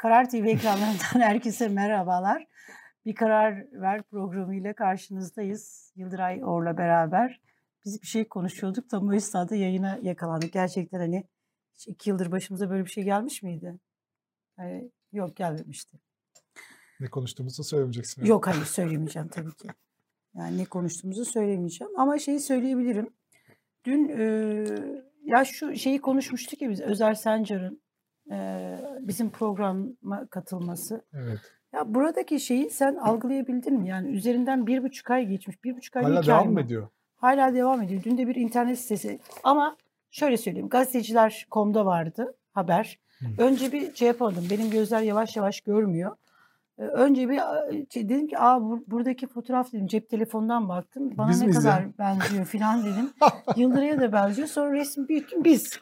Karar TV ekranlarından herkese merhabalar. Bir Karar Ver programıyla karşınızdayız. Yıldıray Or'la beraber. Biz bir şey konuşuyorduk da bu esnada yayına yakalandık. Gerçekten hani 2 yıldır başımıza böyle bir şey gelmiş miydi? Yok, gelmemişti. Ne konuştuğumuzu söylemeyeceksin. Yani. Yok, hayır söylemeyeceğim tabii ki. Yani ne konuştuğumuzu söylemeyeceğim. Ama şeyi söyleyebilirim. Dün ya şu şeyi konuşmuştuk ya biz, Özer Sencar'ın bizim programa katılması. Evet. Ya buradaki şeyi sen algılayabildin mi? Yani üzerinden 1,5 ay geçmiş. 1,5 ay, Hala 2 ay devam mı? ediyor. Hala devam ediyor. Dün de bir internet sitesi. Ama şöyle söyleyeyim. Gazeteciler.com'da vardı haber. Önce bir şey yapamadım. Benim gözler yavaş yavaş görmüyor. Önce bir dedim ki buradaki fotoğraf dedim, cep telefonundan baktım. Bana Biz ne miyiz kadar ya? benziyor filan dedim. Yıldıray'a da benziyor. Sonra resmi büyüttüm, biz.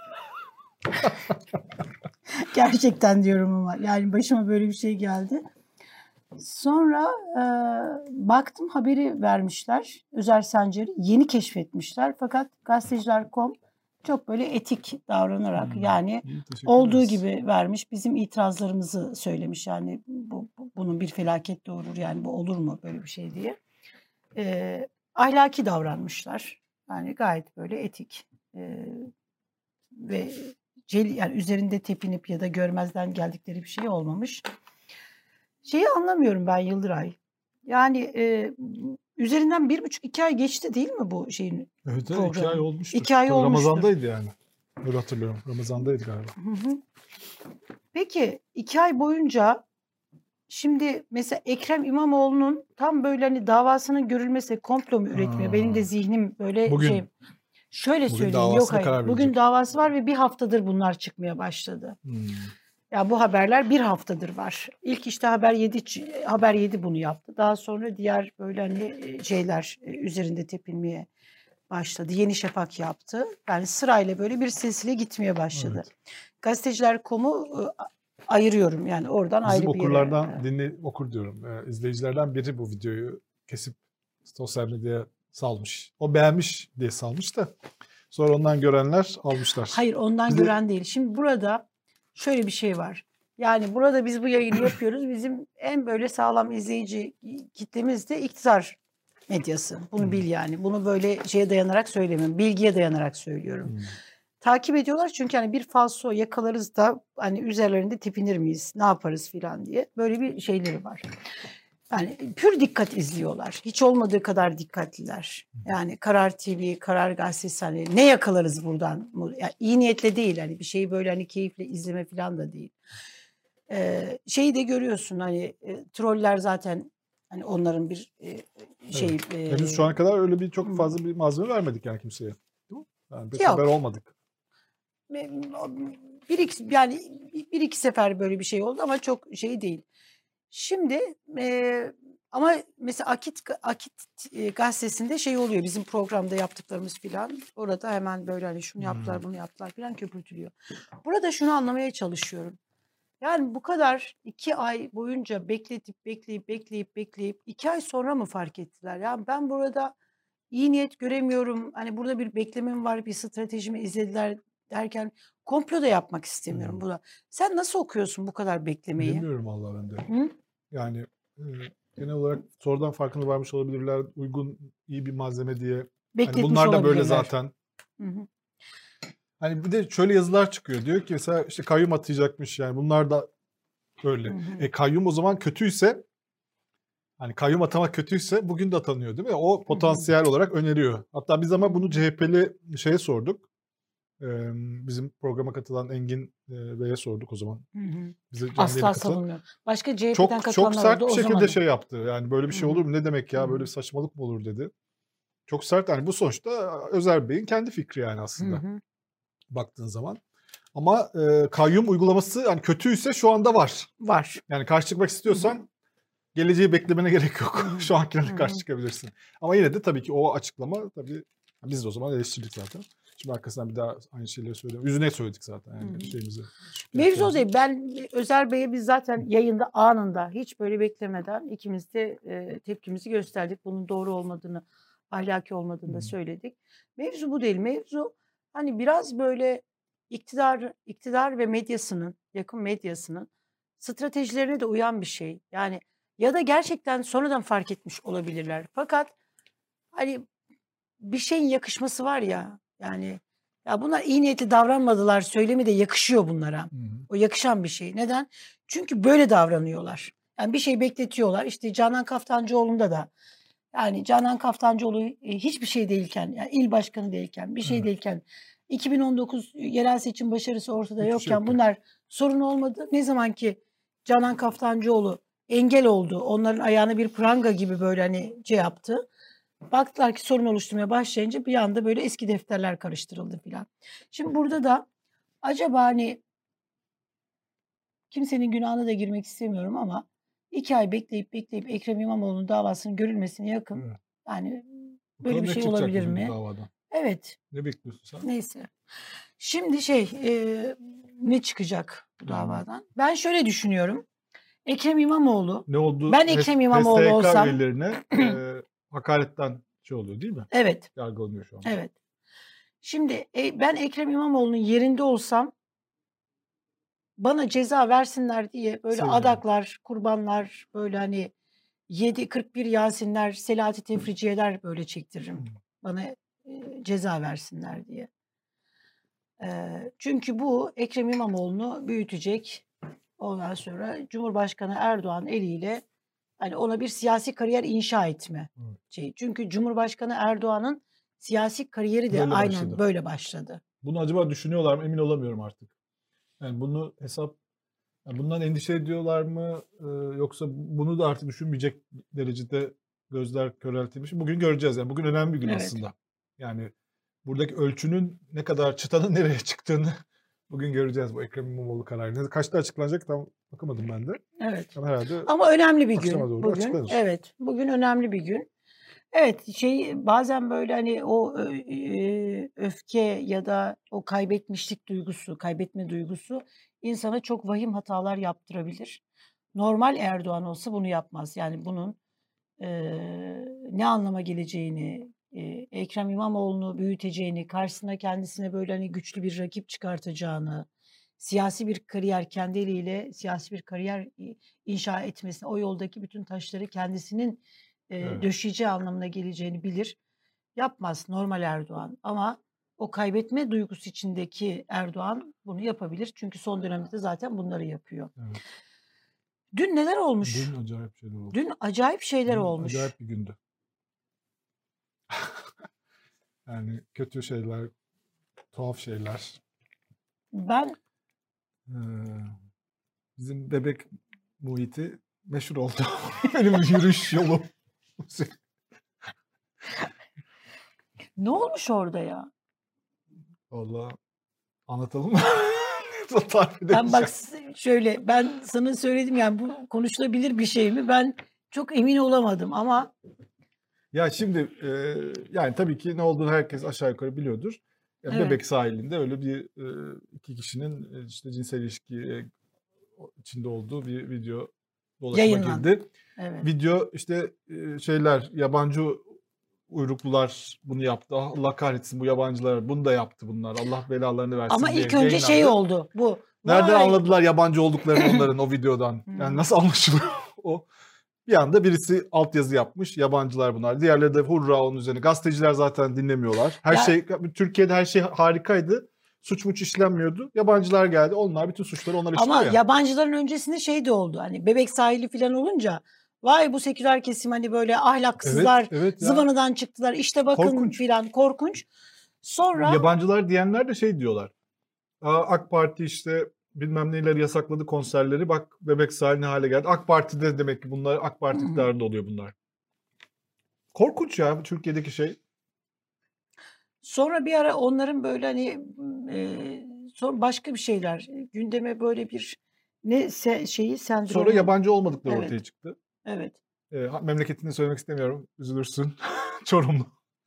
Gerçekten diyorum ama. Yani başıma böyle bir şey geldi. Sonra baktım haberi vermişler. Özer Sencer'i yeni keşfetmişler. Fakat gazeteciler.com çok böyle etik davranarak yani olduğu gibi vermiş. Bizim itirazlarımızı söylemiş. Yani bunun bir felaket doğurur. Yani bu olur mu böyle bir şey diye. Ahlaki davranmışlar. Yani gayet böyle etik ve yani üzerinde tepinip ya da görmezden geldikleri bir şey olmamış. Şeyi anlamıyorum ben Yıldıray. Yani üzerinden 1,5-2 ay geçti değil mi bu şeyin Evet, programı? 2 ay olmuştur. 2 ay olmuştur. Ramazan'daydı yani. Öyle hatırlıyorum. Ramazan'daydı galiba. Hı. Peki 2 ay boyunca şimdi mesela Ekrem İmamoğlu'nun tam böyle hani davasının görülmesi komplo mu üretmiyor? Benim de zihnim böyle Bugün, Şöyle bugün söyleyeyim, yok hayır. karar Bugün verecek. davası var ve bir haftadır bunlar çıkmaya başladı. Ya bu haberler bir haftadır var. İlk işte Haber 7 bunu yaptı. Daha sonra diğer böyle hani şeyler üzerinde tepinmeye başladı. Yeni Şafak yaptı. Yani sırayla böyle bir silsile gitmeye başladı. Evet. Gazeteciler.com'u ayırıyorum yani oradan Bizim ayrı bir yere. okurlardan okur diyorum. İzleyicilerden biri bu videoyu kesip sosyal medyaya salmış. O beğenmiş diye salmış da sonra ondan görenler almışlar. Hayır, ondan gören değil. Şimdi burada şöyle bir şey var. Yani burada biz bu yayını yapıyoruz. Bizim en böyle sağlam izleyici kitlemiz de iktidar medyası. Bunu bil yani. Bunu böyle şeye dayanarak söylemiyorum. Bilgiye dayanarak söylüyorum. Takip ediyorlar çünkü hani bir falso yakalarız da hani üzerlerinde tepinir miyiz? Ne yaparız filan diye. Böyle bir şeyleri var. Yani pür dikkat izliyorlar. Hiç olmadığı kadar dikkatliler. Yani Karar TV, Karar Gazetesi hani ne yakalarız buradan? Yani iyi niyetle değil hani bir şeyi böyle hani keyifle izleme falan da değil. Şeyi de görüyorsun hani troller zaten hani onların bir şey. Evet. Henüz şu ana kadar öyle bir çok fazla bir malzeme vermedik yani kimseye. Değil mi? Yani bir haber olmadık. Bir iki sefer böyle bir şey oldu ama çok şey değil. Şimdi ama mesela Akit gazetesinde şey oluyor, bizim programda yaptıklarımız filan orada hemen böyle hani şunu yaptılar bunu yaptılar filan köpürtülüyor. Burada şunu anlamaya çalışıyorum. Yani bu kadar 2 ay boyunca bekleyip 2 ay sonra mı fark ettiler? Ya ben burada iyi niyet göremiyorum. Hani burada bir beklemem var, bir stratejimi izlediler derken komplo da yapmak istemiyorum buna. Sen nasıl okuyorsun bu kadar beklemeyi? Bilemiyorum vallahi ben de. Yani genel olarak sonradan farkına varmış olabilirler. Uygun, iyi bir malzeme diye. Hani bunlar da böyle zaten. Hani bir de şöyle yazılar çıkıyor. Diyor ki mesela işte kayyum atayacakmış yani. Bunlar da böyle. Kayyum o zaman kötüyse, hani kayyum atamak kötüyse bugün de atanıyor değil mi? O potansiyel olarak öneriyor. Hatta biz ama bunu CHP'li şeye sorduk. Bizim programa katılan Engin Bey'e sorduk o zaman. Bize asla savunmuyorum. Başka CHP'den katılanlar çok sert oldu, bir o şekilde zaman şey yaptı. Yani böyle bir şey olur mu? Ne demek ya? Böyle bir saçmalık mı olur dedi. Çok sert. Yani bu sonuçta Özer Bey'in kendi fikri yani aslında. Baktığın zaman. Ama kayyum uygulaması yani kötüyse şu anda var. Var. Yani karşı çıkmak istiyorsan geleceği beklemene gerek yok. Şu ankilerle karşı çıkabilirsin. Ama yine de tabii ki o açıklama tabii biz de o zaman eleştirdik zaten. Şimdi arkasından bir daha aynı şeyleri söyledim. Yüzüne söyledik zaten yani şeyimizi. Mevzu o değil. Ben Özer Bey'e biz zaten yayında anında hiç böyle beklemeden ikimiz de tepkimizi gösterdik. Bunun doğru olmadığını, ahlaki olmadığını da söyledik. Mevzu bu değil. Mevzu hani biraz böyle iktidar ve medyasının, yakın medyasının stratejilerine de uyan bir şey. Yani ya da gerçekten sonradan fark etmiş olabilirler. Fakat hani bir şeyin yakışması var ya, yani ya bunlar iyi niyetli davranmadılar söylemi de yakışıyor bunlara. Hı hı. O yakışan bir şey. Neden? Çünkü böyle davranıyorlar. Yani bir şey bekletiyorlar. İşte Canan Kaftancıoğlu'nda da, yani Canan Kaftancıoğlu hiçbir şey değilken, yani il başkanı değilken, bir şey Evet. değilken, 2019 yerel seçim başarısı ortada Hiçbir şey yokken yokken. bunlar sorun olmadı. Ne zaman ki Canan Kaftancıoğlu engel oldu, onların ayağına bir pranga gibi böyle hani şey yaptı. Baktılar ki sorun oluşturmaya başlayınca bir anda böyle eski defterler karıştırıldı filan. Şimdi burada da acaba hani kimsenin günahına da girmek istemiyorum ama 2 ay bekleyip Ekrem İmamoğlu'nun davasının görülmesine yakın, Evet. yani böyle Bakalım bir ne şey çıkacak olabilir bu mi? davadan? Evet. Ne bekliyorsun sen? Neyse. Şimdi ne çıkacak bu Hı hı. davadan? Ben şöyle düşünüyorum. Ekrem İmamoğlu, Ne oldu? ben Ekrem İmamoğlu HSYK olsam üyelerine hakaretten şey oluyor değil mi? evet, Yargılanıyor şu anda. evet. Şimdi ben Ekrem İmamoğlu'nun yerinde olsam bana ceza versinler diye böyle Sevinirim. adaklar, kurbanlar, böyle hani 41 Yasinler, Selahattin Tefriciyeler böyle çektiririm. Hı. Bana ceza versinler diye. Çünkü bu Ekrem İmamoğlu'nu büyütecek. Ondan sonra Cumhurbaşkanı Erdoğan eliyle hani ona bir siyasi kariyer inşa etme Evet. şeyi. Çünkü Cumhurbaşkanı Erdoğan'ın siyasi kariyeri de Böyle aynen başladı. böyle başladı. Bunu acaba düşünüyorlar mı? Emin olamıyorum artık. Yani bunu yani bundan endişe ediyorlar mı? Yoksa bunu da artık düşünmeyecek derecede gözler köreltilmiş mi? Bugün göreceğiz. Yani bugün önemli bir gün Evet. aslında. Yani buradaki ölçünün ne kadar, çıtanın nereye çıktığını bugün göreceğiz bu Ekrem İmamoğlu kararı. Kaçta açıklanacak tam bakamadım ben de. Evet. Ama herhalde Ama önemli bir akşama gün doğru bugün. açıklanır. Evet. Bugün önemli bir gün. Evet, bazen böyle hani o öfke ya da o kaybetmişlik duygusu, kaybetme duygusu insana çok vahim hatalar yaptırabilir. Normal Erdoğan olsa bunu yapmaz. Yani bunun ne anlama geleceğini, Ekrem İmamoğlu'nu büyüteceğini, karşısına kendisine böyle hani güçlü bir rakip çıkartacağını, siyasi bir kariyer, kendi eliyle siyasi bir kariyer inşa etmesini, o yoldaki bütün taşları kendisinin Evet. döşeyeceği anlamına geleceğini bilir. Yapmaz normal Erdoğan ama o kaybetme duygusu içindeki Erdoğan bunu yapabilir. Çünkü son dönemde de zaten bunları yapıyor. Evet. Dün neler olmuş? Dün acayip şeyler oldu. Dün acayip şeyler Dün olmuş. acayip bir gündü. Yani kötü şeyler, tuhaf şeyler. Ben Ee, Bizim bebek muhiti meşhur oldu. Benim yürüyüş yolum. ne olmuş orada ya? Vallahi anlatalım mı? Tarif Ben bak edemeyeceğim. şöyle, ben sana söyledim yani bu konuşulabilir bir şey mi? Ben çok emin olamadım ama Ya şimdi yani tabii ki ne olduğunu herkes aşağı yukarı biliyordur. Ya evet, Bebek sahilinde öyle bir iki kişinin işte cinsel ilişki içinde olduğu bir video dolaşıma yayınlandı. girdi. Evet. Video işte şeyler, yabancı uyruklular bunu yaptı. Allah kahretsin bu yabancılar bunu da yaptı bunlar. Allah belalarını versin Ama diye ilk önce şey yayınlandı. oldu bu. Nereden Vay. anladılar yabancı olduklarını onların o videodan? Yani nasıl anlaşılıyor o? Bir anda birisi altyazı yapmış. Yabancılar bunlar. Diğerleri de hurra onun üzerine. Gazeteciler zaten dinlemiyorlar. Her Ya, şey Türkiye'de her şey harikaydı. Suç muç işlenmiyordu. Yabancılar geldi. Onlar bütün suçları onlar ama işliyor ya. yabancıların öncesinde şey de oldu. Hani bebek sahili falan olunca vay bu seküler kesim hani böyle ahlaksızlar, Evet ya. zıvanadan çıktılar. İşte bakın Korkunç. filan, korkunç. Sonra Yabancılar diyenler de şey diyorlar. AK Parti işte bilmem neleri yasakladı konserleri. Bak bebek sahili ne hale geldi. AK Parti'de demek ki bunlar AK Parti iktidarında oluyor bunlar. Korkunç ya Türkiye'deki şey. sonra bir ara onların böyle hani sonra başka bir şeyler gündeme böyle bir şeyi Sonra sendromu. yabancı olmadıkları Evet. ortaya çıktı. Evet. Memleketini söylemek istemiyorum. Üzülürsün. Çorumlu.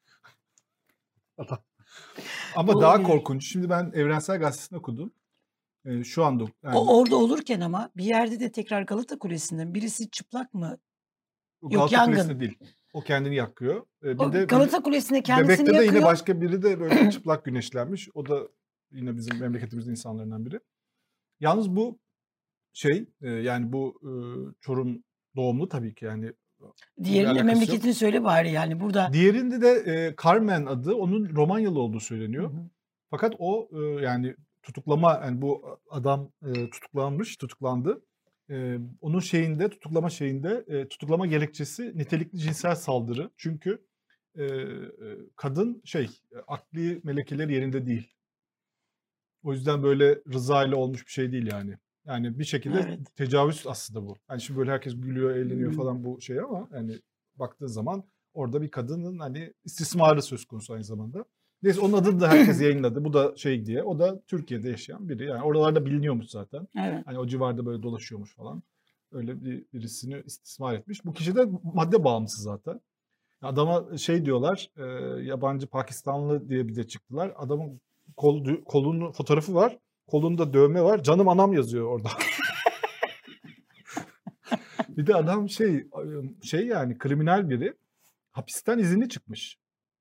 Ama daha Olabilir. korkunç. Şimdi ben Evrensel Gazetesi'ni okudum. Şu anda yani O orada olurken ama bir yerde de tekrar Galata Kulesi'nden birisi çıplak mı? o Yok, Galata Kulesi'nde yangın. değil. O kendini yakıyor. O Bir de Galata Kulesi'nde kendisini Bebek'te de yine yakıyor. başka biri de böyle çıplak güneşlenmiş. O da yine bizim memleketimizin insanlarından biri. Yalnız bu Yani bu Çorum doğumlu tabii ki yani bir Diğerinin de alakası yok. memleketini söyle bari yani burada. Diğerinde de Carmen adı, onun Romanyalı olduğu Hı söyleniyor. hı. Fakat o yani tutuklama, yani bu adam tutuklandı. Onun tutuklama gerekçesi nitelikli cinsel saldırı. Çünkü kadın akli melekeleri yerinde değil. O yüzden böyle rıza ile olmuş bir şey değil yani. Yani bir şekilde Evet. tecavüz aslında bu. Hani şimdi böyle herkes gülüyor, eğleniyor Hı. falan bu şey, ama hani baktığın zaman orada bir kadının hani istismarı söz konusu aynı zamanda. Neyse, onun adını da herkes yayınladı. Bu da diye. O da Türkiye'de yaşayan biri. Yani oralarda biliniyormuş zaten. Evet. Hani o civarda böyle dolaşıyormuş falan. Öyle birisini istismar etmiş. Bu kişi de madde bağımlısı zaten. Adama diyorlar, yabancı Pakistanlı diye bir de çıktılar. Adamın kolunun fotoğrafı var. Kolunda dövme var. Canım anam yazıyor orada. Bir de adam yani kriminal biri. Hapisten izinli çıkmış.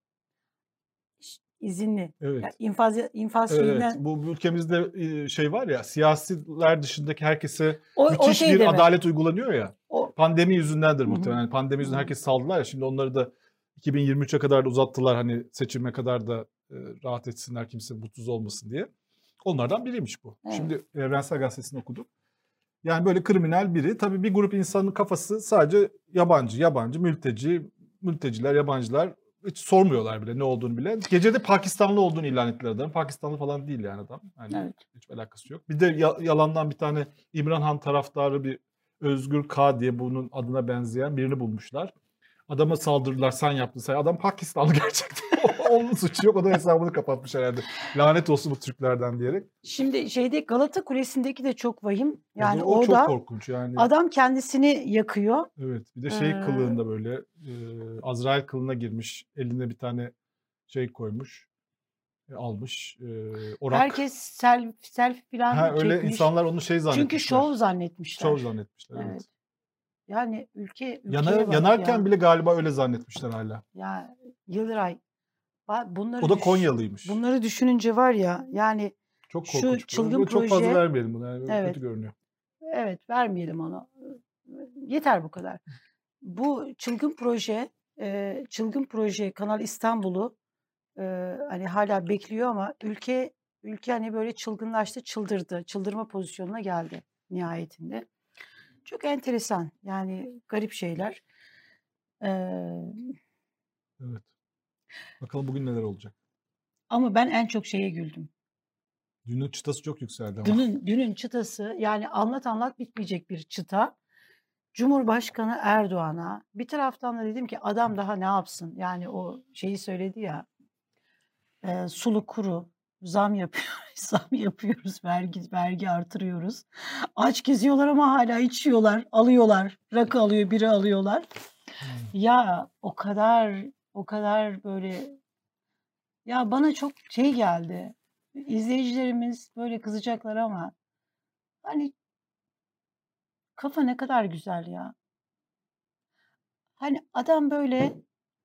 İzinli. Ya Evet. infaz Evet. şeyinden Bu ülkemizde var ya, siyasiler dışındaki herkese o müthiş şey bir deme. adalet uygulanıyor ya. O Pandemi yüzündendir Hı hı. muhtemelen. Yani pandemi yüzünden Hı. herkes saldılar ya. Şimdi onları da 2023'e kadar da uzattılar, hani seçime kadar da rahat etsinler, kimse mutsuz olmasın diye. Onlardan biriymiş bu. Evet. Şimdi Evrensel Gazetesi'ni okudum. Yani böyle kriminal biri. Tabii bir grup insanın kafası sadece yabancı, mülteciler, yabancılar. Hiç sormuyorlar bile ne olduğunu bile. Gece de Pakistanlı olduğunu ilan ettiler adam. Pakistanlı falan değil yani adam. Yani Evet. hiç alakası yok. Bir de yalandan bir tane İmran Han taraftarı, bir Özgür K diye bunun adına benzeyen birini bulmuşlar. Adama saldırdılar, sen yaptın. Adam Pakistanlı gerçekten. Onun suçu yok. O da hesabını kapatmış herhalde. Lanet olsun bu Türklerden diyerek. Şimdi Galata Kulesi'ndeki de çok vahim. Yani O çok orada korkunç yani. adam kendisini yakıyor. Evet, bir de Ee, kılığında böyle Azrail kılığına girmiş, eline bir tane koymuş, almış, orak. Herkes selfie falan Öyle çekmiş. insanlar onu Çünkü zannetmişler. şov zannetmişler. Şov zannetmişler, evet. Evet. Yani ülkeye bak Yanarken ya. bile galiba öyle zannetmişler hala. Ya Yıldıray, O da Konyalıymış. bunları düşününce var ya, yani Çok şu korkunç. çılgın Çok fazla proje, vermeyelim bunu. Yani evet, kötü görünüyor. evet, vermeyelim onu. Yeter bu kadar. Bu çılgın proje Kanal İstanbul'u hani hala bekliyor ama ülke hani böyle çılgınlaştı, çıldırdı. Çıldırma pozisyonuna geldi nihayetinde. Çok enteresan. Yani garip şeyler. Eee, Evet. Bakalım bugün neler olacak. Ama ben en çok şeye güldüm. Dünün çıtası çok yükseldi ama. Dünün çıtası, yani anlat bitmeyecek bir çıta. Cumhurbaşkanı Erdoğan'a bir taraftan da dedim ki adam daha ne yapsın? Yani o şeyi söyledi ya, sulu kuru zam yapıyoruz, zam yapıyoruz, vergi artırıyoruz. Aç geziyorlar ama hala içiyorlar, alıyorlar, rakı alıyor, biri alıyorlar. Ya o kadar böyle, ya bana çok şey geldi. İzleyicilerimiz böyle kızacaklar ama hani kafa ne kadar güzel ya. Hani adam böyle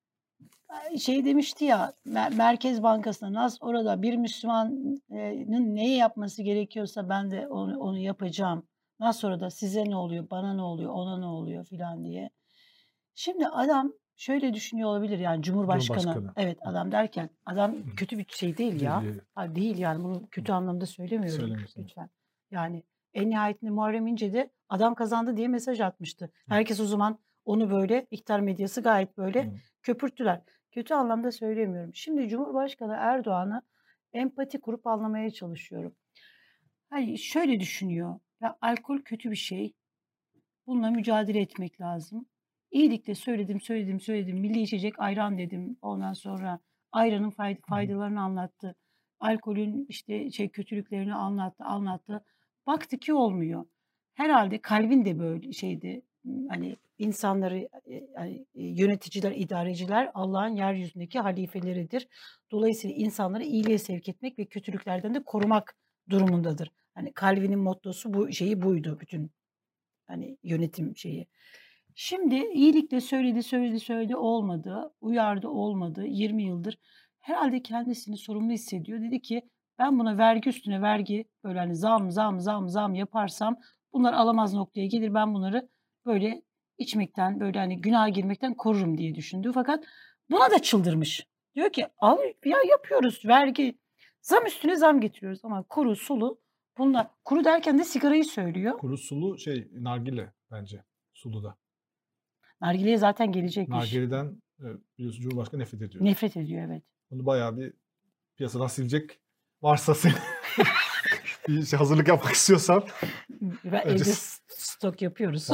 şey demişti ya, Merkez Bankası'na nasıl orada bir Müslümanın neyi yapması gerekiyorsa ben de onu yapacağım. Nasıl orada size ne oluyor, bana ne oluyor, ona ne oluyor filan diye. Şimdi adam şöyle düşünüyor olabilir, yani Cumhurbaşkanı. Evet, adam derken adam kötü bir şey değil ya. Değil. Ha, değil yani, bunu kötü anlamda söylemiyorum Söylemiyorsun. lütfen. Yani en nihayetinde Muharrem İnce de adam kazandı diye mesaj atmıştı. Herkes o zaman onu böyle, iktidar medyası gayet böyle köpürttüler. Kötü anlamda söylemiyorum. Şimdi Cumhurbaşkanı Erdoğan'ı empati kurup anlamaya çalışıyorum. Hani şöyle düşünüyor. Ya alkol kötü bir şey. Bununla mücadele etmek lazım. İyilikle söyledim. Milli içecek ayran dedim. Ondan sonra ayranın faydalarını anlattı. Alkolün işte kötülüklerini anlattı. Baktı ki olmuyor. Herhalde kalbin de böyle şeydi. Hani insanları hani, yöneticiler, idareciler Allah'ın yeryüzündeki halifeleridir. Dolayısıyla insanları iyiliğe sevk etmek ve kötülüklerden de korumak durumundadır. Hani Calvin'in mottosu buydu bütün hani yönetim şeyi. Şimdi iyilikle söyledi olmadı. Uyardı olmadı. 20 yıldır herhalde kendisini sorumlu hissediyor. Dedi ki ben buna vergi üstüne vergi böyle hani zam yaparsam Bunlar alamaz noktaya gelir. Ben bunları böyle içmekten, böyle hani günah girmekten korurum diye düşündü. Fakat buna da çıldırmış. Diyor ki al ya yapıyoruz vergi. Zam üstüne zam getiriyoruz ama kuru sulu bunlar. Kuru derken de sigarayı söylüyor. Kuru sulu nargile bence. Sulu da. Nargile'ye zaten gelecekmiş. Nargile'den biliyorsun Cumhurbaşkanı nefret ediyor. Nefret ediyor evet. Bunu bayağı bir piyasadan silecek varsa sen bir hazırlık yapmak istiyorsan. Evde stok yapıyoruz.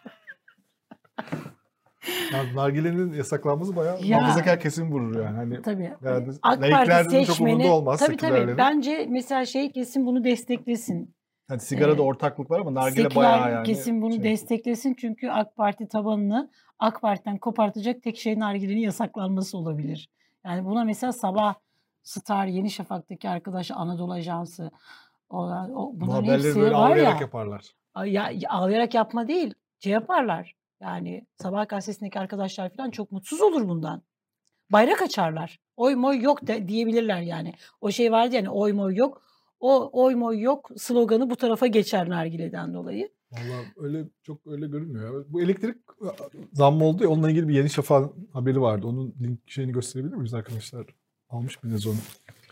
Nargilenin yasaklanması bayağı muhafazakar kesim vurur yani. Hani tabii. AK Parti çok umurunda olmaz. Tabii. Bence mesela kesin bunu desteklesin. Hani sigarada ortaklık var ama nargile bayağı yani. Kesin bunu desteklesin çünkü AK Parti tabanını AK Parti'den kopartacak tek şey nargilenin yasaklanması olabilir. Yani buna mesela Sabah, Star, Yeni Şafak'taki arkadaş, Anadolu Ajansı bu haberleri böyle ağlayarak yaparlar. Ya ağlayarak yapma değil. Yaparlar. Yani Sabah gazetesindeki arkadaşlar falan çok mutsuz olur bundan. Bayrak açarlar. Oy moy yok diyebilirler yani. O vardı yani oy moy yok. O oy moy yok sloganı bu tarafa geçer nargileden dolayı. Vallahi öyle görünmüyor. Bu elektrik zammı oldu ya, onunla ilgili bir Yeni Şafak'ın haberi vardı. Onun link gösterebilir miyiz arkadaşlar? Almış mıyız onu?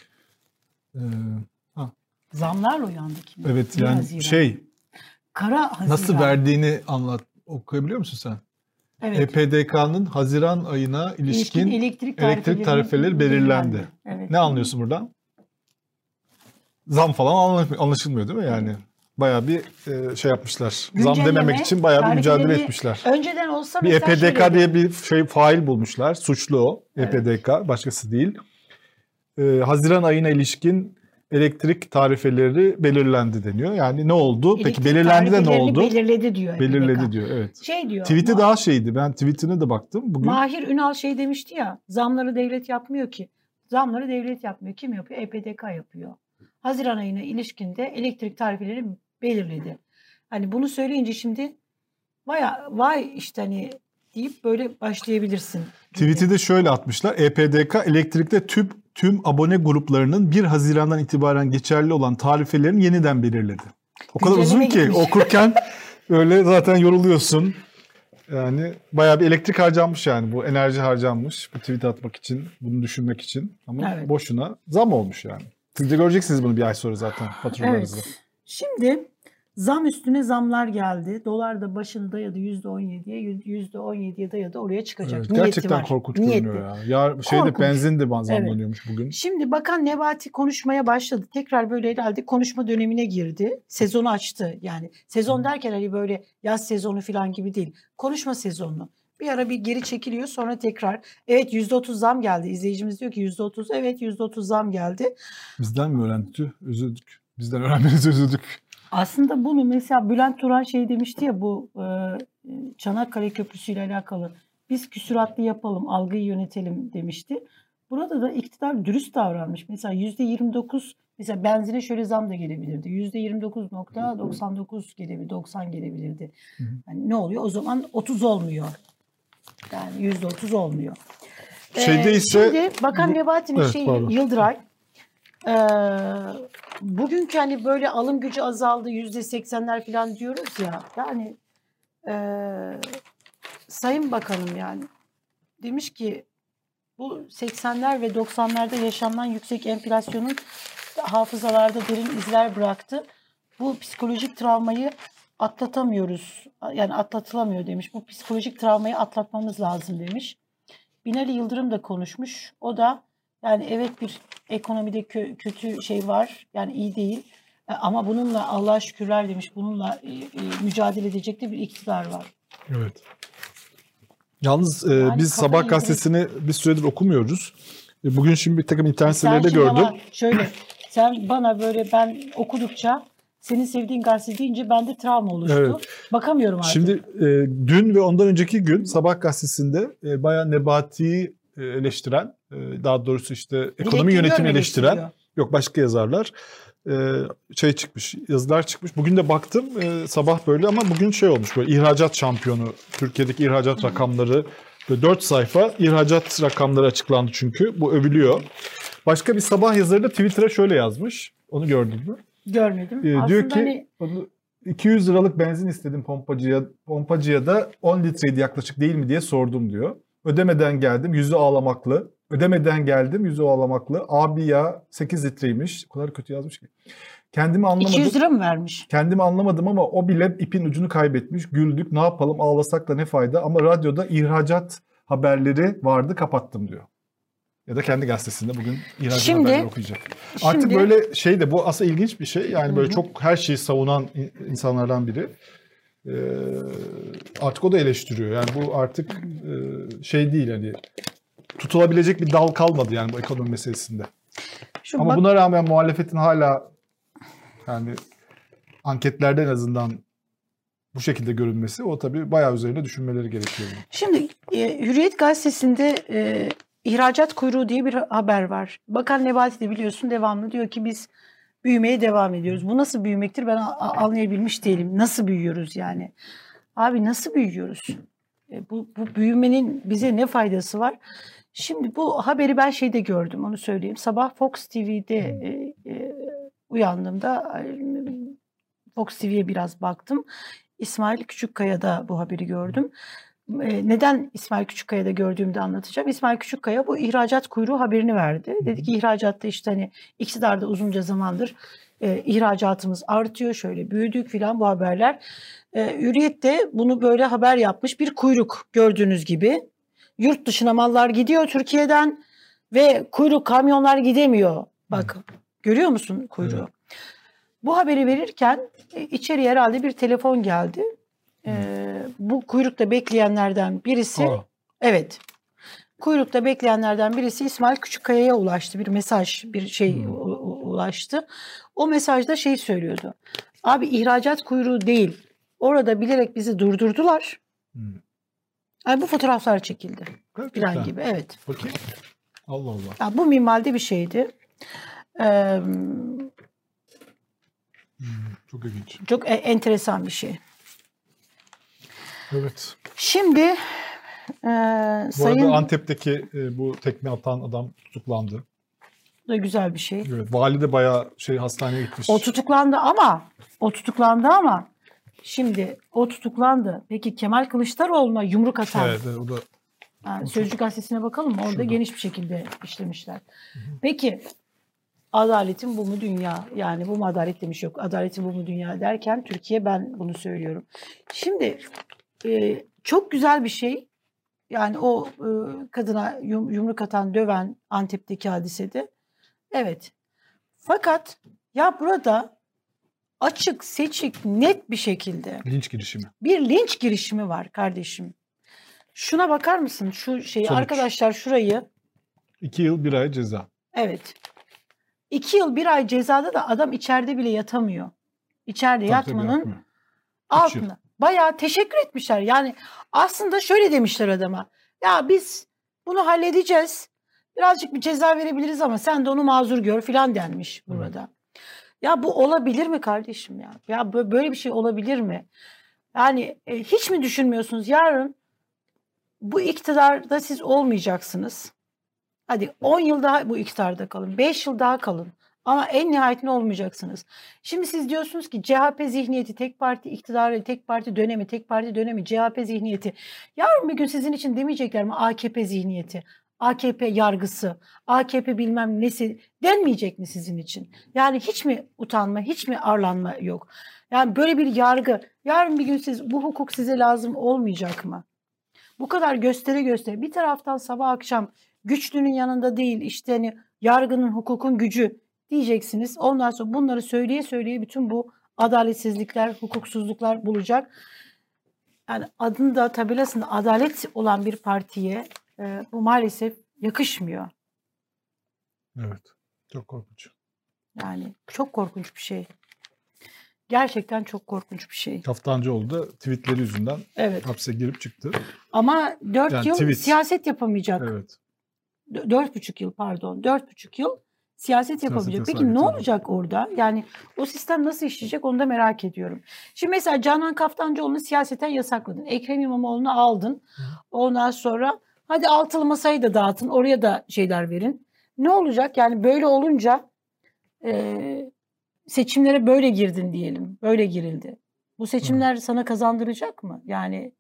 Zamlarla uyandık. Evet yani Haziran. Kara Haziran. Nasıl verdiğini okuyabiliyor musun sen? Evet. EPDK'nın Haziran ayına ilişkin elektrik tarifeleri belirlendi. Evet. Ne anlıyorsun buradan? Zam falan anlaşılmıyor değil mi yani? Bayağı bir yapmışlar. Zam dememek için bayağı bir mücadele etmişler. Önceden olsa bir EPDK diye bir fail bulmuşlar. Suçlu o. Evet. EPDK başkası değil. Haziran ayına ilişkin elektrik tarifeleri belirlendi deniyor. Yani ne oldu? Peki belirlendi de ne oldu? Belirledi diyor. Belirledi diyor evet. Diyor. Tweet'i daha ben tweet'ine de baktım bugün. Mahir Ünal demişti ya. Zamları devlet yapmıyor ki. Zamları devlet yapmıyor. Kim yapıyor? EPDK yapıyor. Haziran ayına ilişkinde elektrik tarifeleri belirledi. Hani bunu söyleyince şimdi vay işte hani deyip böyle başlayabilirsin. Tweet'i de şöyle atmışlar. EPDK elektrikte tüm abone gruplarının 1 Haziran'dan itibaren geçerli olan tarifelerini yeniden belirledi. O kadar uzun ki okurken öyle zaten yoruluyorsun. Yani bayağı bir elektrik harcanmış yani. Bu enerji harcanmış. Bu tweet atmak için, bunu düşünmek için. Ama boşuna zam olmuş yani. Siz de göreceksiniz bunu bir ay sonra zaten faturalarınızda. Evet. Şimdi zam üstüne zamlar geldi. Dolar da başını dayadı %17'ye. %17'ye dayadı. Oraya çıkacak. Evet, gerçekten korkunç görünüyor ya. Benzin de zamlanıyormuş bugün. Şimdi Bakan Nebati konuşmaya başladı. Tekrar böyle herhalde konuşma dönemine girdi. Sezonu açtı. Yani sezon derken hani böyle yaz sezonu falan gibi değil. Konuşma sezonu. Bir ara bir geri çekiliyor sonra tekrar. Evet %30 zam geldi. İzleyicimiz diyor ki %30. Evet %30 zam geldi. Bizden mi öğrendi? Üzüldük. Bizden öğrenmenizi üzüldük. Aslında bunu mesela Bülent Turan demişti ya bu Çanakkale Köprüsü ile alakalı. Biz küsuratlı yapalım, algıyı yönetelim demişti. Burada da iktidar dürüst davranmış. Mesela %29 mesela benzine şöyle zam da gelebilirdi. %29.99 gelebilirdi, 90 gelebilirdi. Yani ne oluyor? O zaman 30 olmuyor. Yani %30 olmuyor. Şimdi Bakan Nebati'nin Yıldıray bugünkü hani böyle alım gücü azaldı %80'ler falan diyoruz ya yani Sayın Bakanım yani demiş ki bu 80'ler ve 90'larda yaşanan yüksek enflasyonun hafızalarda derin izler bıraktı. Bu psikolojik travmayı atlatamıyoruz yani atlatılamıyor demiş. Bu psikolojik travmayı atlatmamız lazım demiş. Binali Yıldırım da konuşmuş. O da yani evet bir ekonomide kötü var. Yani iyi değil. Ama bununla Allah'a şükürler demiş. Bununla mücadele edecek de bir iktidar var. Evet. Yalnız biz Sabah gazetesini bir süredir okumuyoruz. Bugün şimdi bir takım internet sitelerinde gördüm. Sen bana böyle ben okudukça senin sevdiğin gazete deyince bende travma oluştu. Evet. Bakamıyorum artık. Şimdi dün ve ondan önceki gün Sabah gazetesinde bayağı Nebati'yi eleştiren, daha doğrusu işte ekonomi yönetimini eleştiren, yok başka yazarlar çıkmış, yazılar çıkmış. Bugün de baktım sabah böyle ama bugün olmuş böyle ihracat şampiyonu, Türkiye'deki ihracat rakamları, 4 sayfa ihracat rakamları açıklandı çünkü. Bu övülüyor. Başka bir sabah yazarı da Twitter'a şöyle yazmış. Onu gördün mü? Görmedim. Diyor ki 200 liralık benzin istedim pompacıya. Pompacıya da 10 litreydi yaklaşık değil mi diye sordum diyor. Ödemeden geldim yüzü ağlamaklı. Ödemeden geldim yüzü ağlamaklı. Abi ya 8 litreymiş. O kadar kötü yazmış ki. Kendimi anlamadım. 200 lira mı vermiş? Kendimi anlamadım ama o bile ipin ucunu kaybetmiş. Güldük. Ne yapalım? Ağlasak da ne fayda? Ama radyoda ihracat haberleri vardı. Kapattım diyor. Ya da kendi gazetesinde bugün ihracat haberleri okuyacak. Artık böyle şey de bu aslında ilginç bir şey. Yani böyle çok her şeyi savunan insanlardan biri. Artık o da eleştiriyor. Yani bu artık şey değil, hani tutulabilecek bir dal kalmadı yani bu ekonomi meselesinde. Ama buna rağmen muhalefetin hala yani anketlerde en azından bu şekilde görünmesi, o tabii bayağı üzerine düşünmeleri gerekiyor. Şimdi Hürriyet gazetesinde ihracat kuyruğu diye bir haber var. Bakan Nebati de biliyorsun devamlı diyor ki biz büyümeye devam ediyoruz. Bu nasıl büyümektir ben anlayabilmiş değilim. Nasıl büyüyoruz yani? Abi nasıl büyüyoruz? Bu büyümenin bize ne faydası var? Şimdi bu haberi ben şeyde gördüm, onu söyleyeyim. Sabah Fox TV'de uyandığımda Fox TV'ye biraz baktım. İsmail Küçükkaya'da bu haberi gördüm. Neden İsmail Küçükkaya'da gördüğümü de anlatacağım. İsmail Küçükkaya bu ihracat kuyruğu haberini verdi. Dedi ki ihracatta işte hani iktidarda uzunca zamandır ihracatımız artıyor, şöyle büyüdük filan bu haberler. Hürriyet de bunu böyle haber yapmış, bir kuyruk gördüğünüz gibi. Yurt dışına mallar gidiyor Türkiye'den ve kuyruk, kamyonlar gidemiyor. Bak görüyor musun kuyruğu? Evet. Bu haberi verirken içeriye herhalde bir telefon geldi. Bu kuyrukta bekleyenlerden birisi, evet, kuyrukta bekleyenlerden birisi İsmail Küçükkaya'ya ulaştı. Bir mesaj, bir şey ulaştı. O mesajda şey söylüyordu. Abi ihracat kuyruğu değil. Orada bilerek bizi durdurdular. Yani bu fotoğraflar çekildi. Falan gibi, evet. Bakayım. Allah Allah. Yani bu minvalde bir şeydi. Çok ilginç. Çok enteresan bir şey. Evet. Şimdi bu arada Antep'teki bu tekme atan adam tutuklandı. Bu da güzel bir şey. Evet, vali de bayağı hastaneye gitmiş. O tutuklandı ama şimdi o tutuklandı. Peki Kemal Kılıçdaroğlu'na yumruk atan. Evet, o da. Yani Sözcü gazetesine bakalım mı? Orada geniş bir şekilde işlemişler. Peki adaletin bu mu dünya? Yani bu mu adalet demiş, yok. Adaletin bu mu dünya derken Türkiye, ben bunu söylüyorum. Şimdi çok güzel bir şey. Yani o kadına yumruk atan, döven Antep'teki hadisede. Evet. Fakat ya burada açık, seçik, net bir şekilde linç girişimi. Bir linç girişimi var kardeşim. Şuna bakar mısın? Şu şeyi sonuç. Arkadaşlar şurayı. 2 yıl 1 ay ceza. Evet. 2 yıl 1 ay cezada da adam içeride bile yatamıyor. İçeride yatmanın altına. Bayağı teşekkür etmişler. Yani aslında şöyle demişler adama. Ya biz bunu halledeceğiz. Birazcık bir ceza verebiliriz ama sen de onu mazur gör filan denmiş burada. Ya bu olabilir mi kardeşim ya? Ya böyle bir şey olabilir mi? Yani hiç mi düşünmüyorsunuz? Yarın bu iktidarda siz olmayacaksınız. Hadi 10 yıl daha bu iktidarda kalın. 5 yıl daha kalın. Ama en nihayetinde olmayacaksınız. Şimdi siz diyorsunuz ki CHP zihniyeti, tek parti iktidarı, tek parti dönemi, CHP zihniyeti. Yarın bir gün sizin için demeyecekler mi AKP zihniyeti, AKP yargısı, AKP bilmem nesi denmeyecek mi sizin için? Yani hiç mi utanma, hiç mi arlanma yok? Yani böyle bir yargı, yarın bir gün bu hukuk size lazım olmayacak mı? Bu kadar göstere bir taraftan sabah akşam güçlünün yanında değil, işte hani yargının, hukukun gücü diyeceksiniz. Ondan sonra bunları söyleye bütün bu adaletsizlikler, hukuksuzluklar bulacak. Yani adında, tabelasında adalet olan bir partiye bu maalesef yakışmıyor. Evet, çok korkunç. Yani çok korkunç bir şey. Gerçekten çok korkunç bir şey. Kaftancıoğlu da tweetleri yüzünden hapse girip çıktı. Ama 4 yıl siyaset yapamayacak. Evet. 4,5 yıl pardon. 4,5 yıl siyaset yapamayacak. Peki ne olacak orada? Yani o sistem nasıl işleyecek onu da merak ediyorum. Şimdi mesela Canan Kaftancıoğlu'nu siyaseten yasakladın. Ekrem İmamoğlu'nu aldın. Ondan sonra hadi altılı masayı da dağıtın. Oraya da şeyler verin. Ne olacak? Yani böyle olunca seçimlere böyle girdin diyelim. Böyle girildi. Bu seçimler sana kazandıracak mı? Yani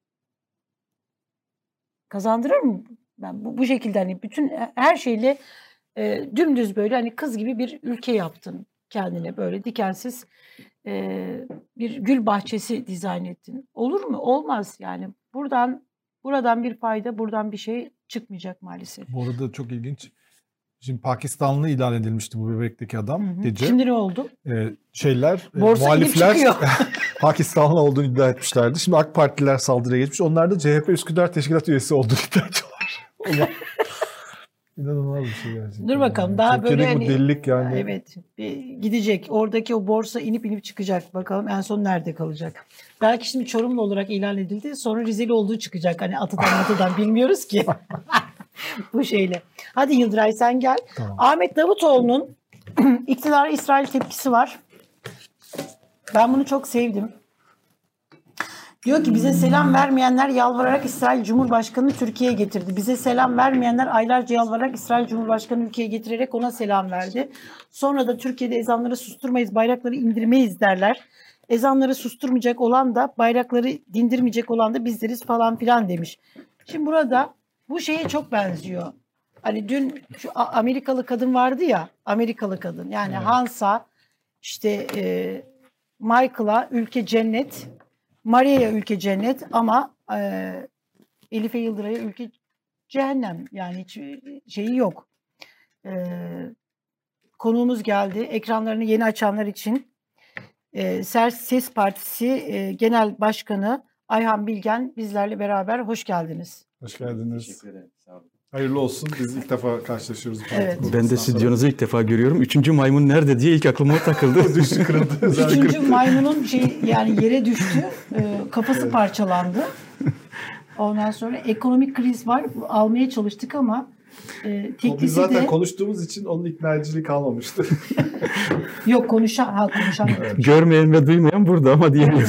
kazandırır mı? Ben bu şekilde hani bütün her şeyle dümdüz böyle hani kız gibi bir ülke yaptın kendine, böyle dikensiz bir gül bahçesi dizayn ettin. Olur mu? Olmaz yani. Buradan bir fayda, buradan bir şey çıkmayacak maalesef. Bu arada çok ilginç. Şimdi Pakistanlı ilan edilmişti bu bebekteki adam gece. Şimdi ne oldu? Muhalifler gidip çıkıyor. Pakistanlı olduğunu iddia etmişlerdi. Şimdi AK Partililer saldırıya geçmiş. Onlar da CHP Üsküdar Teşkilat üyesi olduğunu iddia ediyorlar. İnanılmaz bir şey gerçekten. Dur bakalım daha Türkiye'de böyle bu delilik yani. Evet, gidecek. Oradaki o borsa inip çıkacak. Bakalım en son nerede kalacak. Belki şimdi Çorumlu olarak ilan edildi. Sonra Rizeli olduğu çıkacak. Hani atıdan bilmiyoruz ki. Bu şeyle. Hadi Yıldıray sen gel. Tamam. Ahmet Davutoğlu'nun iktidara İsrail tepkisi var. Ben bunu çok sevdim. Diyor ki bize selam vermeyenler yalvararak İsrail Cumhurbaşkanı'nı Türkiye'ye getirdi. Bize selam vermeyenler aylarca yalvararak İsrail Cumhurbaşkanı'nı ülkeye getirerek ona selam verdi. Sonra da Türkiye'de ezanları susturmayız, bayrakları indirmeyiz derler. Ezanları susturmayacak olan da bayrakları dindirmeyecek olan da bizleriz falan filan demiş. Şimdi burada bu şeye çok benziyor. Hani dün şu Amerikalı kadın vardı ya, Amerikalı kadın. Yani evet. Hans'a işte Michael'a ülke cennet, Maria'ya ülke cennet ama Elif'e Yıldıray'a ülke cehennem. Yani hiç şeyi yok. Konuğumuz geldi. Ekranlarını yeni açanlar için Ses Partisi Genel Başkanı Ayhan Bilgen bizlerle beraber. Hoş geldiniz. Hoş geldiniz. Teşekkür ederim. Sağ olun. Hayırlı olsun. Biz ilk defa karşılaşıyoruz. Evet. Ben de stüdyonuzu ilk defa görüyorum. Üçüncü maymun nerede diye ilk aklıma takıldı. Düştü, kırıldı. Üçüncü maymunun yani yere düştü. Kafası evet. Parçalandı. Ondan sonra ekonomik kriz var. Almaya çalıştık ama teknisi biz zaten de... konuştuğumuz için onun ikna ediciliği kalmamıştı. Yok konuşan. Evet. Görmeyen ve duymayan burada ama diyelim.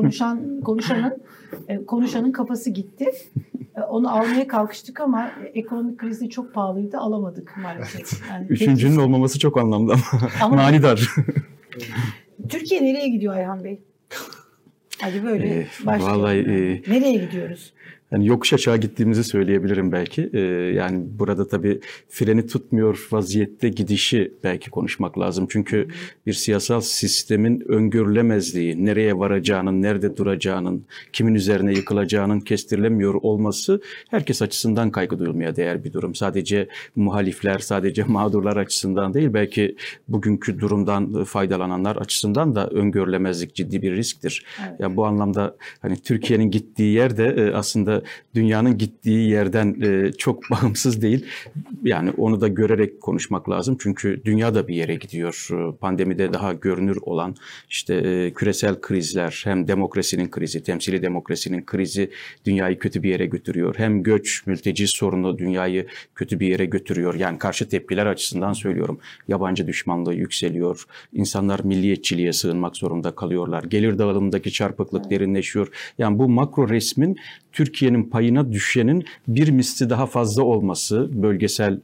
Konuşanın kafası gitti. Onu almaya kalkıştık ama ekonomik krizi çok pahalıydı. Alamadık maalesef. Yani üçüncünün olmaması çok anlamlı ama manidar. Türkiye nereye gidiyor Ayhan Bey? Hadi böyle başlayalım. Vallahi, nereye gidiyoruz? Yani yokuş aşağı gittiğimizi söyleyebilirim belki. Yani burada tabii freni tutmuyor vaziyette gidişi belki konuşmak lazım. Çünkü bir siyasal sistemin öngörülemezliği, nereye varacağının, nerede duracağının, kimin üzerine yıkılacağının kestirilemiyor olması herkes açısından kaygı duyulmaya değer bir durum. Sadece muhalifler, sadece mağdurlar açısından değil, belki bugünkü durumdan faydalananlar açısından da öngörülemezlik ciddi bir risktir. Evet. Yani bu anlamda hani Türkiye'nin gittiği yer de aslında dünyanın gittiği yerden çok bağımsız değil. Yani onu da görerek konuşmak lazım. Çünkü dünya da bir yere gidiyor. Pandemide daha görünür olan işte küresel krizler, hem demokrasinin krizi, temsili demokrasinin krizi dünyayı kötü bir yere götürüyor. Hem göç, mülteci sorunu dünyayı kötü bir yere götürüyor. Yani karşı tepkiler açısından söylüyorum. Yabancı düşmanlığı yükseliyor. İnsanlar milliyetçiliğe sığınmak zorunda kalıyorlar. Gelir dağılımındaki çarpıklık derinleşiyor. Yani bu makro resmin Türkiye'nin payına düşenin bir misli daha fazla olması, bölgesel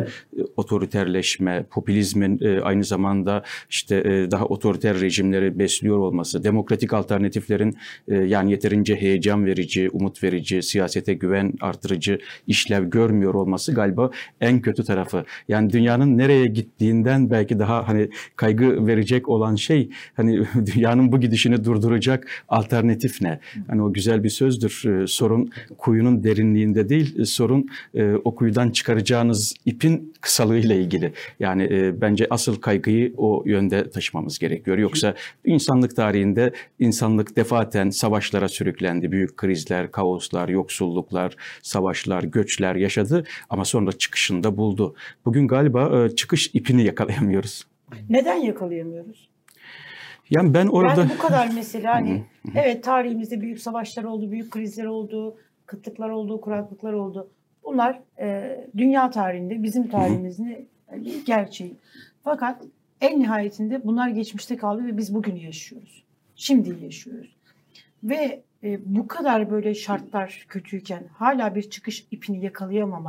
otoriterleşme, popülizmin aynı zamanda işte daha otoriter rejimleri besliyor olması, demokratik alternatiflerin yani yeterince heyecan verici, umut verici, siyasete güven artırıcı işlev görmüyor olması galiba en kötü tarafı. Yani dünyanın nereye gittiğinden belki daha hani kaygı verecek olan şey, hani dünyanın bu gidişini durduracak alternatif ne? Hani o güzel bir sözdür. Sorun kuyunun derinliğinde değil, sorun o kuyudan çıkaracağınız ipin kısalığıyla ilgili. Yani bence asıl kaygıyı o yönde taşımamız gerekiyor. Yoksa insanlık tarihinde insanlık defaten savaşlara sürüklendi. Büyük krizler, kaoslar, yoksulluklar, savaşlar, göçler yaşadı ama sonra çıkışında buldu. Bugün galiba çıkış ipini yakalayamıyoruz. Neden yakalayamıyoruz? Yani ben orada... Yani bu kadar mesela hani evet tarihimizde büyük savaşlar oldu, büyük krizler oldu, kıtlıklar oldu, kuraklıklar oldu. Bunlar dünya tarihinde, bizim tarihimizin bir gerçeği. Fakat en nihayetinde bunlar geçmişte kaldı ve biz bugünü yaşıyoruz. Şimdi yaşıyoruz. Ve bu kadar böyle şartlar kötüyken hala bir çıkış ipini yakalayamamak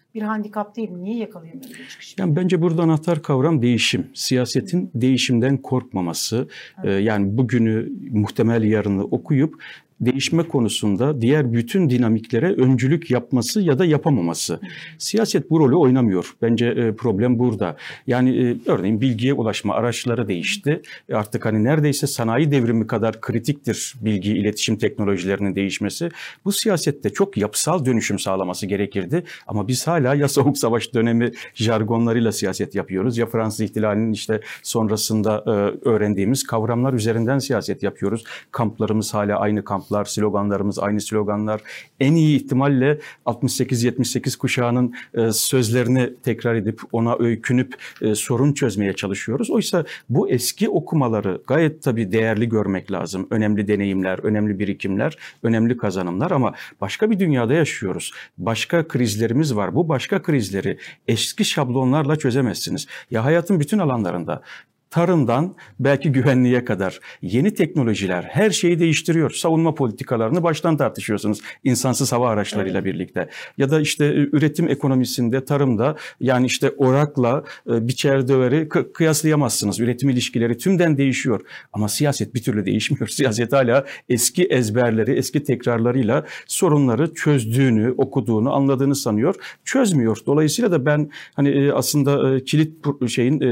bir handikap değil mi? Niye yakalayamıyoruz bu çıkışı? Yani bence burada anahtar kavram değişim. Siyasetin değişimden korkmaması, yani bugünü muhtemel yarını okuyup değişme konusunda diğer bütün dinamiklere öncülük yapması ya da yapamaması. Siyaset bu rolü oynamıyor. Bence problem burada. Yani örneğin bilgiye ulaşma araçları değişti. Artık hani neredeyse sanayi devrimi kadar kritiktir bilgi iletişim teknolojilerinin değişmesi. Bu siyasette çok yapısal dönüşüm sağlaması gerekirdi. Ama biz hala ya Soğuk Savaş dönemi jargonlarıyla siyaset yapıyoruz ya Fransız İhtilali'nin işte sonrasında öğrendiğimiz kavramlar üzerinden siyaset yapıyoruz. Kamplarımız hala aynı kamplar, sloganlarımız aynı sloganlar. En iyi ihtimalle 68-78 kuşağının sözlerini tekrar edip ona öykünüp sorun çözmeye çalışıyoruz. Oysa bu eski okumaları gayet tabii değerli görmek lazım. Önemli deneyimler, önemli birikimler, önemli kazanımlar ama başka bir dünyada yaşıyoruz. Başka krizlerimiz var. Bu başka krizleri eski şablonlarla çözemezsiniz. Ya hayatın bütün alanlarında, tarımdan belki güvenliğe kadar yeni teknolojiler her şeyi değiştiriyor. Savunma politikalarını baştan tartışıyorsunuz insansız hava araçlarıyla birlikte. Ya da işte üretim ekonomisinde, tarımda yani işte orakla biçer döveri kıyaslayamazsınız. Üretim ilişkileri tümden değişiyor. Ama siyaset bir türlü değişmiyor. Siyaset hala eski ezberleri, eski tekrarlarıyla sorunları çözdüğünü, okuduğunu, anladığını sanıyor. Çözmüyor. Dolayısıyla da ben hani aslında kilit şeyin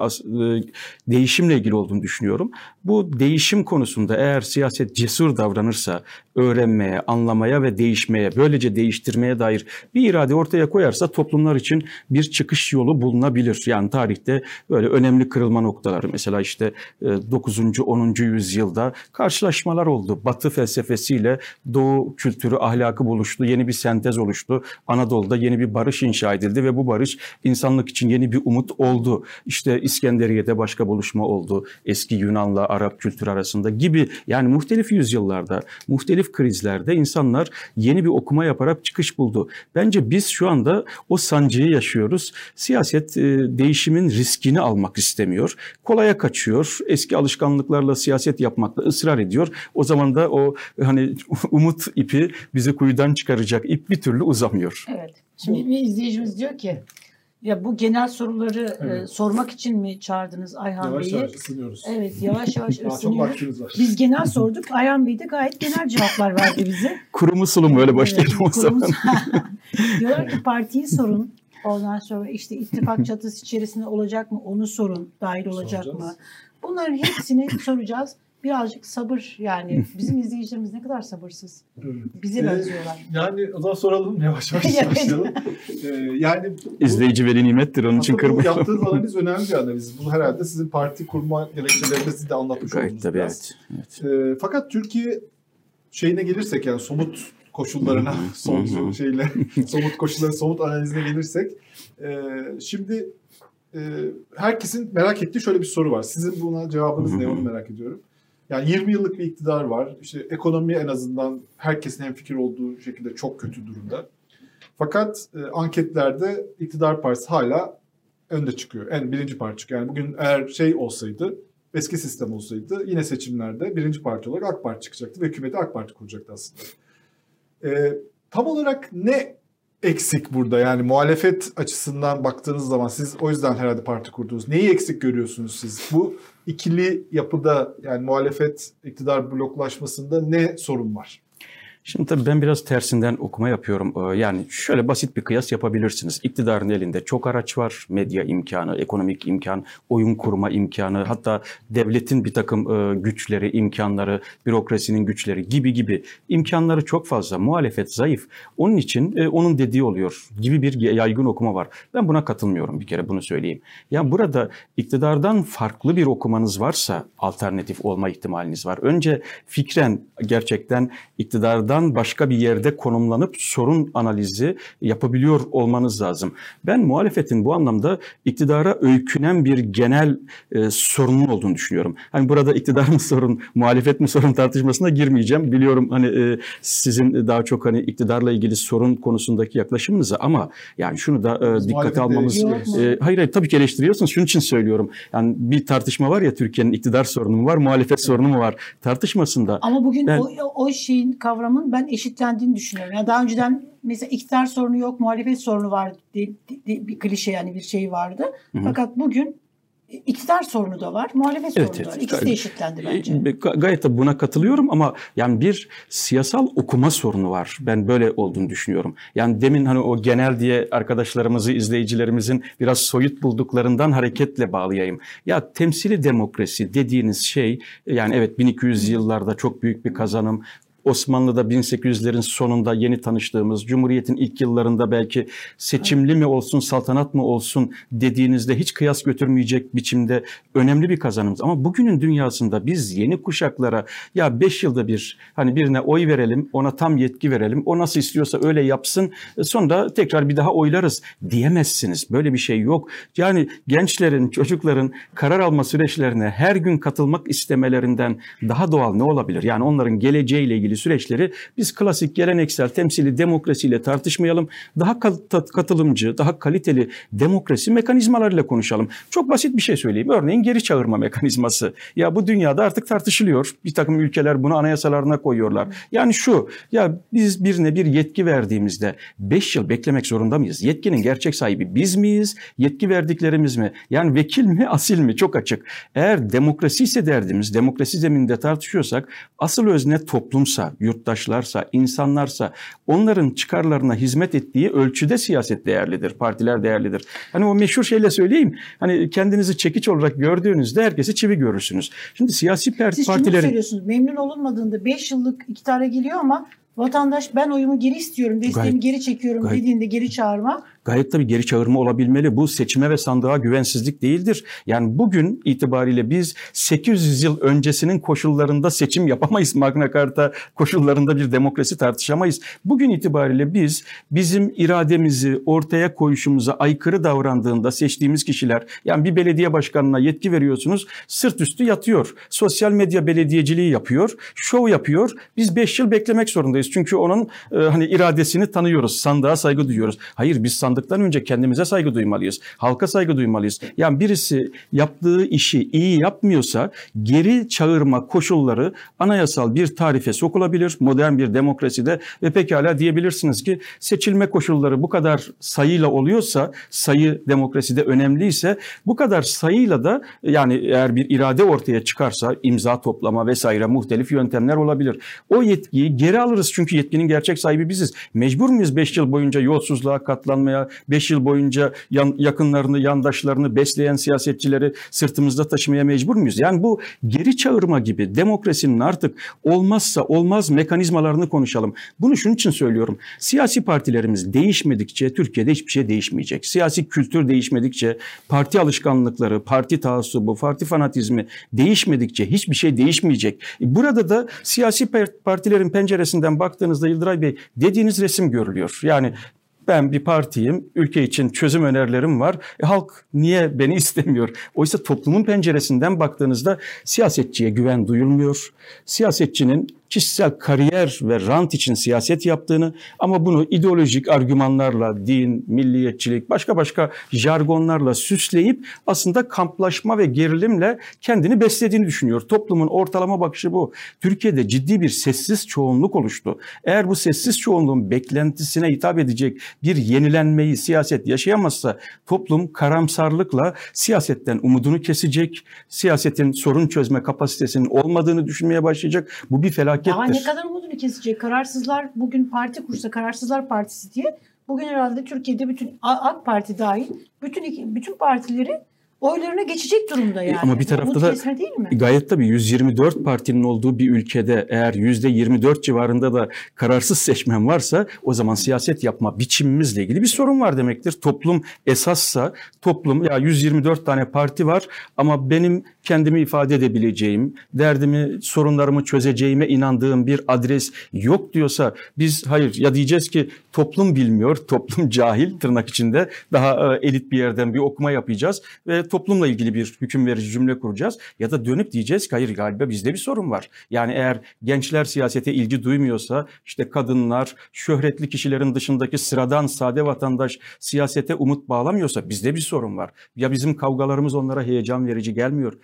değişimle ilgili olduğunu düşünüyorum. Bu değişim konusunda eğer siyaset cesur davranırsa, öğrenmeye, anlamaya ve değişmeye, böylece değiştirmeye dair bir irade ortaya koyarsa toplumlar için bir çıkış yolu bulunabilir. Yani tarihte böyle önemli kırılma noktaları, mesela işte 9. 10. yüzyılda karşılaşmalar oldu. Batı felsefesiyle Doğu kültürü, ahlakı buluştu, yeni bir sentez oluştu. Anadolu'da yeni bir barış inşa edildi ve bu barış insanlık için yeni bir umut oldu. İşte İskenderiye'de başka buluşma oldu. Eski Yunan'la Arap kültürü arasında gibi, yani muhtelif yüzyıllarda, muhtelif krizlerde insanlar yeni bir okuma yaparak çıkış buldu. Bence biz şu anda o sancıyı yaşıyoruz. Siyaset değişimin riskini almak istemiyor. Kolaya kaçıyor. Eski alışkanlıklarla siyaset yapmakta ısrar ediyor. O zaman da o hani umut ipi, bizi kuyudan çıkaracak ip bir türlü uzamıyor. Evet. Şimdi bir izleyicimiz diyor ki, ya bu genel soruları sormak için mi çağırdınız Ayhan Bey'i? Yavaş yavaş ısınıyoruz. Evet, yavaş yavaş Daha çok ısınıyoruz. vaktimiz var. Biz genel sorduk. Ayhan Bey de gayet genel cevaplar verdi bize. Kurumu sulumu öyle başlayalım o zaman. Diyorlar ki partiyi sorun. Ondan sonra işte ittifak çatısı içerisinde olacak mı onu sorun. Dahil olacak mı? Bunların hepsini soracağız. Birazcık sabır, yani bizim izleyicilerimiz ne kadar sabırsız. Bize benziyorlar. Yani o zaman soralım, yavaş yavaş başlayalım. Yani İzleyici veli nimettir, onun için aslında bu kırmayalım. yaptığınız analiz önemli bir analiz. Bu herhalde sizin parti kurma gerekçelerinizi de anlatmış Gayet oldunuz tabii, biraz. evet. Fakat Türkiye şeyine gelirsek, yani somut koşullarına, somut koşulların somut analizine gelirsek, şimdi herkesin merak ettiği şöyle bir soru var. Sizin buna cevabınız ne, onu merak ediyorum. Yani 20 yıllık bir iktidar var. İşte ekonomi en azından herkesin hemfikir olduğu şekilde çok kötü durumda. Fakat anketlerde iktidar partisi hala önde çıkıyor. Birinci parti çıkıyor. Yani bugün eğer şey olsaydı, eski sistem olsaydı yine seçimlerde birinci parti olarak AK Parti çıkacaktı ve hükümeti AK Parti kuracaktı aslında. Tam olarak ne eksik burada? Yani muhalefet açısından baktığınız zaman siz o yüzden herhalde parti kurdunuz. Neyi eksik görüyorsunuz siz? Bu ikili yapıda, yani muhalefet iktidar bloklaşmasında ne sorun var? Şimdi tabii ben biraz tersinden okuma yapıyorum. Yani şöyle basit bir kıyas yapabilirsiniz. İktidarın elinde çok araç var. Medya imkanı, ekonomik imkan, oyun kurma imkanı, hatta devletin bir takım güçleri, imkanları, bürokrasinin güçleri gibi imkanları çok fazla. Muhalefet zayıf. Onun için onun dediği oluyor gibi bir yaygın okuma var. Ben buna katılmıyorum, bir kere bunu söyleyeyim. Yani burada iktidardan farklı bir okumanız varsa alternatif olma ihtimaliniz var. Önce fikren gerçekten iktidardan başka bir yerde konumlanıp sorun analizi yapabiliyor olmanız lazım. Ben muhalefetin bu anlamda iktidara öykünen bir genel sorunun olduğunu düşünüyorum. Hani burada iktidar mı sorun, muhalefet mi sorun tartışmasına girmeyeceğim. Biliyorum hani sizin daha çok hani iktidarla ilgili sorun konusundaki yaklaşımınızı, ama yani şunu da dikkate almamız... Hayır, tabii ki eleştiriyorsunuz. Şunun için söylüyorum. Yani bir tartışma var ya, Türkiye'nin iktidar sorunu mu var, muhalefet sorunu mu var tartışmasında. Ama bugün o şeyin, kavramın sorunun ben eşitlendiğini düşünüyorum. Yani daha önceden mesela iktidar sorunu yok, muhalefet sorunu var bir klişe yani bir şey vardı. Fakat bugün iktidar sorunu da var, muhalefet sorunu da var. İkisi de eşitlendi bence. Gayet de buna katılıyorum ama yani bir siyasal okuma sorunu var. Ben böyle olduğunu düşünüyorum. Yani demin hani o genel diye arkadaşlarımızı, izleyicilerimizin biraz soyut bulduklarından hareketle bağlayayım. Ya temsili demokrasi dediğiniz şey yani evet 1200 yıllarda çok büyük bir kazanım. Osmanlı'da 1800'lerin sonunda yeni tanıştığımız, Cumhuriyet'in ilk yıllarında belki seçimli mi olsun, saltanat mı olsun dediğinizde hiç kıyas götürmeyecek biçimde önemli bir kazanımız. Ama bugünün dünyasında biz yeni kuşaklara ya 5 yılda bir hani birine oy verelim, ona tam yetki verelim, o nasıl istiyorsa öyle yapsın, sonra tekrar bir daha oylarız diyemezsiniz. Böyle bir şey yok. Yani gençlerin, çocukların karar alma süreçlerine her gün katılmak istemelerinden daha doğal ne olabilir? Yani onların geleceğiyle ilgili süreçleri biz klasik geleneksel temsili demokrasiyle tartışmayalım. Daha katılımcı, daha kaliteli demokrasi mekanizmalarıyla konuşalım. Çok basit bir şey söyleyeyim. Örneğin geri çağırma mekanizması. Ya bu dünyada artık tartışılıyor. Bir takım ülkeler bunu anayasalarına koyuyorlar. Yani şu, ya biz birine bir yetki verdiğimizde 5 yıl beklemek zorunda mıyız? Yetkinin gerçek sahibi biz miyiz? Yetki verdiklerimiz mi? Yani vekil mi, asil mi? Çok açık. Eğer demokrasi ise derdimiz, demokrasi zemininde tartışıyorsak asıl özne toplumsa, yurttaşlarsa, insanlarsa onların çıkarlarına hizmet ettiği ölçüde siyaset değerlidir, partiler değerlidir. Hani o meşhur şeyle söyleyeyim, hani kendinizi çekiç olarak gördüğünüzde herkesi çivi görürsünüz. Şimdi siyasi Siz partilerin... şunu söylüyorsunuz, memnun olunmadığında 5 yıllık iktidara geliyor ama vatandaş ben oyumu geri istiyorum, desteğimi geri çekiyorum dediğinde geri çağırma. Gayet tabii geri çağırma olabilmeli. Bu seçime ve sandığa güvensizlik değildir. Yani bugün itibariyle biz 800 yıl öncesinin koşullarında seçim yapamayız. Magna Carta koşullarında bir demokrasi tartışamayız. Bugün itibariyle biz bizim irademizi ortaya koyuşumuza aykırı davrandığında seçtiğimiz kişiler, yani bir belediye başkanına yetki veriyorsunuz, sırt üstü yatıyor. Sosyal medya belediyeciliği yapıyor, şov yapıyor. Biz 5 yıl beklemek zorundayız. Çünkü onun hani iradesini tanıyoruz. Sandığa saygı duyuyoruz. Hayır, biz sandıktan önce kendimize saygı duymalıyız. Halka saygı duymalıyız. Yani birisi yaptığı işi iyi yapmıyorsa geri çağırma koşulları anayasal bir tarife sokulabilir modern bir demokraside ve pekala diyebilirsiniz ki seçilme koşulları bu kadar sayıyla oluyorsa, sayı demokraside önemliyse bu kadar sayıyla da yani eğer bir irade ortaya çıkarsa imza toplama vesaire muhtelif yöntemler olabilir. O yetkiyi geri alırız çünkü yetkinin gerçek sahibi biziz. Mecbur muyuz 5 yıl boyunca yolsuzluğa katlanmaya, 5 yıl boyunca yakınlarını, yandaşlarını besleyen siyasetçileri sırtımızda taşımaya mecbur muyuz? Yani bu geri çağırma gibi demokrasinin artık olmazsa olmaz mekanizmalarını konuşalım. Bunu şunun için söylüyorum. Siyasi partilerimiz değişmedikçe Türkiye'de hiçbir şey değişmeyecek. Siyasi kültür değişmedikçe, parti alışkanlıkları, parti taassubu, parti fanatizmi değişmedikçe hiçbir şey değişmeyecek. Burada da siyasi partilerin penceresinden baktığınızda Yıldıray Bey dediğiniz resim görülüyor. Yani ben bir partiyim, ülke için çözüm önerilerim var. Halk niye beni istemiyor? Oysa toplumun penceresinden baktığınızda siyasetçiye güven duyulmuyor. Siyasetçinin kişisel kariyer ve rant için siyaset yaptığını ama bunu ideolojik argümanlarla, din, milliyetçilik, başka jargonlarla süsleyip aslında kamplaşma ve gerilimle kendini beslediğini düşünüyor. Toplumun ortalama bakışı bu. Türkiye'de ciddi bir sessiz çoğunluk oluştu. Eğer bu sessiz çoğunluğun beklentisine hitap edecek bir yenilenmeyi siyaset yaşayamazsa toplum karamsarlıkla siyasetten umudunu kesecek, siyasetin sorun çözme kapasitesinin olmadığını düşünmeye başlayacak. Bu bir felakettir. Daha ne kadar umudunu kesecek? Kararsızlar bugün parti kursa, Kararsızlar Partisi diye bugün herhalde Türkiye'de bütün AK Parti dahil bütün partileri oylarına geçecek durumda yani. Ama bir tarafta da değil mi? Gayet tabii 124 partinin olduğu bir ülkede eğer %24 civarında da kararsız seçmen varsa o zaman siyaset yapma biçimimizle ilgili bir sorun var demektir. Toplum esassa ya 124 tane parti var ama benim kendimi ifade edebileceğim, derdimi, sorunlarımı çözeceğime inandığım bir adres yok diyorsa biz hayır ya diyeceğiz ki toplum bilmiyor, toplum cahil tırnak içinde daha elit bir yerden bir okuma yapacağız ve toplumla ilgili bir hüküm verici cümle kuracağız ya da dönüp diyeceğiz ki hayır galiba bizde bir sorun var. Yani eğer gençler siyasete ilgi duymuyorsa işte kadınlar, şöhretli kişilerin dışındaki sıradan sade vatandaş siyasete umut bağlamıyorsa bizde bir sorun var. Ya bizim kavgalarımız onlara heyecan verici gelmiyor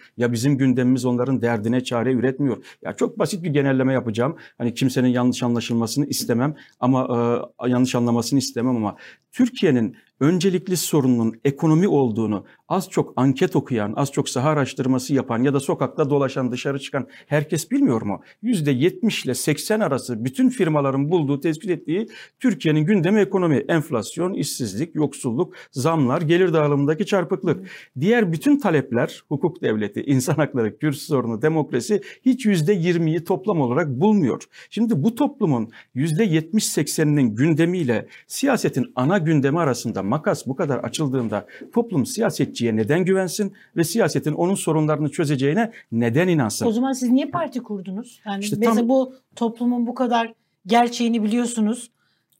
Ya bizim gündemimiz onların derdine çare üretmiyor. Ya çok basit bir genelleme yapacağım. Hani kimsenin yanlış anlaşılmasını istemem ama yanlış anlamasını istemem ama Türkiye'nin öncelikli sorunun ekonomi olduğunu az çok anket okuyan, az çok saha araştırması yapan ya da sokakta dolaşan, dışarı çıkan herkes bilmiyor mu? %70 ile 80 arası bütün firmaların bulduğu, tespit ettiği Türkiye'nin gündemi ekonomi, enflasyon, işsizlik, yoksulluk, zamlar, gelir dağılımındaki çarpıklık. Diğer bütün talepler, hukuk devleti, insan hakları, Kürt sorunu, demokrasi hiç %20'yi toplam olarak bulmuyor. Şimdi bu toplumun %70-80'inin gündemiyle siyasetin ana gündemi arasında makas bu kadar açıldığında toplum siyasetçiye neden güvensin ve siyasetin onun sorunlarını çözeceğine neden inansın? O zaman siz niye parti kurdunuz? Yani İşte mesela bu toplumun bu kadar gerçeğini biliyorsunuz.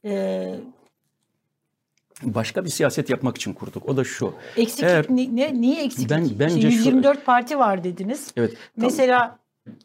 Başka bir siyaset yapmak için kurduk. O da şu. Eksiklik niye eksiklik? Bence 124 parti var dediniz. Evet. Mesela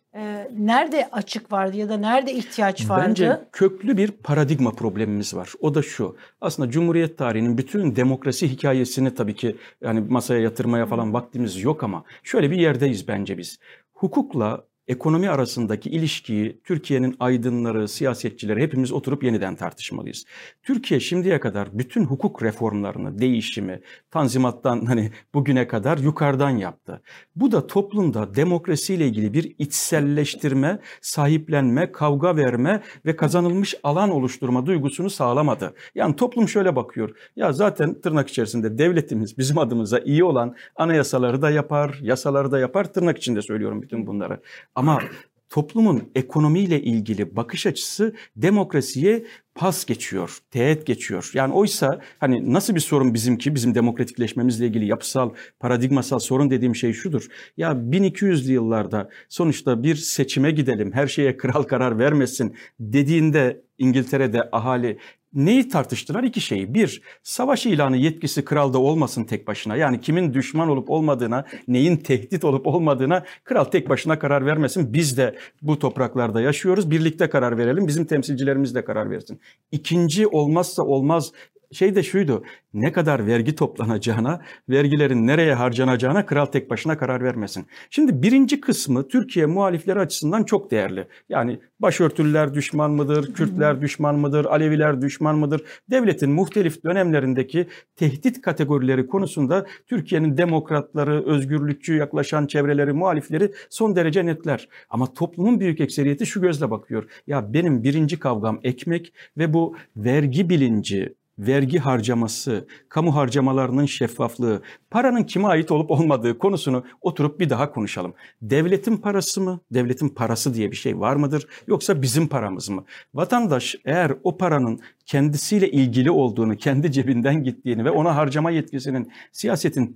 nerede açık vardı ya da nerede ihtiyaç vardı? Bence köklü bir paradigma problemimiz var. O da şu. Aslında Cumhuriyet tarihinin bütün demokrasi hikayesini tabii ki yani masaya yatırmaya falan vaktimiz yok ama şöyle bir yerdeyiz bence biz. Hukukla ekonomi arasındaki ilişkiyi Türkiye'nin aydınları, siyasetçileri hepimiz oturup yeniden tartışmalıyız. Türkiye şimdiye kadar bütün hukuk reformlarını, değişimi, Tanzimat'tan hani bugüne kadar yukarıdan yaptı. Bu da toplumda demokrasiyle ilgili bir içselleştirme, sahiplenme, kavga verme ve kazanılmış alan oluşturma duygusunu sağlamadı. Yani toplum şöyle bakıyor. Ya zaten tırnak içerisinde devletimiz bizim adımıza iyi olan anayasaları da yapar, yasaları da yapar. Tırnak içinde söylüyorum bütün bunları. Ama toplumun ekonomiyle ilgili bakış açısı demokrasiye pas geçiyor, teğet geçiyor. Yani oysa hani nasıl bir sorun bizimki, bizim demokratikleşmemizle ilgili yapısal, paradigmasal sorun dediğim şey şudur. Ya 1200'lü yıllarda sonuçta bir seçime gidelim, her şeye kral karar vermesin dediğinde İngiltere'de ahali neyi tartıştılar? İki şeyi. Bir, savaş ilanı yetkisi kralda olmasın tek başına. Yani kimin düşman olup olmadığına, neyin tehdit olup olmadığına kral tek başına karar vermesin. Biz de bu topraklarda yaşıyoruz. Birlikte karar verelim. Bizim temsilcilerimiz de karar versin. İkinci olmazsa olmaz şey de şuydu. Ne kadar vergi toplanacağına, vergilerin nereye harcanacağına kral tek başına karar vermesin. Şimdi birinci kısmı Türkiye muhalifleri açısından çok değerli. Yani başörtülüler düşman mıdır, Kürtler düşman mıdır, Aleviler düşman mıdır? Devletin muhtelif dönemlerindeki tehdit kategorileri konusunda Türkiye'nin demokratları, özgürlükçü yaklaşan çevreleri, muhalifleri son derece netler. Ama toplumun büyük ekseriyeti şu gözle bakıyor. Ya benim birinci kavgam ekmek ve bu vergi bilinci, vergi harcaması, kamu harcamalarının şeffaflığı, paranın kime ait olup olmadığı konusunu oturup bir daha konuşalım. Devletin parası mı? Devletin parası diye bir şey var mıdır? Yoksa bizim paramız mı? Vatandaş eğer o paranın kendisiyle ilgili olduğunu, kendi cebinden gittiğini ve ona harcama yetkisinin siyasetin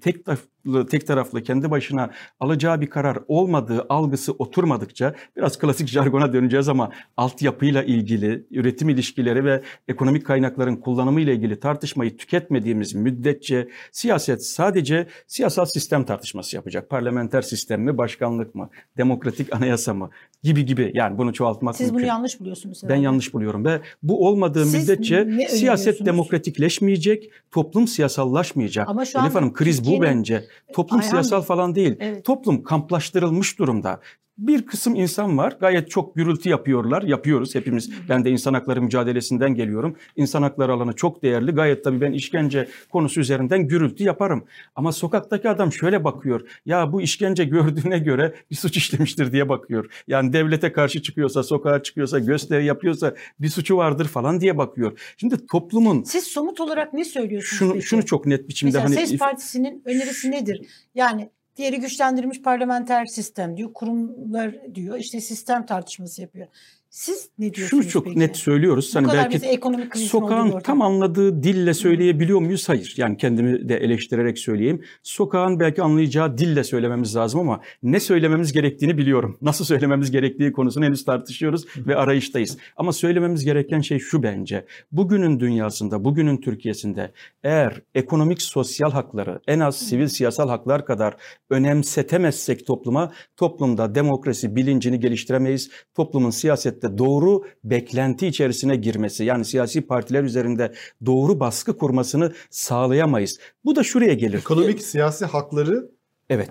tek taraflı kendi başına alacağı bir karar olmadığı algısı oturmadıkça biraz klasik jargona döneceğiz ama altyapıyla ilgili, üretim ilişkileri ve ekonomik kaynakların kullanımıyla ilgili tartışmayı tüketmediğimiz müddetçe siyaset sadece siyasal sistem tartışması yapacak. Parlamenter sistem mi, başkanlık mı, demokratik anayasa mı gibi yani bunu çoğaltmak mümkün. Siz bunu yanlış buluyorsunuz herhalde. Ben yanlış buluyorum ve bu olmadığı müddetçe siyaset demokratikleşmeyecek, toplum siyasallaşmayacak. Ama şu an Elif Hanım kriz bu bence. Toplum siyasal falan değil. Evet. Toplum kamplaştırılmış durumda. Bir kısım insan var gayet çok gürültü yapıyorlar. Yapıyoruz hepimiz. Ben de insan hakları mücadelesinden geliyorum. İnsan hakları alanı çok değerli. Gayet tabii ben işkence konusu üzerinden gürültü yaparım. Ama sokaktaki adam şöyle bakıyor. Ya bu işkence gördüğüne göre bir suç işlemiştir diye bakıyor. Yani devlete karşı çıkıyorsa, sokağa çıkıyorsa, gösteri yapıyorsa bir suçu vardır falan diye bakıyor. Şimdi toplumun... Siz somut olarak ne söylüyorsunuz? Şunu çok net biçimde... Mesela Ses Partisi'nin önerisi nedir? Yani... Diğeri güçlendirilmiş parlamenter sistem diyor, kurumlar diyor, işte sistem tartışması yapıyor. Siz ne diyorsunuz? Şunu çok peki? net söylüyoruz. Hani belki ekonomik sokağın tam anladığı dille söyleyebiliyor muyuz? Hayır. Yani kendimi de eleştirerek söyleyeyim. Sokağın belki anlayacağı dille söylememiz lazım ama ne söylememiz gerektiğini biliyorum. Nasıl söylememiz gerektiği konusunu henüz tartışıyoruz ve arayıştayız. Ama söylememiz gereken şey şu bence. Bugünün dünyasında, bugünün Türkiye'sinde eğer ekonomik sosyal hakları en az sivil siyasal haklar kadar önemsetemezsek toplumda demokrasi bilincini geliştiremeyiz. Toplumun siyasette doğru beklenti içerisine girmesi, yani siyasi partiler üzerinde doğru baskı kurmasını sağlayamayız. Bu da şuraya gelir. Ekonomik siyasi hakları evet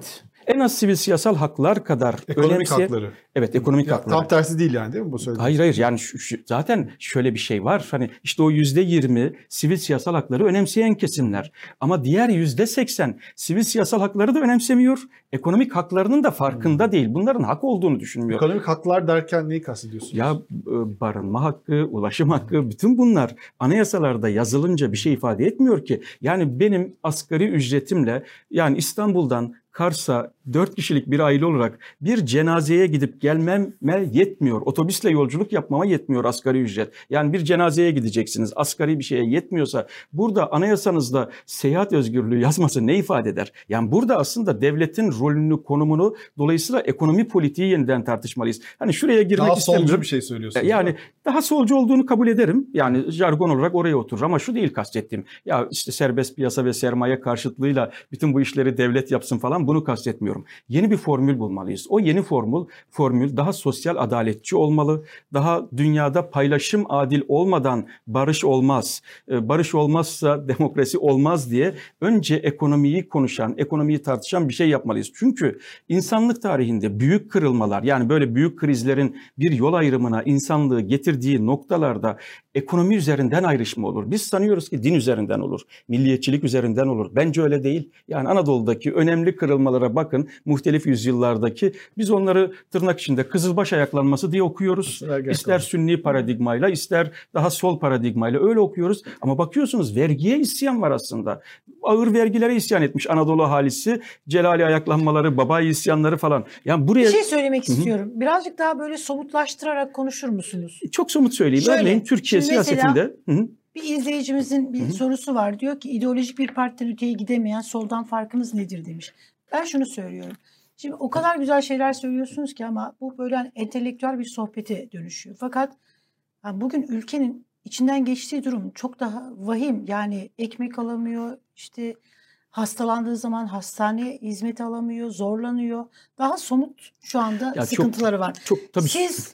En az sivil siyasal haklar kadar Ekonomik hakları. Evet, ekonomik Ya, haklar. tam tersi değil yani, değil mi bu söylediğiniz? Hayır yani zaten şöyle bir şey var. Hani işte o %20 sivil siyasal hakları önemseyen kesimler. Ama diğer %80 sivil siyasal hakları da önemsemiyor. Ekonomik haklarının da farkında değil. Bunların hak olduğunu düşünmüyor. Ekonomik haklar derken neyi kastediyorsunuz? Ya barınma hakkı, ulaşım hakkı, bütün bunlar anayasalarda yazılınca bir şey ifade etmiyor ki. Yani benim asgari ücretimle, yani İstanbul'dan Kars'a 4 kişilik bir aile olarak bir cenazeye gidip gelmeme yetmiyor. Otobüsle yolculuk yapmama yetmiyor asgari ücret. Yani bir cenazeye gideceksiniz, asgari bir şeye yetmiyorsa burada anayasanızda seyahat özgürlüğü yazması ne ifade eder? Yani burada aslında devletin rolünü, konumunu, dolayısıyla ekonomi politiği yeniden tartışmalıyız. Hani şuraya girmek daha istemiyorum. solcu bir şey söylüyorsunuz. Yani daha solcu olduğunu kabul ederim. Yani jargon olarak oraya oturur ama şu değil kastettiğim. Ya işte serbest piyasa ve sermaye karşıtlığıyla bütün bu işleri devlet yapsın falan, bunu kastetmiyorum. Yeni bir formül bulmalıyız. O yeni formül daha sosyal adaletçi olmalı. Daha dünyada paylaşım adil olmadan barış olmaz. Barış olmazsa demokrasi olmaz diye önce ekonomiyi konuşan, ekonomiyi tartışan bir şey yapmalıyız. Çünkü insanlık tarihinde büyük kırılmalar, yani böyle büyük krizlerin bir yol ayrımına insanlığı getirdiği noktalarda ekonomi üzerinden ayrışma olur. Biz sanıyoruz ki din üzerinden olur, milliyetçilik üzerinden olur. Bence öyle değil. Yani Anadolu'daki önemli kırılmalara bakın, muhtelif yüzyıllardaki, biz onları tırnak içinde Kızılbaş ayaklanması diye okuyoruz. İster Sünni paradigmayla, ister daha sol paradigmayla öyle okuyoruz. Ama bakıyorsunuz vergiye isyan var aslında. Ağır vergilere isyan etmiş Anadolu ahalisi, Celali ayaklanmaları, Babai isyanları falan. Yani buraya Bir şey söylemek istiyorum. Birazcık daha böyle somutlaştırarak konuşur musunuz? çok somut söyleyeyim. Şöyle, Örneğin Türkiye şimdi mesela siyasetinde... bir izleyicimizin bir sorusu var. Diyor ki ideolojik bir partiden öteye gidemeyen soldan farkınız nedir demiş. Ben şunu söylüyorum. Şimdi o kadar güzel şeyler söylüyorsunuz ki ama bu böyle hani entelektüel bir sohbete dönüşüyor. Fakat bugün ülkenin içinden geçtiği durum çok daha vahim. Yani ekmek alamıyor, işte hastalandığı zaman hastane hizmeti alamıyor, zorlanıyor. Daha somut şu anda sıkıntıları var. Çok tabii. Siz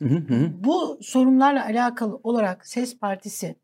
bu sorunlarla alakalı olarak Ses Partisi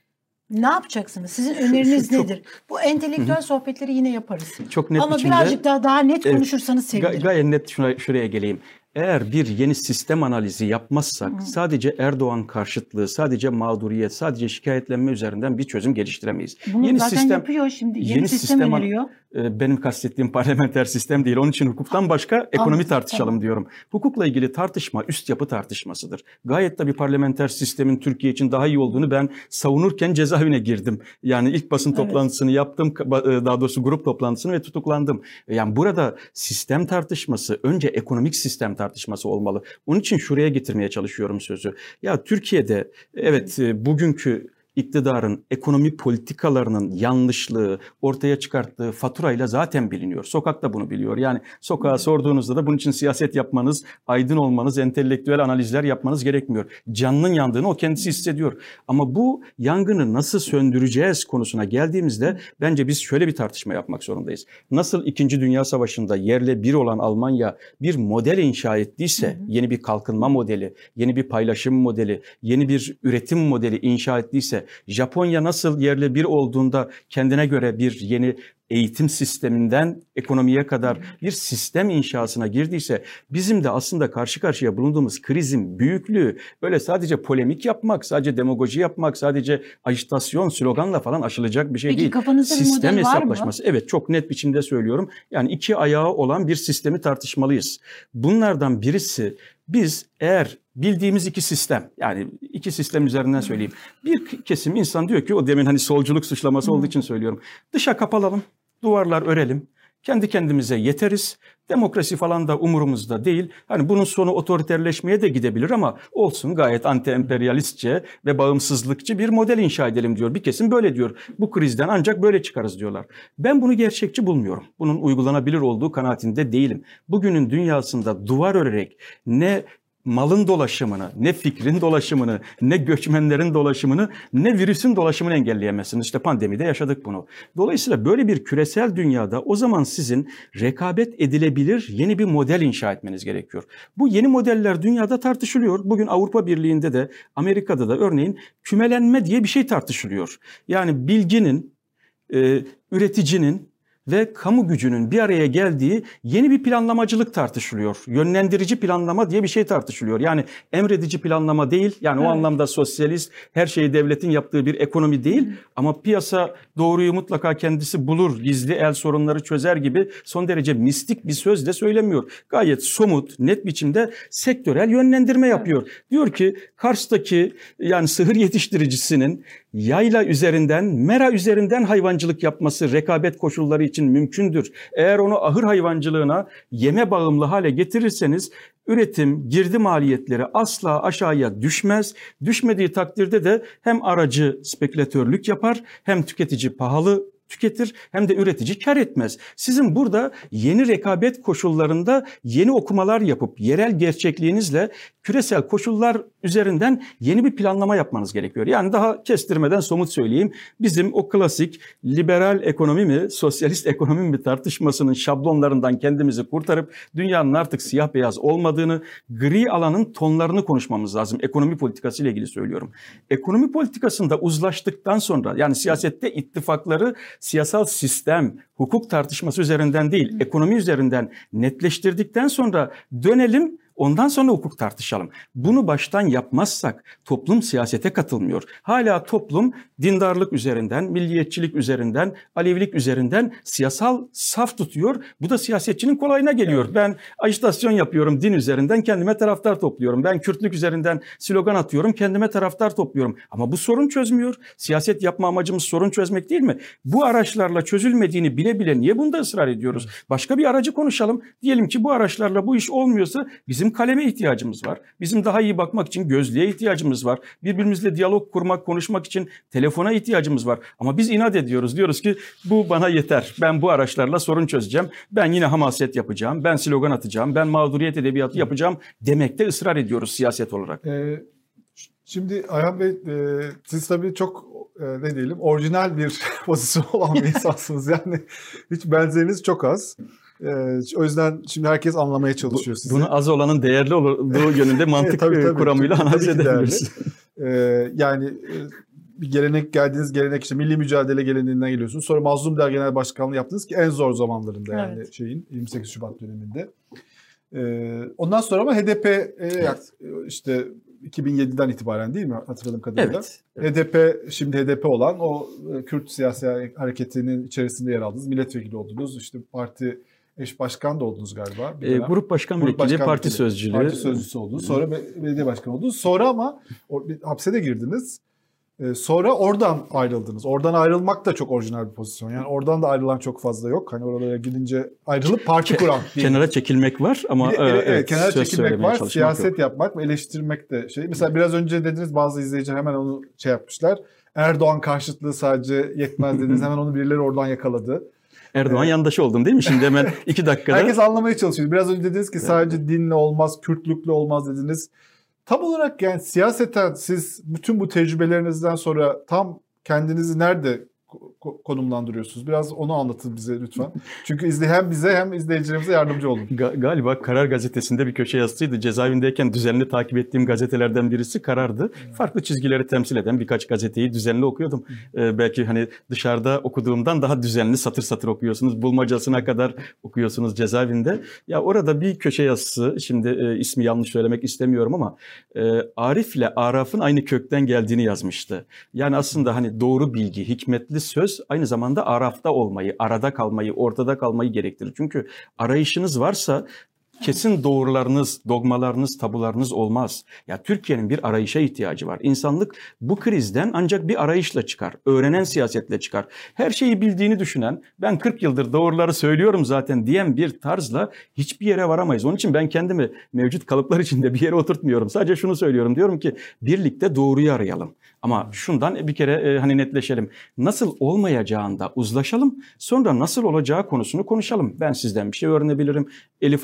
ne yapacaksınız? Sizin öneriniz nedir? Bu entelektüel sohbetleri yine yaparız. Çok net ama biçimde, birazcık daha net konuşursanız sevinirim. Gayet net şuraya geleyim. Eğer bir yeni sistem analizi yapmazsak sadece Erdoğan karşıtlığı, sadece mağduriyet, sadece şikayetlenme üzerinden bir çözüm geliştiremeyiz. Bunu yeni zaten yapıyor şimdi. Yeni sistem öneriyor. Benim kastettiğim parlamenter sistem değil. Onun için hukuktan başka ekonomi tartışalım diyorum. Hukukla ilgili tartışma üst yapı tartışmasıdır. Gayet de bir parlamenter sistemin Türkiye için daha iyi olduğunu ben savunurken cezaevine girdim. Yani ilk basın toplantısını yaptım, daha doğrusu grup toplantısını ve tutuklandım. Yani burada sistem tartışması önce ekonomik sistem tartışması olmalı. Onun için şuraya getirmeye çalışıyorum sözü. Ya Türkiye'de evet bugünkü iktidarın ekonomi politikalarının yanlışlığı ortaya çıkarttığı faturayla zaten biliniyor. Sokak da bunu biliyor. Yani sokağa sorduğunuzda da bunun için siyaset yapmanız, aydın olmanız, entelektüel analizler yapmanız gerekmiyor. Canının yandığını o kendisi hissediyor. Ama bu yangını nasıl söndüreceğiz konusuna geldiğimizde bence biz şöyle bir tartışma yapmak zorundayız. Nasıl 2. Dünya Savaşı'nda yerle bir olan Almanya bir model inşa ettiyse, yeni bir kalkınma modeli, yeni bir paylaşım modeli, yeni bir üretim modeli inşa ettiyse, Japonya nasıl yerle bir olduğunda kendine göre bir yeni eğitim sisteminden ekonomiye kadar bir sistem inşasına girdiyse, bizim de aslında karşı karşıya bulunduğumuz krizin büyüklüğü öyle sadece polemik yapmak, sadece demagoji yapmak, sadece ajitasyon, sloganla falan aşılacak bir şey değil. Kafanızda Sistem bir model hesaplaşması. Evet, çok net biçimde söylüyorum. Yani iki ayağı olan bir sistemi tartışmalıyız. Bunlardan birisi, biz eğer bildiğimiz iki sistem, yani iki sistem üzerinden söyleyeyim. Bir kesim insan diyor ki, o demin hani solculuk suçlaması olduğu için söylüyorum. Dışa kapalalım, duvarlar örelim, kendi kendimize yeteriz. Demokrasi falan da umurumuzda değil. Hani bunun sonu otoriterleşmeye de gidebilir ama olsun, gayet anti-emperyalistçe ve bağımsızlıkçı bir model inşa edelim diyor. Bir kesim böyle diyor. Bu krizden ancak böyle çıkarız diyorlar. Ben bunu gerçekçi bulmuyorum. Bunun uygulanabilir olduğu kanaatinde değilim. Bugünün dünyasında duvar örerek ne malın dolaşımını, ne fikrin dolaşımını, ne göçmenlerin dolaşımını, ne virüsün dolaşımını engelleyemezsiniz. İşte pandemide yaşadık bunu. Dolayısıyla böyle bir küresel dünyada o zaman sizin rekabet edilebilir yeni bir model inşa etmeniz gerekiyor. Bu yeni modeller dünyada tartışılıyor. Bugün Avrupa Birliği'nde de, Amerika'da da örneğin kümelenme diye bir şey tartışılıyor. Yani bilginin, üreticinin ve kamu gücünün bir araya geldiği yeni bir planlamacılık tartışılıyor. Yönlendirici planlama diye bir şey tartışılıyor. Yani emredici planlama değil, yani o anlamda sosyalist, her şeyi devletin yaptığı bir ekonomi değil. Ama piyasa doğruyu mutlaka kendisi bulur, gizli el sorunları çözer gibi son derece mistik bir söz de söylemiyor. Gayet somut, net biçimde sektörel yönlendirme yapıyor. Diyor ki Kars'taki yani sığır yetiştiricisinin yayla üzerinden, mera üzerinden hayvancılık yapması rekabet koşulları için mümkündür. Eğer onu ahır hayvancılığına yeme bağımlı hale getirirseniz üretim, girdi maliyetleri asla aşağıya düşmez. Düşmediği takdirde de hem aracı spekülatörlük yapar, hem tüketici pahalı tüketir, hem de üretici kar etmez. Sizin burada yeni rekabet koşullarında yeni okumalar yapıp yerel gerçekliğinizle küresel koşullar üzerinden yeni bir planlama yapmanız gerekiyor. Yani daha kestirmeden somut söyleyeyim. Bizim o klasik liberal ekonomi mi, sosyalist ekonomi mi tartışmasının şablonlarından kendimizi kurtarıp dünyanın artık siyah beyaz olmadığını, gri alanın tonlarını konuşmamız lazım. Ekonomi politikası ile ilgili söylüyorum. Ekonomi politikasında uzlaştıktan sonra, yani siyasette ittifakları siyasal sistem, hukuk tartışması üzerinden değil, ekonomi üzerinden netleştirdikten sonra dönelim, ondan sonra hukuk tartışalım. Bunu baştan yapmazsak toplum siyasete katılmıyor. Hala toplum dindarlık üzerinden, milliyetçilik üzerinden, Alevilik üzerinden siyasal saf tutuyor. Bu da siyasetçinin kolayına geliyor. Ben ajitasyon yapıyorum din üzerinden, kendime taraftar topluyorum. Ben Kürtlük üzerinden slogan atıyorum, kendime taraftar topluyorum. Ama bu sorun çözmüyor. Siyaset yapma amacımız sorun çözmek değil mi? Bu araçlarla çözülmediğini bile bile niye bunda ısrar ediyoruz? Başka bir aracı konuşalım. Diyelim ki bu araçlarla bu iş olmuyorsa bizim kaleme ihtiyacımız var. Bizim daha iyi bakmak için gözlüğe ihtiyacımız var. Birbirimizle diyalog kurmak, konuşmak için telefona ihtiyacımız var. Ama biz inat ediyoruz. Diyoruz ki bu bana yeter. Ben bu araçlarla sorun çözeceğim. Ben yine hamaset yapacağım. Ben slogan atacağım. Ben mağduriyet edebiyatı yapacağım demekte ısrar ediyoruz siyaset olarak. Şimdi Ayhan Bey, siz tabii çok ne diyelim orijinal bir pozisyon olan bir insansınız. Yani hiç benzeriniz çok az. O yüzden şimdi herkes anlamaya çalışıyor sizi. Bunu az olanın değerli olduğu yönünde mantık tabii, kuramıyla analiz edebiliriz. Yani bir gelenek geldiğiniz gelenek işte milli mücadele geleneğinden geliyorsunuz. Sonra Mazlum Der Genel Başkanlığı yaptınız ki en zor zamanlarında yani evet. 28 Şubat döneminde. Ondan sonra ama HDP işte 2007'den itibaren değil mi hatırladığım kadarıyla? Evet. HDP şimdi HDP olan o Kürt siyasi hareketinin içerisinde yer aldınız. Milletvekili oldunuz. İşte parti eş başkan da oldunuz galiba. Grup başkan vekili, parti sözcülüğü. Parti sözcüsü oldunuz. Sonra belediye başkanı oldunuz. Sonra ama hapse de girdiniz. Sonra oradan ayrıldınız. Oradan ayrılmak da çok orijinal bir pozisyon. Yani oradan da ayrılan çok fazla yok. Hani oralara gidince ayrılıp parti kuran. Kenara çekilmek var ama evet, kenara çekilmek var. Siyaset yok. yapmak ve eleştirmek de şey. Mesela biraz önce dediniz bazı izleyiciler hemen onu şey yapmışlar. Erdoğan karşıtlığı sadece yetmez dediniz. Hemen onu birileri oradan yakaladı. Erdoğan yandaşı oldum değil mi? Şimdi hemen 2 dakikada. Herkes anlamaya çalışıyor. Biraz önce dediniz ki sadece dinle olmaz, Kürtlükle olmaz dediniz. Tam olarak yani siyaseten siz bütün bu tecrübelerinizden sonra tam kendinizi nerede konumlandırıyorsunuz? Biraz onu anlatın bize lütfen. Çünkü hem bize hem izleyicilerimize yardımcı olun. Galiba Karar Gazetesi'nde bir köşe yazısıydı. Cezaevindeyken düzenli takip ettiğim gazetelerden birisi Karar'dı. Farklı çizgileri temsil eden birkaç gazeteyi düzenli okuyordum. Belki hani dışarıda okuduğumdan daha düzenli satır satır okuyorsunuz. Bulmacasına kadar okuyorsunuz cezaevinde. Ya orada bir köşe yazısı, şimdi ismi yanlış söylemek istemiyorum ama Arif'le Araf'ın aynı kökten geldiğini yazmıştı. Yani aslında hani doğru bilgi, hikmetli söz aynı zamanda arafta olmayı, arada kalmayı, ortada kalmayı gerektirir. Çünkü arayışınız varsa kesin doğrularınız, dogmalarınız, tabularınız olmaz. Ya Türkiye'nin bir arayışa ihtiyacı var. İnsanlık bu krizden ancak bir arayışla çıkar. Öğrenen siyasetle çıkar. Her şeyi bildiğini düşünen, ben 40 yıldır doğruları söylüyorum zaten diyen bir tarzla hiçbir yere varamayız. Onun için ben kendimi mevcut kalıplar içinde bir yere oturtmuyorum. Sadece şunu söylüyorum. Diyorum ki birlikte doğruyu arayalım. Ama şundan bir kere hani netleşelim. Nasıl olmayacağında uzlaşalım. Sonra nasıl olacağı konusunu konuşalım. Ben sizden bir şey öğrenebilirim. Elif Hanım yeni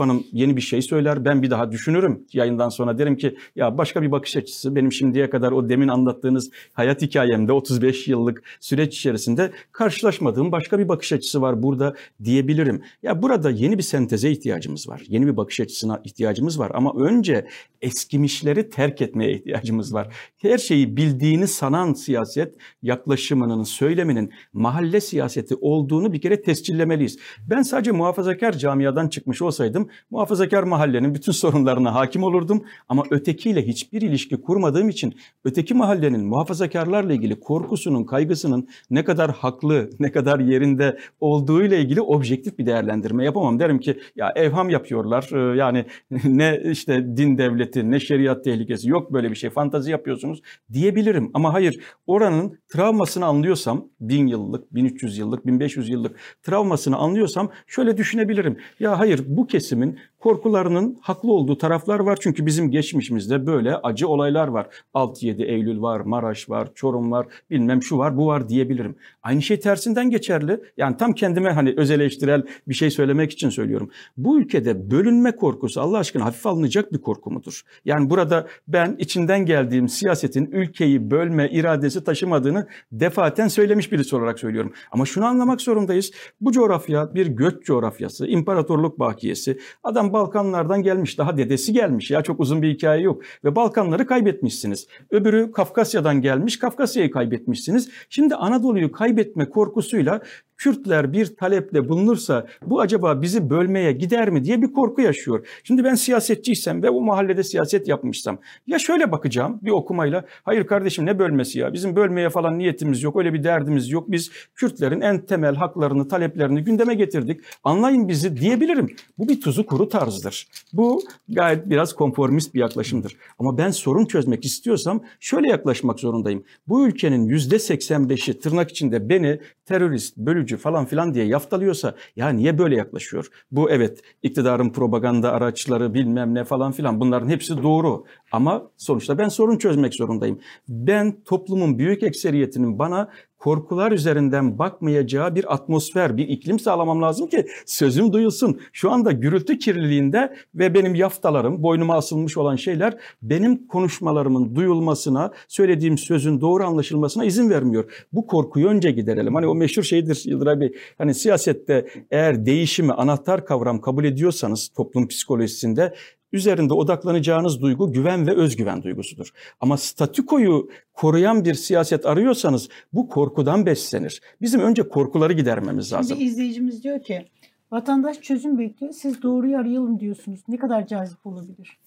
yeni bir şey söyler. Ben bir daha düşünürüm. Yayından sonra derim ki ya başka bir bakış açısı. Benim şimdiye kadar o demin anlattığınız hayat hikayemde 35 yıllık süreç içerisinde karşılaşmadığım başka bir bakış açısı var burada diyebilirim. Ya burada yeni bir senteze ihtiyacımız var. Yeni bir bakış açısına ihtiyacımız var. Ama önce eskimişleri terk etmeye ihtiyacımız var. Her şeyi bildiğini sanan siyaset yaklaşımının, söyleminin mahalle siyaseti olduğunu bir kere tescillemeliyiz. Ben sadece muhafazakar camiadan çıkmış olsaydım muhafazakar mahallenin bütün sorunlarına hakim olurdum. Ama ötekiyle hiçbir ilişki kurmadığım için öteki mahallenin muhafazakarlarla ilgili korkusunun, kaygısının ne kadar haklı, ne kadar yerinde olduğuyla ilgili objektif bir değerlendirme yapamam. Derim ki ya evham yapıyorlar, yani ne işte din devleti, ne şeriat tehlikesi, yok böyle bir şey, fantazi yapıyorsunuz diyebilirim. Ama hayır, oranın travmasını anlıyorsam, 1000 yıllık, 1300 yıllık, 1500 yıllık travmasını anlıyorsam şöyle düşünebilirim. Ya hayır, bu kesimin korkularının haklı olduğu taraflar var. Çünkü bizim geçmişimizde böyle acı olaylar var. 6-7 Eylül var, Maraş var, Çorum var, bilmem şu var, bu var diyebilirim. Aynı şey tersinden geçerli. Yani tam kendime hani öz eleştirel bir şey söylemek için söylüyorum. Bu ülkede bölünme korkusu Allah aşkına hafife alınacak bir korku mudur? Yani burada ben içinden geldiğim siyasetin ülkeyi bölme iradesi taşımadığını defaten söylemiş birisi olarak söylüyorum. Ama şunu anlamak zorundayız. Bu coğrafya bir göç coğrafyası, imparatorluk bakiyesi. Adam Balkanlardan gelmiş, daha dedesi gelmiş ya, çok uzun bir hikaye yok. Ve Balkanları kaybetmişsiniz. Öbürü Kafkasya'dan gelmiş, Kafkasya'yı kaybetmişsiniz. Şimdi Anadolu'yu kaybetme korkusuyla Kürtler bir taleple bulunursa bu acaba bizi bölmeye gider mi diye bir korku yaşıyor. Şimdi ben siyasetçiysem ve o mahallede siyaset yapmışsam ya şöyle bakacağım bir okumayla, hayır kardeşim ne bölmesi ya, bizim bölmeye falan niyetimiz yok, öyle bir derdimiz yok, biz Kürtlerin en temel haklarını, taleplerini gündeme getirdik, anlayın bizi diyebilirim. Bu bir tuzu kuru tarzdır. Bu gayet biraz konformist bir yaklaşımdır. Ama ben sorun çözmek istiyorsam şöyle yaklaşmak zorundayım. Bu ülkenin %85'i tırnak içinde beni terörist, bölücü falan filan diye yaftalıyorsa ya niye böyle yaklaşıyor? Bu evet iktidarın propaganda araçları bilmem ne falan filan, bunların hepsi doğru. Ama sonuçta ben sorun çözmek zorundayım. Ben toplumun büyük ekseriyetinin bana korkular üzerinden bakmayacağı bir atmosfer, bir iklim sağlamam lazım ki sözüm duyulsun. Şu anda gürültü kirliliğinde ve benim yaftalarım, boynuma asılmış olan şeyler benim konuşmalarımın duyulmasına, söylediğim sözün doğru anlaşılmasına izin vermiyor. Bu korkuyu önce giderelim. Hani o meşhur şeydir Yıldıray Bey, hani siyasette eğer değişimi anahtar kavram kabul ediyorsanız toplum psikolojisinde üzerinde odaklanacağınız duygu güven ve özgüven duygusudur. Ama statükoyu koruyan bir siyaset arıyorsanız bu korkudan beslenir. Bizim önce korkuları gidermemiz lazım. Şimdi izleyicimiz diyor ki vatandaş çözüm bekliyor, siz doğruyu arayalım diyorsunuz. Ne kadar cazip olabilir?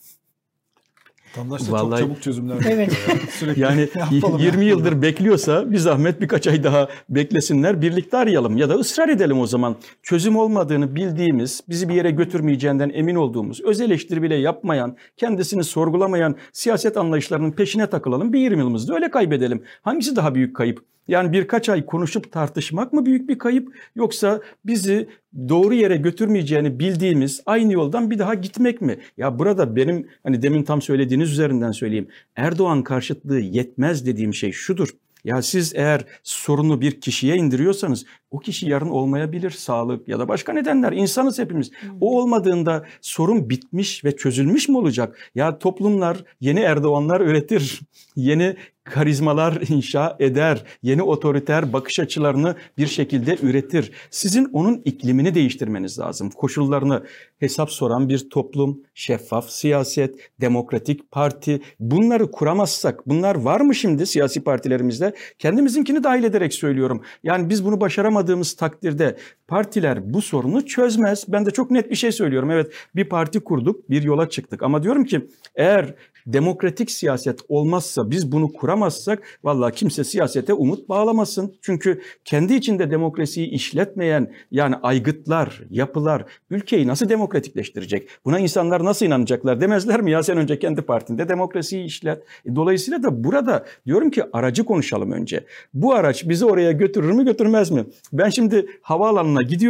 Vatandaş da Vallahi, çok çabuk çözümler evet. Sürekli yani 20 yıldır bekliyorsa bir zahmet birkaç ay daha beklesinler, birlikte arayalım ya da ısrar edelim o zaman. Çözüm olmadığını bildiğimiz, bizi bir yere götürmeyeceğinden emin olduğumuz, öz eleştiri bile yapmayan, kendisini sorgulamayan siyaset anlayışlarının peşine takılalım. Bir 20 yılımızda öyle kaybedelim. Hangisi daha büyük kayıp? Yani birkaç ay konuşup tartışmak mı büyük bir kayıp, yoksa bizi doğru yere götürmeyeceğini bildiğimiz aynı yoldan bir daha gitmek mi? Ya burada benim hani demin tam söylediğiniz üzerinden söyleyeyim. Erdoğan karşıtlığı yetmez dediğim şey şudur. Ya siz eğer sorunu bir kişiye indiriyorsanız o kişi yarın olmayabilir, sağlık ya da başka nedenler. İnsanız hepimiz. O olmadığında sorun bitmiş ve çözülmüş mü olacak? Ya toplumlar yeni Erdoğanlar üretir, yeni karizmalar inşa eder, yeni otoriter bakış açılarını bir şekilde üretir. Sizin onun iklimini değiştirmeniz lazım. Koşullarını hesap soran bir toplum, şeffaf siyaset, demokratik parti, bunları kuramazsak, bunlar var mı şimdi siyasi partilerimizde? Kendimizinkini dahil ederek söylüyorum. Yani biz bunu başaramadığımız takdirde partiler bu sorunu çözmez. Ben de çok net bir şey söylüyorum. Evet, bir parti kurduk, bir yola çıktık ama diyorum ki eğer demokratik siyaset olmazsa, biz bunu kuramazsak vallahi kimse siyasete umut bağlamasın. Çünkü kendi içinde demokrasiyi işletmeyen yani aygıtlar, yapılar ülkeyi nasıl demokratikleştirecek? Buna insanlar nasıl inanacaklar? Demezler mi ya sen önce kendi partinde demokrasiyi işlet. Dolayısıyla da burada diyorum ki aracı konuşalım önce. Bu araç bizi oraya götürür mü götürmez mi? Ben şimdi havaalanına gidiyorum.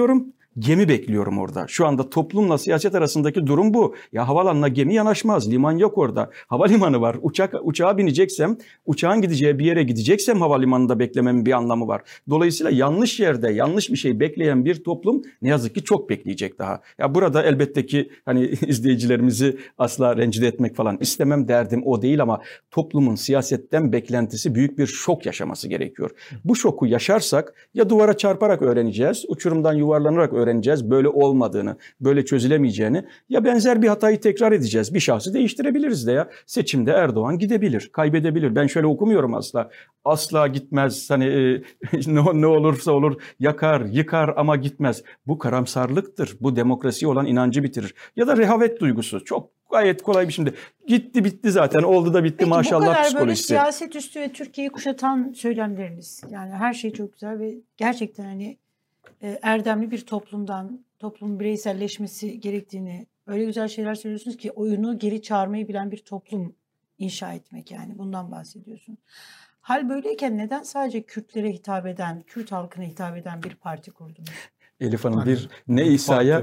Gemi bekliyorum orada. Şu anda toplumla siyaset arasındaki durum bu. Ya havalanına gemi yanaşmaz. Liman yok orada. Havalimanı var. Uçağa bineceksem, uçağın gideceği bir yere gideceksem havalimanında beklememin bir anlamı var. Dolayısıyla yanlış yerde yanlış bir şey bekleyen bir toplum ne yazık ki çok bekleyecek daha. Ya burada elbette ki hani izleyicilerimizi asla rencide etmek falan istemem, derdim o değil ama toplumun siyasetten beklentisi büyük bir şok yaşaması gerekiyor. Bu şoku yaşarsak ya duvara çarparak öğreneceğiz, uçurumdan yuvarlanarak öğreneceğiz böyle olmadığını, böyle çözülemeyeceğini, ya benzer bir hatayı tekrar edeceğiz. Bir şahsı değiştirebiliriz de ya. Seçimde Erdoğan gidebilir, kaybedebilir. Ben şöyle okumuyorum asla. Asla gitmez. Hani ne olursa olur yakar, yıkar ama gitmez. Bu karamsarlıktır. Bu demokrasiye olan inancı bitirir. Ya da rehavet duygusu. Çok gayet kolay bir şimdi. Gitti bitti zaten. Oldu da bitti. Peki, maşallah bu kadar psikolojisi. böyle siyaset üstü ve Türkiye'yi kuşatan söylemleriniz. Yani her şey çok güzel ve gerçekten hani erdemli bir toplumun bireyselleşmesi gerektiğini öyle güzel şeyler söylüyorsunuz ki oyunu geri çağırmayı bilen bir toplum inşa etmek, yani bundan bahsediyorsun. Hal böyleyken neden sadece Kürtlere hitap eden, Kürt halkına hitap eden bir parti kurdunuz? Elif Hanım Hani ne İsa'ya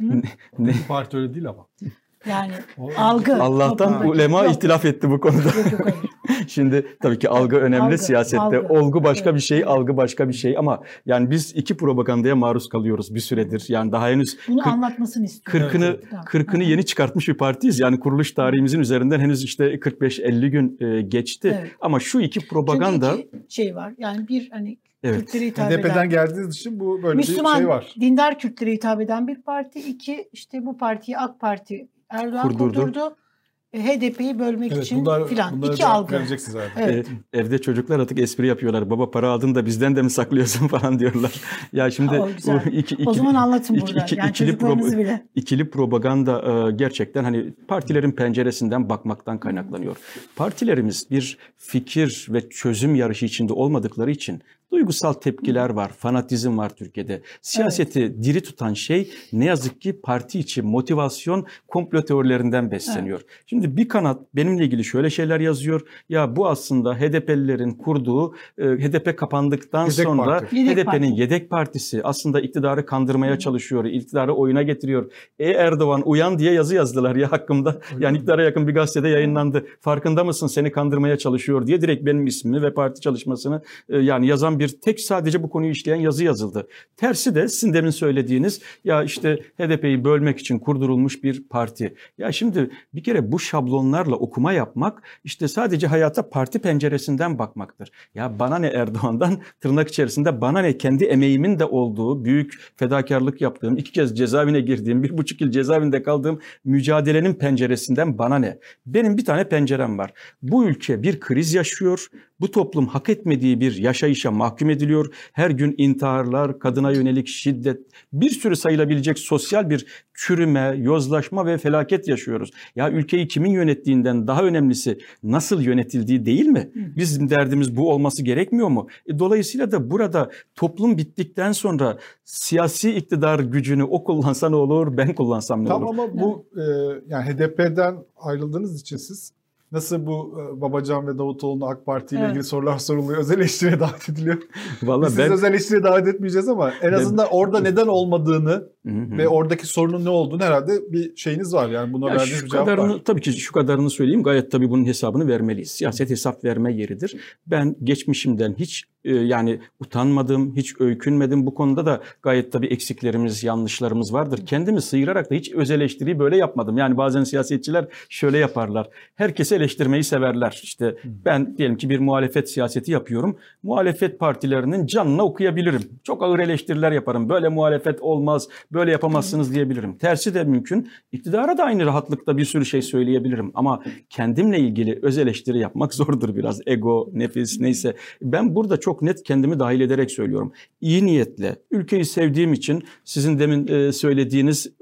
ne parti öyle değil ama. Yani algı. Allah'tan toplum. ulema Yok. ihtilaf etti bu konuda. Yok, hayır. Şimdi tabii ki algı önemli Algı, siyasette. algı. Olgu başka Evet. bir şey, algı başka bir şey ama yani biz iki propagandaya maruz kalıyoruz bir süredir. Yani daha henüz Bunu anlatmasını istiyorum. 40'ını yeni çıkartmış bir partiyiz. Yani kuruluş tarihimizin üzerinden henüz işte 45-50 gün geçti. Evet. Ama şu iki propaganda... Çünkü iki şey var. Yani bir hani Evet. Kürtlere hitap HDP'den eden, geldiğiniz için bu böyle Müslüman, bir şey var. dindar Kürtlere hitap eden bir parti. İki, işte bu partiyi AK Parti Erdoğan kurdurdu. HDP'yi bölmek için filan. İki algı. Vereceksiniz herhalde. Evet. Evde çocuklar artık espri yapıyorlar. Baba para aldın da bizden de mi saklıyorsun falan diyorlar. Ya şimdi O güzel. O zaman anlatın burada. Yani çocuklarınızı bile. İkili propaganda gerçekten hani partilerin penceresinden bakmaktan kaynaklanıyor. Partilerimiz bir fikir ve çözüm yarışı içinde olmadıkları için duygusal tepkiler var, fanatizm var Türkiye'de. Siyaseti diri tutan şey ne yazık ki parti içi motivasyon, komplo teorilerinden besleniyor. Şimdi bir kanat benimle ilgili şöyle şeyler yazıyor. Ya bu aslında HDP'lilerin kurduğu, HDP kapandıktan sonra HDP'nin yedek partisi aslında iktidarı kandırmaya çalışıyor, iktidarı oyuna getiriyor. Erdoğan uyan diye yazı yazdılar ya hakkımda. Yani iktidara yakın bir gazetede yayınlandı. Farkında mısın seni kandırmaya çalışıyor diye direkt benim ismimi ve parti çalışmasını yani yazan bir tek sadece bu konuyu işleyen yazı yazıldı. Tersi de sizin demin söylediğiniz ya işte HDP'yi bölmek için kurdurulmuş bir parti. Ya şimdi bir kere bu şablonlarla okuma yapmak işte sadece hayata parti penceresinden bakmaktır. Ya bana ne Erdoğan'dan, tırnak içerisinde bana ne kendi emeğimin de olduğu, büyük fedakarlık yaptığım, 2 kez cezaevine girdiğim, 1,5 yıl cezaevinde kaldığım mücadelenin penceresinden bana ne? Benim bir tane pencerem var. Bu ülke bir kriz yaşıyor. Bu toplum hak etmediği bir yaşayışa mahkum ediliyor. Her gün intiharlar, kadına yönelik şiddet, bir sürü sayılabilecek sosyal bir çürüme, yozlaşma ve felaket yaşıyoruz. Ya ülkeyi kimin yönettiğinden daha önemlisi nasıl yönetildiği değil mi? Bizim derdimiz bu olması gerekmiyor mu? Dolayısıyla da burada toplum bittikten sonra siyasi iktidar gücünü o kullansa ne olur, ben kullansam ne olur? Tamam ama bu yani HDP'den ayrıldığınız için siz nasıl bu Babacan ve Davutoğlu'na AK Parti ile ilgili sorular soruluyor, özel eleştiriye davet ediliyor. Vallahi Biz özel eleştiriye davet etmeyeceğiz ama en azından orada neden olmadığını ve oradaki sorunun ne olduğunu herhalde bir şeyiniz var. Yani buna verdiğiniz bir cevap var. Tabii ki şu kadarını söyleyeyim. Gayet tabii bunun hesabını vermeliyiz. Siyaset hesap verme yeridir. Ben geçmişimden hiç yani utanmadım, hiç öykünmedim. Bu konuda da gayet tabii eksiklerimiz, yanlışlarımız vardır. Kendimi sıyırarak da hiç öz eleştiriyi böyle yapmadım. Yani bazen siyasetçiler şöyle yaparlar. Herkesi eleştirmeyi severler. İşte ben diyelim ki bir muhalefet siyaseti yapıyorum. Muhalefet partilerinin canına okuyabilirim. Çok ağır eleştiriler yaparım. Böyle muhalefet olmaz, böyle yapamazsınız diyebilirim. Tersi de mümkün. İktidara da aynı rahatlıkta bir sürü şey söyleyebilirim. Ama kendimle ilgili öz eleştiri yapmak zordur biraz. Ego, nefis neyse. Ben burada çok net kendimi dahil ederek söylüyorum. İyi niyetle, ülkeyi sevdiğim için sizin demin söylediğiniz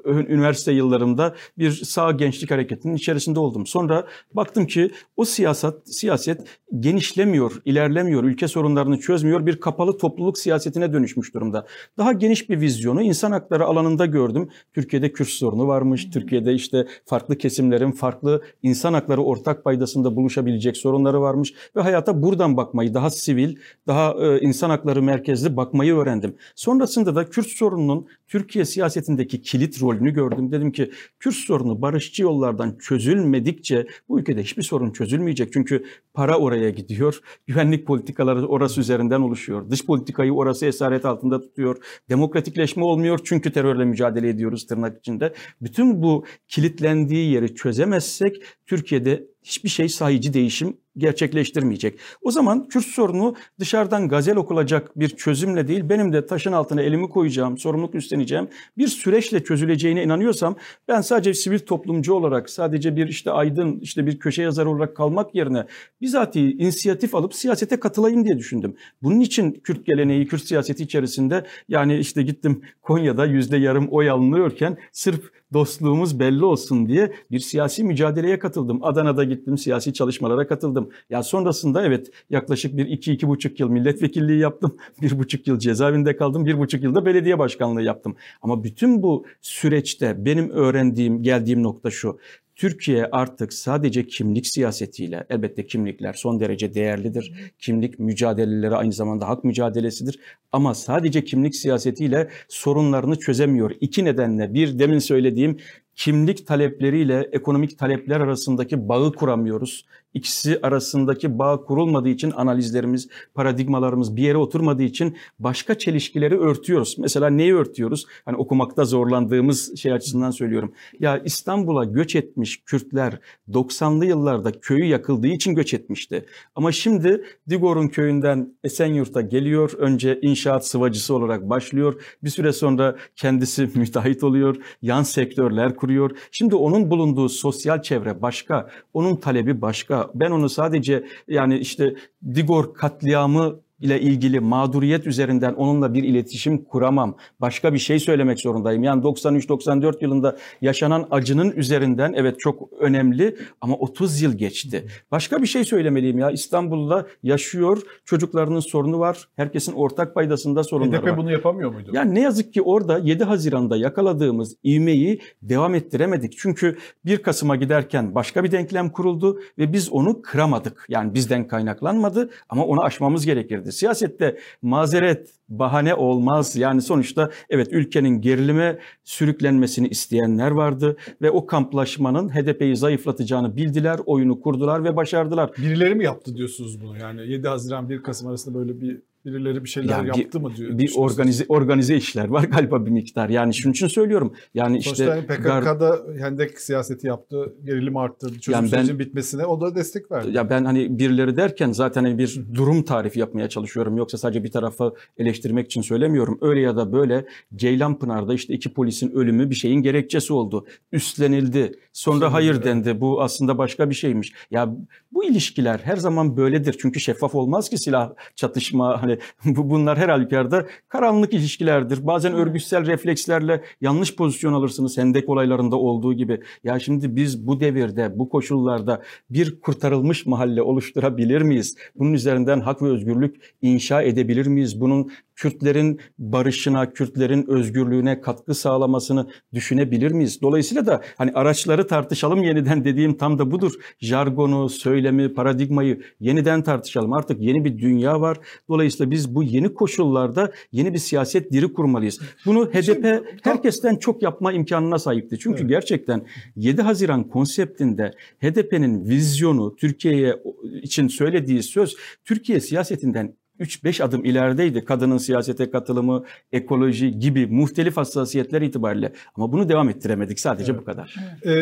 üniversite yıllarımda bir sağ gençlik hareketinin içerisinde oldum. Sonra baktım ki o siyaset genişlemiyor, ilerlemiyor, ülke sorunlarını çözmüyor, bir kapalı topluluk siyasetine dönüşmüş durumda. Daha geniş bir vizyonu insan hakları alanında gördüm. Türkiye'de Kürt sorunu varmış, Türkiye'de işte farklı kesimlerin farklı insan hakları ortak paydasında buluşabilecek sorunları varmış ve hayata buradan bakmayı, daha sivil, daha insan hakları merkezli bakmayı öğrendim. Sonrasında da Kürt sorununun Türkiye siyasetindeki kilit rolünü gördüm. Dedim ki Kürt sorunu barışçı yollardan çözülmedikçe bu ülkede hiçbir sorun çözülmeyecek. Çünkü para oraya gidiyor, güvenlik politikaları orası üzerinden oluşuyor, dış politikayı orası esaret altında tutuyor, demokratikleşme olmuyor çünkü terörle mücadele ediyoruz tırnak içinde. Bütün bu kilitlendiği yeri çözemezsek Türkiye'de hiçbir şey sahici değişim gerçekleştirmeyecek. O zaman Kürt sorunu dışarıdan gazel okulacak bir çözümle değil, benim de taşın altına elimi koyacağım, sorumluluk üstleneceğim bir süreçle çözüleceğine inanıyorsam ben sadece sivil toplumcu olarak, sadece bir işte aydın, işte bir köşe yazarı olarak kalmak yerine bizatihi inisiyatif alıp siyasete katılayım diye düşündüm. Bunun için Kürt geleneği, Kürt siyaseti içerisinde yani işte gittim Konya'da %yarım oy alınıyorken sırf dostluğumuz belli olsun diye bir siyasi mücadeleye katıldım. Adana'da gittim, siyasi çalışmalara katıldım. Ya sonrasında evet yaklaşık 2-2,5 yıl milletvekilliği yaptım. 1,5 yıl cezaevinde kaldım. 1,5 yılda belediye başkanlığı yaptım. Ama bütün bu süreçte benim öğrendiğim, geldiğim nokta şu. Türkiye artık sadece kimlik siyasetiyle, elbette kimlikler son derece değerlidir. Kimlik mücadeleleri aynı zamanda hak mücadelesidir. Ama sadece kimlik siyasetiyle sorunlarını çözemiyor. İki nedenle, bir demin söylediğim kimlik talepleriyle ekonomik talepler arasındaki bağı kuramıyoruz. İkisi arasındaki bağ kurulmadığı için analizlerimiz, paradigmalarımız bir yere oturmadığı için başka çelişkileri örtüyoruz. Mesela neyi örtüyoruz? Hani okumakta zorlandığımız şey açısından söylüyorum. Ya İstanbul'a göç etmiş Kürtler 90'lı yıllarda köyü yakıldığı için göç etmişti. Ama şimdi Digor'un köyünden Esenyurt'a geliyor. Önce inşaat sıvacısı olarak başlıyor. Bir süre sonra kendisi müteahhit oluyor. Yan sektörler kuruyor. Şimdi onun bulunduğu sosyal çevre başka, onun talebi başka. Ben onu sadece yani işte Digor katliamı ile ilgili mağduriyet üzerinden onunla bir iletişim kuramam. Başka bir şey söylemek zorundayım. Yani 93-94 yılında yaşanan acının üzerinden evet çok önemli ama 30 yıl geçti. Başka bir şey söylemeliyim ya. İstanbul'da yaşıyor, çocuklarının sorunu var. Herkesin ortak paydasında sorunları var. HDP bunu yapamıyor muydu? Yani ne yazık ki orada 7 Haziran'da yakaladığımız ivmeyi devam ettiremedik. Çünkü 1 Kasım'a giderken başka bir denklem kuruldu ve biz onu kıramadık. Yani bizden kaynaklanmadı ama onu aşmamız gerekirdi. Siyasette mazeret, bahane olmaz. Yani sonuçta evet ülkenin gerilime sürüklenmesini isteyenler vardı ve o kamplaşmanın HDP'yi zayıflatacağını bildiler, oyunu kurdular ve başardılar. Birileri mi yaptı diyorsunuz bunu? Yani 7 Haziran 1 Kasım arasında böyle birileri bir şeyler yani yaptı mı diyor. Bir organize işler var galiba bir miktar. Yani şunun için söylüyorum. Yani sonuçta işte yani PKK'da hendek siyaseti yaptı, gerilim arttırdı, çözüm sürecinin bitmesine o da destek verdi. Ya ben hani birileri derken zaten hani bir durum tarifi yapmaya çalışıyorum. Yoksa sadece bir tarafı eleştirmek için söylemiyorum. Öyle ya da böyle Ceylanpınar'da işte 2 polisin ölümü bir şeyin gerekçesi oldu. Üstlenildi. Sonra hayır dendi. Bu aslında başka bir şeymiş. Ya bu ilişkiler her zaman böyledir. Çünkü şeffaf olmaz ki silah çatışma hani bunlar her halükarda karanlık ilişkilerdir. Bazen örgütsel reflekslerle yanlış pozisyon alırsınız hendek olaylarında olduğu gibi. Ya şimdi biz bu devirde, bu koşullarda bir kurtarılmış mahalle oluşturabilir miyiz? Bunun üzerinden hak ve özgürlük inşa edebilir miyiz? Bunun Kürtlerin barışına, Kürtlerin özgürlüğüne katkı sağlamasını düşünebilir miyiz? Dolayısıyla da hani araçları tartışalım yeniden dediğim tam da budur. Jargonu, söylemi, paradigmayı yeniden tartışalım. Artık yeni bir dünya var. Dolayısıyla biz bu yeni koşullarda yeni bir siyaset diri kurmalıyız. Bunu HDP herkesten çok yapma imkanına sahipti. Çünkü gerçekten 7 Haziran konseptinde HDP'nin vizyonu, Türkiye'ye için söylediği söz Türkiye siyasetinden 3-5 adım ilerideydi. Kadının siyasete katılımı, ekoloji gibi muhtelif hassasiyetler itibariyle. Ama bunu devam ettiremedik. Sadece bu kadar.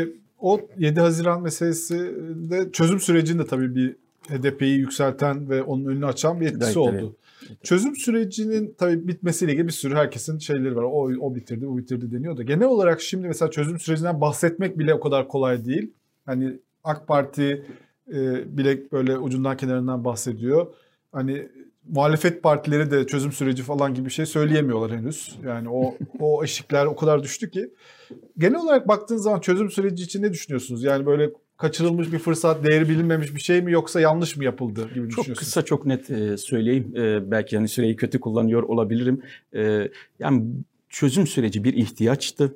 O 7 Haziran meselesi de çözüm sürecinde tabii bir HDP'yi yükselten ve onun önünü açan bir etkisi oldu. Çözüm sürecinin tabii bitmesiyle ilgili bir sürü herkesin şeyleri var. O bitirdi, bu bitirdi deniyor da. Genel olarak şimdi mesela çözüm sürecinden bahsetmek bile o kadar kolay değil. Hani AK Parti bile böyle ucundan kenarından bahsediyor. Hani muhalefet partileri de çözüm süreci falan gibi bir şey söyleyemiyorlar henüz. Yani o eşikler o kadar düştü ki. Genel olarak baktığınız zaman çözüm süreci için ne düşünüyorsunuz? Yani böyle kaçırılmış bir fırsat, değeri bilinmemiş bir şey mi yoksa yanlış mı yapıldı gibi düşünüyorsunuz? Çok kısa, çok net söyleyeyim. Belki hani süreyi kötü kullanıyor olabilirim. Yani çözüm süreci bir ihtiyaçtı.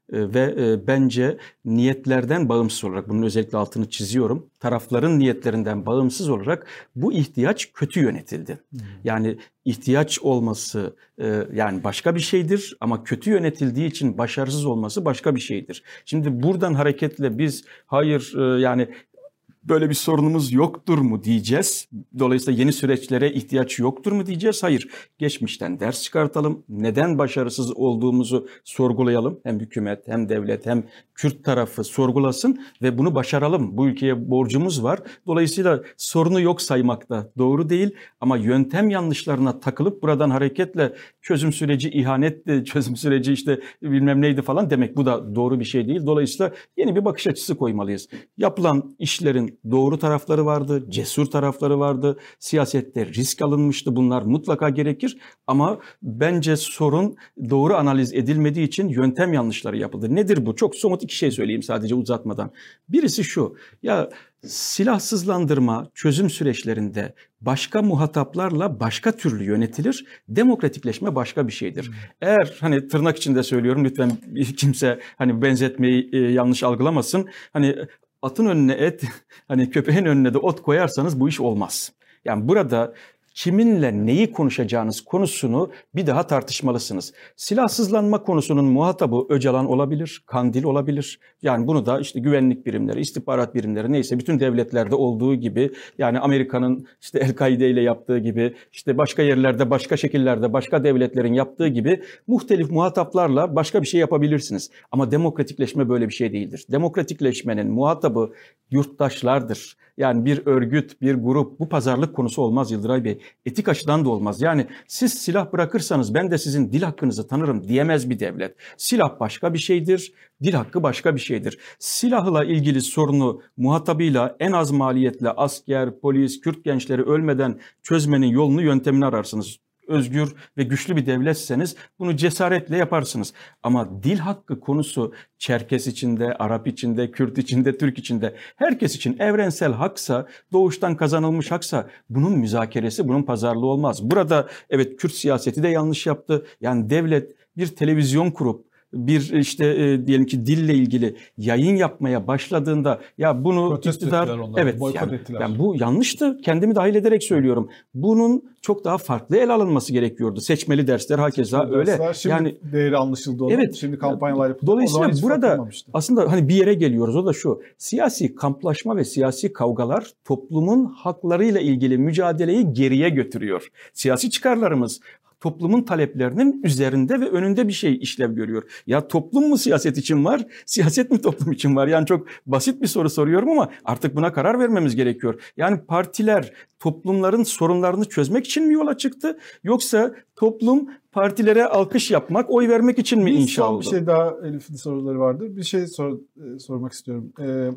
Ve bence niyetlerden bağımsız olarak, bunun özellikle altını çiziyorum, tarafların niyetlerinden bağımsız olarak bu ihtiyaç kötü yönetildi. Yani ihtiyaç olması yani başka bir şeydir ama kötü yönetildiği için başarısız olması başka bir şeydir. Şimdi buradan hareketle biz hayır yani böyle bir sorunumuz yoktur mu diyeceğiz? Dolayısıyla yeni süreçlere ihtiyaç yoktur mu diyeceğiz? Hayır. Geçmişten ders çıkartalım. Neden başarısız olduğumuzu sorgulayalım. Hem hükümet, hem devlet, hem Kürt tarafı sorgulasın ve bunu başaralım. Bu ülkeye borcumuz var. Dolayısıyla sorunu yok saymak da doğru değil. Ama yöntem yanlışlarına takılıp buradan hareketle çözüm süreci ihanetti, çözüm süreci işte bilmem neydi falan demek bu da doğru bir şey değil. Dolayısıyla yeni bir bakış açısı koymalıyız. Yapılan işlerin doğru tarafları vardı, cesur tarafları vardı. Siyasette risk alınmıştı. Bunlar mutlaka gerekir. Ama bence sorun doğru analiz edilmediği için yöntem yanlışları yapıldı. Nedir bu? Çok somut iki şey söyleyeyim sadece uzatmadan. Birisi şu. Ya silahsızlandırma çözüm süreçlerinde başka muhataplarla başka türlü yönetilir. Demokratikleşme başka bir şeydir. Eğer hani tırnak içinde söylüyorum lütfen kimse hani benzetmeyi yanlış algılamasın. Hani atın önüne et, hani köpeğin önüne de ot koyarsanız bu iş olmaz. Yani burada kiminle neyi konuşacağınız konusunu bir daha tartışmalısınız. Silahsızlanma konusunun muhatabı Öcalan olabilir, Kandil olabilir. Yani bunu da işte güvenlik birimleri, istihbarat birimleri neyse bütün devletlerde olduğu gibi yani Amerika'nın işte El-Kaide ile yaptığı gibi işte başka yerlerde, başka şekillerde, başka devletlerin yaptığı gibi muhtelif muhataplarla başka bir şey yapabilirsiniz. Ama demokratikleşme böyle bir şey değildir. Demokratikleşmenin muhatabı yurttaşlardır. Yani bir örgüt, bir grup bu pazarlık konusu olmaz Yıldıray Bey. Etik açıdan da olmaz. Yani siz silah bırakırsanız ben de sizin dil hakkınızı tanırım diyemez bir devlet. Silah başka bir şeydir, dil hakkı başka bir şeydir. Silahla ilgili sorunu muhatabıyla en az maliyetle asker, polis, Kürt gençleri ölmeden çözmenin yolunu, yöntemini ararsınız. Özgür ve güçlü bir devletseniz bunu cesaretle yaparsınız. Ama dil hakkı konusu Çerkes içinde, Arap içinde, Kürt içinde, Türk içinde herkes için evrensel haksa, doğuştan kazanılmış haksa bunun müzakeresi, bunun pazarlığı olmaz. Burada evet Kürt siyaseti de yanlış yaptı. Yani devlet bir televizyon kurup bir işte diyelim ki dille ilgili yayın yapmaya başladığında ya bunu protesto iktidar evet yani bu yanlıştı. Kendimi dahil ederek söylüyorum. Bunun çok daha farklı ele alınması gerekiyordu. Seçmeli dersler hakeza öyle. Şimdi yani değeri anlaşıldı onun. Evet. Şimdi kampanyalar yapıldı. Dolayısıyla burada aslında hani bir yere geliyoruz. O da şu. Siyasi kamplaşma ve siyasi kavgalar toplumun haklarıyla ilgili mücadeleyi geriye götürüyor. Siyasi çıkarlarımız toplumun taleplerinin üzerinde ve önünde bir şey işlev görüyor. Ya toplum mu siyaset için var, siyaset mi toplum için var? Yani çok basit bir soru soruyorum ama artık buna karar vermemiz gerekiyor. Yani partiler toplumların sorunlarını çözmek için mi yola çıktı? Yoksa toplum partilere alkış yapmak, oy vermek için mi inşa oldu? Bir şey daha Elif'in soruları vardı. Bir şey sormak istiyorum.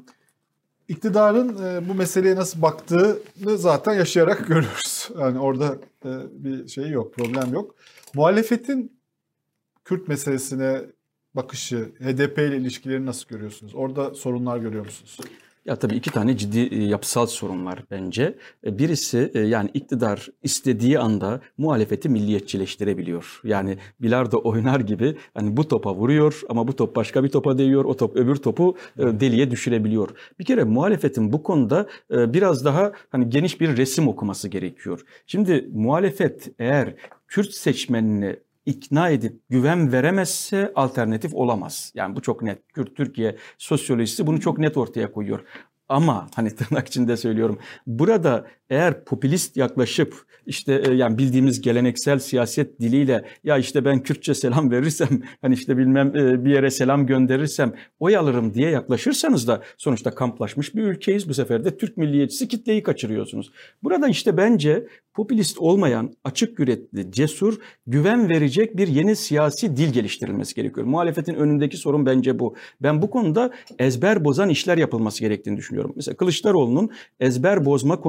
İktidarın bu meseleye nasıl baktığını zaten yaşayarak görüyoruz. Yani orada bir şey yok, problem yok. Muhalefetin Kürt meselesine bakışı, HDP ile ilişkileri nasıl görüyorsunuz? Orada sorunlar görüyor musunuz? Ya tabii iki tane ciddi yapısal sorun var bence. Birisi yani iktidar istediği anda muhalefeti milliyetçileştirebiliyor. Yani bilardo oynar gibi hani bu topa vuruyor ama bu top başka bir topa değiyor. O top öbür topu deliğe düşürebiliyor. Bir kere muhalefetin bu konuda biraz daha hani geniş bir resim okuması gerekiyor. Şimdi muhalefet eğer Kürt seçmenini ikna edip güven veremezse alternatif olamaz. Yani bu çok net. Kürt Türkiye sosyolojisi bunu çok net ortaya koyuyor. Ama hani tırnak içinde söylüyorum. Burada eğer popülist yaklaşıp işte yani bildiğimiz geleneksel siyaset diliyle ya işte ben Kürtçe selam verirsem hani işte bilmem bir yere selam gönderirsem oy alırım diye yaklaşırsanız da sonuçta kamplaşmış bir ülkeyiz. Bu sefer de Türk milliyetçisi kitleyi kaçırıyorsunuz. Burada işte bence popülist olmayan, açık yürekli, cesur, güven verecek bir yeni siyasi dil geliştirilmesi gerekiyor. Muhalefetin önündeki sorun bence bu. Ben bu konuda ezber bozan işler yapılması gerektiğini düşünüyorum. Mesela Kılıçdaroğlu'nun ezber bozma konusunda da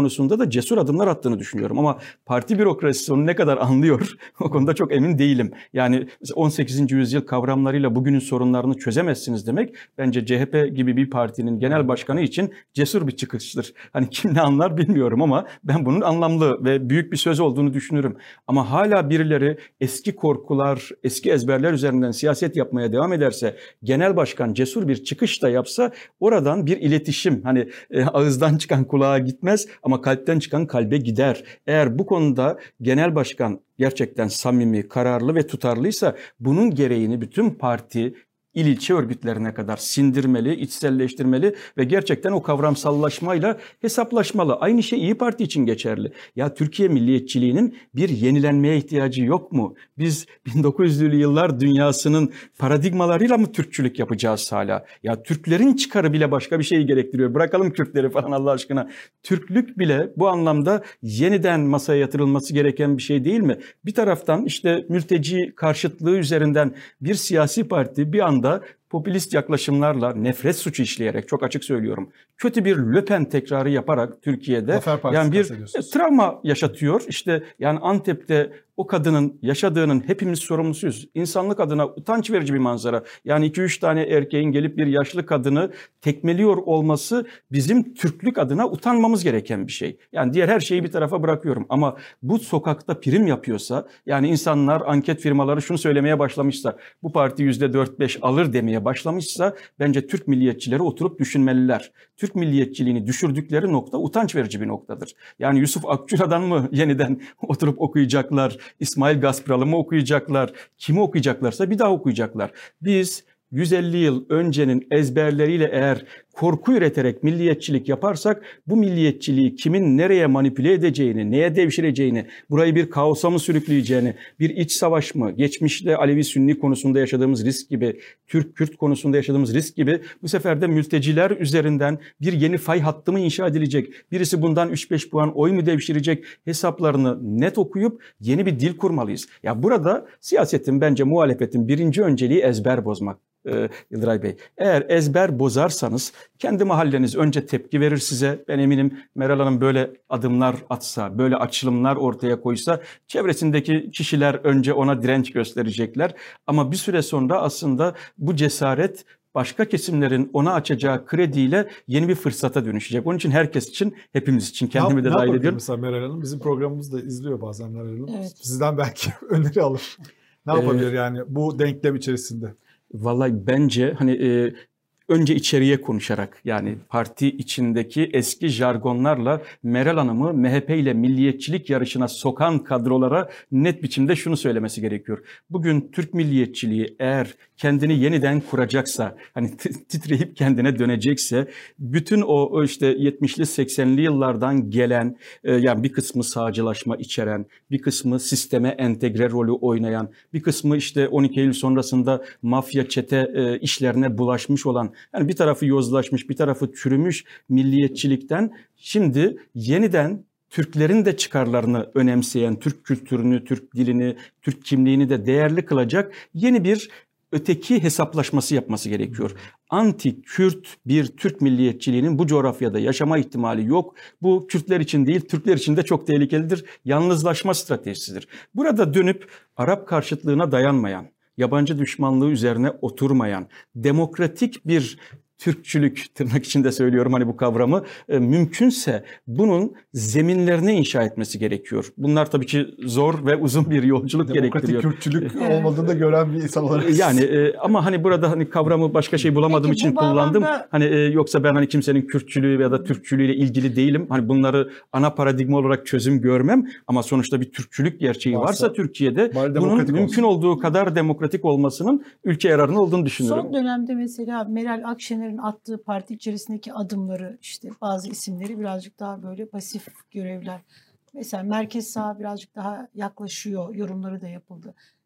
cesur adımlar attığını düşünüyorum. Ama parti bürokrasisi onu ne kadar anlıyor o konuda çok emin değilim. Yani 18. yüzyıl kavramlarıyla bugünün sorunlarını çözemezsiniz demek bence CHP gibi bir partinin genel başkanı için cesur bir çıkıştır. Hani kim ne anlar bilmiyorum ama ben bunun anlamlı ve büyük bir söz olduğunu düşünürüm. Ama hala birileri eski korkular, eski ezberler üzerinden siyaset yapmaya devam ederse, genel başkan cesur bir çıkış da yapsa oradan bir iletişim, hani ağızdan çıkan kulağa gitmez ama kalpten çıkan kalbe gider. Eğer bu konuda genel başkan gerçekten samimi, kararlı ve tutarlıysa bunun gereğini bütün parti, İl ilçe örgütlerine kadar sindirmeli, içselleştirmeli ve gerçekten o kavramsallaşmayla hesaplaşmalı. Aynı şey İYİ Parti için geçerli. Ya Türkiye milliyetçiliğinin bir yenilenmeye ihtiyacı yok mu? Biz 1900'lü yıllar dünyasının paradigmalarıyla mı Türkçülük yapacağız hala? Ya Türklerin çıkarı bile başka bir şey gerektiriyor. Bırakalım Kürtleri falan Allah aşkına. Türklük bile bu anlamda yeniden masaya yatırılması gereken bir şey değil mi? Bir taraftan işte mülteci karşıtlığı üzerinden bir siyasi parti bir anda popülist yaklaşımlarla, nefret suçu işleyerek, çok açık söylüyorum, kötü bir Le Pen tekrarı yaparak Türkiye'de yani bir travma yaşatıyor. İşte yani Antep'te o kadının yaşadığının hepimiz sorumlusuyuz. İnsanlık adına utanç verici bir manzara. Yani 2-3 tane erkeğin gelip bir yaşlı kadını tekmeliyor olması bizim Türklük adına utanmamız gereken bir şey. Yani diğer her şeyi bir tarafa bırakıyorum. Ama bu sokakta prim yapıyorsa, yani insanlar, anket firmaları şunu söylemeye başlamışsa, bu parti %4-5 alır demeye başlamışsa bence Türk milliyetçileri oturup düşünmeliler. Türk milliyetçiliğini düşürdükleri nokta utanç verici bir noktadır. Yani Yusuf Akçura'dan mı yeniden oturup okuyacaklar? İsmail Gaspralı mı okuyacaklar? Kimi okuyacaklarsa bir daha okuyacaklar. Biz 150 yıl öncenin ezberleriyle eğer korku üreterek milliyetçilik yaparsak bu milliyetçiliği kimin nereye manipüle edeceğini, neye devşireceğini, burayı bir kaosa mı sürükleyeceğini, bir iç savaş mı, geçmişte Alevi-Sünni konusunda yaşadığımız risk gibi, Türk-Kürt konusunda yaşadığımız risk gibi bu sefer de mülteciler üzerinden bir yeni fay hattı mı inşa edilecek, birisi bundan 3-5 puan oy mu devşirecek hesaplarını net okuyup yeni bir dil kurmalıyız. Ya burada siyasetin, bence muhalefetin birinci önceliği ezber bozmak. Yıldıray Bey, eğer ezber bozarsanız kendi mahalleniz önce tepki verir size. Ben eminim Meral Hanım böyle adımlar atsa, böyle açılımlar ortaya koysa çevresindeki kişiler önce ona direnç gösterecekler. Ama bir süre sonra aslında bu cesaret başka kesimlerin ona açacağı krediyle yeni bir fırsata dönüşecek. Onun için herkes için, hepimiz için, kendimi de dahil ediyorum. Mesela Meral Hanım bizim programımızı da izliyor bazen Meral Hanım. Evet. Sizden belki öneri alır. Ne yapabilir yani bu denklem içerisinde? Vallahi bence hani önce içeriye konuşarak, yani parti içindeki eski jargonlarla Meral Hanım'ı MHP ile milliyetçilik yarışına sokan kadrolara net biçimde şunu söylemesi gerekiyor. Bugün Türk milliyetçiliği eğer kendini yeniden kuracaksa, hani titreyip kendine dönecekse, bütün o işte 70'li 80'li yıllardan gelen yani bir kısmı sağcılaşma içeren, bir kısmı sisteme entegre rolü oynayan, bir kısmı işte 12 Eylül sonrasında mafya çete işlerine bulaşmış olan, yani bir tarafı yozlaşmış, bir tarafı çürümüş milliyetçilikten şimdi yeniden Türklerin de çıkarlarını önemseyen, Türk kültürünü, Türk dilini, Türk kimliğini de değerli kılacak yeni bir öteki hesaplaşması yapması gerekiyor. Anti-Kürt bir Türk milliyetçiliğinin bu coğrafyada yaşama ihtimali yok. Bu Kürtler için değil, Türkler için de çok tehlikelidir. Yalnızlaşma stratejisidir. Burada dönüp Arap karşıtlığına dayanmayan, yabancı düşmanlığı üzerine oturmayan, demokratik bir Türkçülük, tırnak içinde söylüyorum hani bu kavramı, mümkünse bunun zeminlerini inşa etmesi gerekiyor. Bunlar tabii ki zor ve uzun bir yolculuk gerektiriyor. Demokratik Kürtçülük olmadığını da gören bir insan olarak. Yani ama hani burada hani kavramı başka şey bulamadığım için kullandım. Hani yoksa ben hani kimsenin Kürtçülüğü ya da Türkçülüğüyle ilgili değilim. Hani bunları ana paradigma olarak çözüm görmem ama sonuçta bir Türkçülük gerçeği varsa Türkiye'de bunun mümkün olduğu kadar demokratik olmasının ülke yararına olduğunu düşünüyorum. Son dönemde mesela Meral Akşener'in attığı parti içerisindeki adımları, işte bazı isimleri birazcık daha böyle pasif görevler. Mesela merkez sağa birazcık daha yaklaşıyor, yorumları da yapıldı.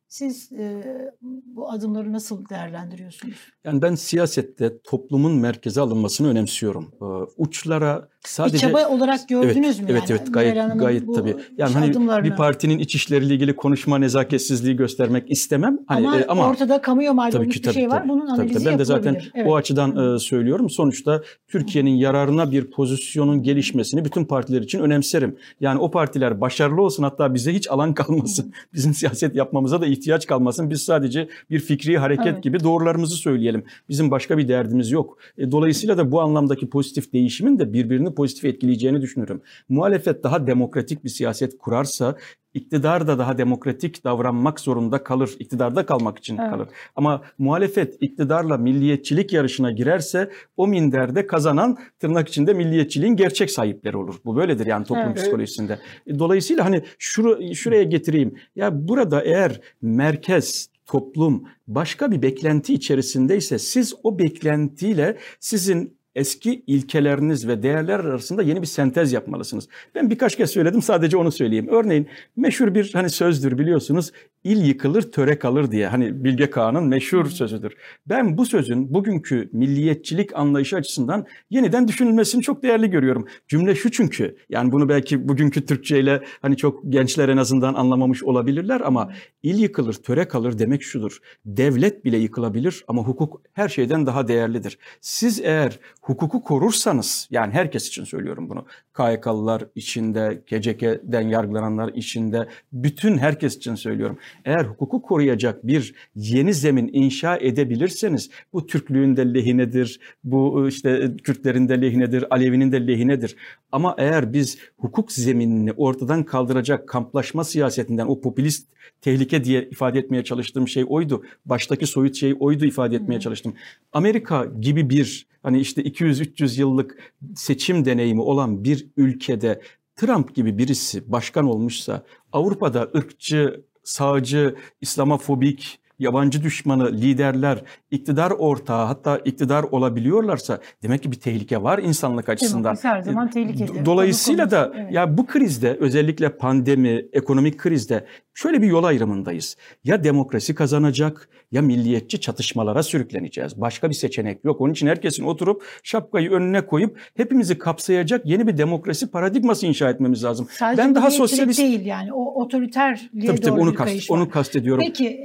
Siz bu adımları nasıl değerlendiriyorsunuz? Yani ben siyasette toplumun merkeze alınmasını önemsiyorum. Uçlara sadece bir çaba olarak gördünüz mü? Evet, yani? evet, gayet tabii. Yani hani bir partinin iç işleriyle ilgili konuşma nezaketsizliği göstermek istemem. Hani, ama ortada kamuya mal olmuş bir şey var. Tabii, bunun analizi ben de zaten evet. o açıdan söylüyorum. Sonuçta Türkiye'nin yararına bir pozisyonun gelişmesini bütün partiler için önemserim. Yani o partiler başarılı olsun, hatta bize hiç alan kalmasın. Bizim siyaset yapmamıza da ihtiyaç kalmasın. Biz sadece bir fikri hareket gibi doğrularımızı söyleyelim. Bizim başka bir derdimiz yok. Dolayısıyla da bu anlamdaki pozitif değişimin de birbirini pozitif etkileyeceğini düşünüyorum. Muhalefet daha demokratik bir siyaset kurarsa iktidar da daha demokratik davranmak zorunda kalır. İktidarda kalmak için kalır. Ama muhalefet iktidarla milliyetçilik yarışına girerse o minderde kazanan tırnak içinde milliyetçiliğin gerçek sahipleri olur. Bu böyledir yani toplum psikolojisinde. Dolayısıyla hani şuraya getireyim. Ya burada eğer merkez, toplum başka bir beklenti içerisindeyse siz o beklentiyle sizin eski ilkeleriniz ve değerler arasında yeni bir sentez yapmalısınız. Ben birkaç kez söyledim, sadece onu söyleyeyim. Örneğin meşhur bir hani sözdür biliyorsunuz. İl yıkılır, töre kalır diye. Hani Bilge Kağan'ın meşhur sözüdür. Ben bu sözün bugünkü milliyetçilik anlayışı açısından yeniden düşünülmesini çok değerli görüyorum. Cümle şu çünkü, yani bunu belki bugünkü Türkçeyle hani çok gençler en azından anlamamış olabilirler ama il yıkılır, töre kalır demek şudur. Devlet bile yıkılabilir ama hukuk her şeyden daha değerlidir. Siz eğer hukuku korursanız, yani herkes için söylüyorum bunu, KYK'lılar içinde, KCK'den yargılananlar içinde, bütün herkes için söylüyorum. Eğer hukuku koruyacak bir yeni zemin inşa edebilirseniz, bu Türklüğün de lehinedir, bu işte Kürtlerin de lehinedir, Alevinin de lehinedir. Ama eğer biz hukuk zeminini ortadan kaldıracak kamplaşma siyasetinden, o popülist tehlike diye ifade etmeye çalıştığım şey oydu. Baştaki soyut şey oydu ifade etmeye çalıştım. Amerika gibi bir hani işte 200-300 yıllık seçim deneyimi olan bir ülkede Trump gibi birisi başkan olmuşsa, Avrupa'da ırkçı, sağcı, İslamofobik, yabancı düşmanı liderler iktidar ortağı, hatta iktidar olabiliyorlarsa demek ki bir tehlike var insanlık açısından. Demokrasi her zaman tehlikeli. Dolayısıyla da ya bu krizde, özellikle pandemi, ekonomik krizde şöyle bir yol ayrımındayız. Ya demokrasi kazanacak ya milliyetçi çatışmalara sürükleneceğiz. Başka bir seçenek yok. Onun için herkesin oturup şapkayı önüne koyup hepimizi kapsayacak yeni bir demokrasi paradigması inşa etmemiz lazım. Sadece ben daha sosyalist değil, yani o otoriterliğe doğru bir kayış var. Onu kastediyorum. Peki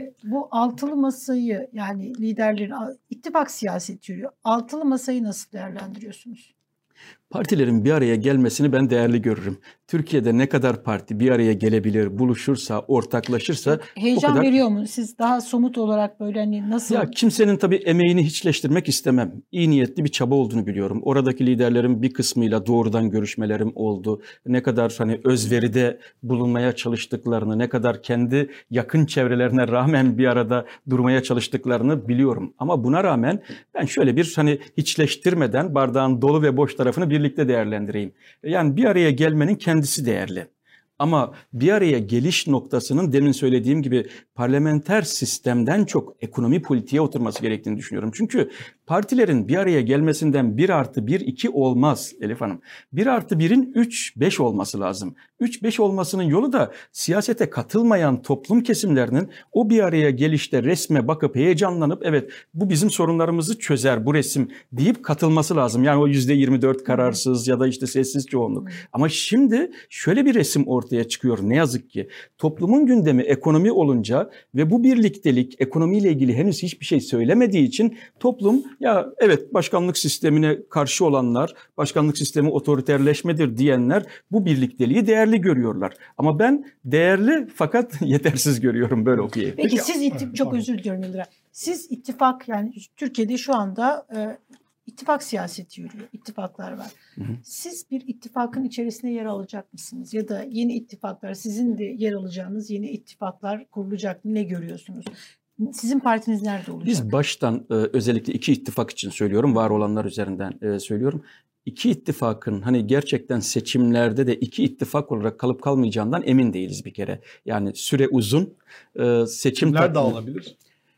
bu altılı masayı, yani liderlerin ittifak siyaseti yürüyor. Altılı masayı nasıl değerlendiriyorsunuz? Partilerin bir araya gelmesini ben değerli görürüm. Türkiye'de ne kadar parti bir araya gelebilir, buluşursa, ortaklaşırsa heyecan o kadar... veriyor mu? Siz daha somut olarak böyle hani nasıl? Ya kimsenin tabii emeğini hiçleştirmek istemem. İyi niyetli bir çaba olduğunu biliyorum. Oradaki liderlerin bir kısmıyla doğrudan görüşmelerim oldu. Ne kadar hani özveride bulunmaya çalıştıklarını, ne kadar kendi yakın çevrelerine rağmen bir arada durmaya çalıştıklarını biliyorum. Ama buna rağmen ben şöyle bir hani hiçleştirmeden bardağın dolu ve boş tarafını birlikte değerlendireyim. Yani bir araya gelmenin kendisi değerli. Ama bir araya geliş noktasının demin söylediğim gibi parlamenter sistemden çok ekonomi politiğe oturması gerektiğini düşünüyorum. Çünkü partilerin bir araya gelmesinden 1+1 2 olmaz Elif Hanım. 1+1'in 3-5 olması lazım. 3-5 olmasının yolu da siyasete katılmayan toplum kesimlerinin o bir araya gelişte resme bakıp heyecanlanıp evet bu bizim sorunlarımızı çözer bu resim deyip katılması lazım. Yani o %24 kararsız ya da işte sessiz çoğunluk. Ama şimdi şöyle bir resim ortaya çıkıyor ne yazık ki. Toplumun gündemi ekonomi olunca ve bu birliktelik ekonomiyle ilgili henüz hiçbir şey söylemediği için toplum ya evet başkanlık sistemine karşı olanlar, başkanlık sistemi otoriterleşmedir diyenler bu birlikteliği değerli görüyorlar. Ama ben değerli fakat yetersiz görüyorum, böyle okuyayım. Peki siz çok özür diliyorum Yıldıray. Siz ittifak, yani Türkiye'de şu anda ittifak siyaseti yürüyor. İttifaklar var. Siz bir ittifakın içerisinde yer alacak mısınız? Ya da yeni ittifaklar, sizin de yer alacağınız yeni ittifaklar kurulacak mı? Ne görüyorsunuz? Sizin partiniz nerede olacak? Biz baştan özellikle iki ittifak için söylüyorum, var olanlar üzerinden söylüyorum. İki ittifakın hani gerçekten seçimlerde de iki ittifak olarak kalıp kalmayacağından emin değiliz bir kere. Yani süre uzun. Seçimler dağılabilir.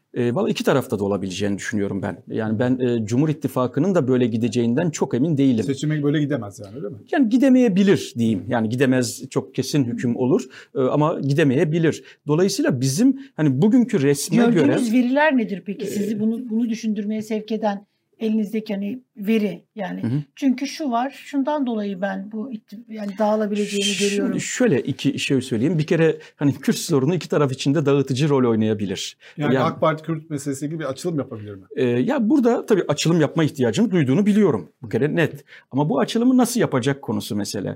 Vallahi iki tarafta da olabileceğini düşünüyorum ben. Yani ben Cumhur İttifakı'nın da böyle gideceğinden çok emin değilim. Seçime böyle gidemez yani, öyle mi? Yani gidemeyebilir diyeyim. Yani gidemez çok kesin hüküm olur ama gidemeyebilir. Dolayısıyla bizim hani bugünkü resme göre... Gördüğünüz veriler nedir peki? Sizi bunu düşündürmeye sevk eden elinizdeki hani veri yani. Çünkü şu var, şundan dolayı ben bu yani dağılabileceğini görüyorum. Şöyle iki şey söyleyeyim. Bir kere hani Kürt sorunu iki taraf içinde dağıtıcı rol oynayabilir. Yani AK Parti Kürt meselesi gibi bir açılım yapabilir mi? Ya burada tabii açılım yapma ihtiyacını duyduğunu biliyorum. Bu kere net. Ama bu açılımı nasıl yapacak konusu mesele.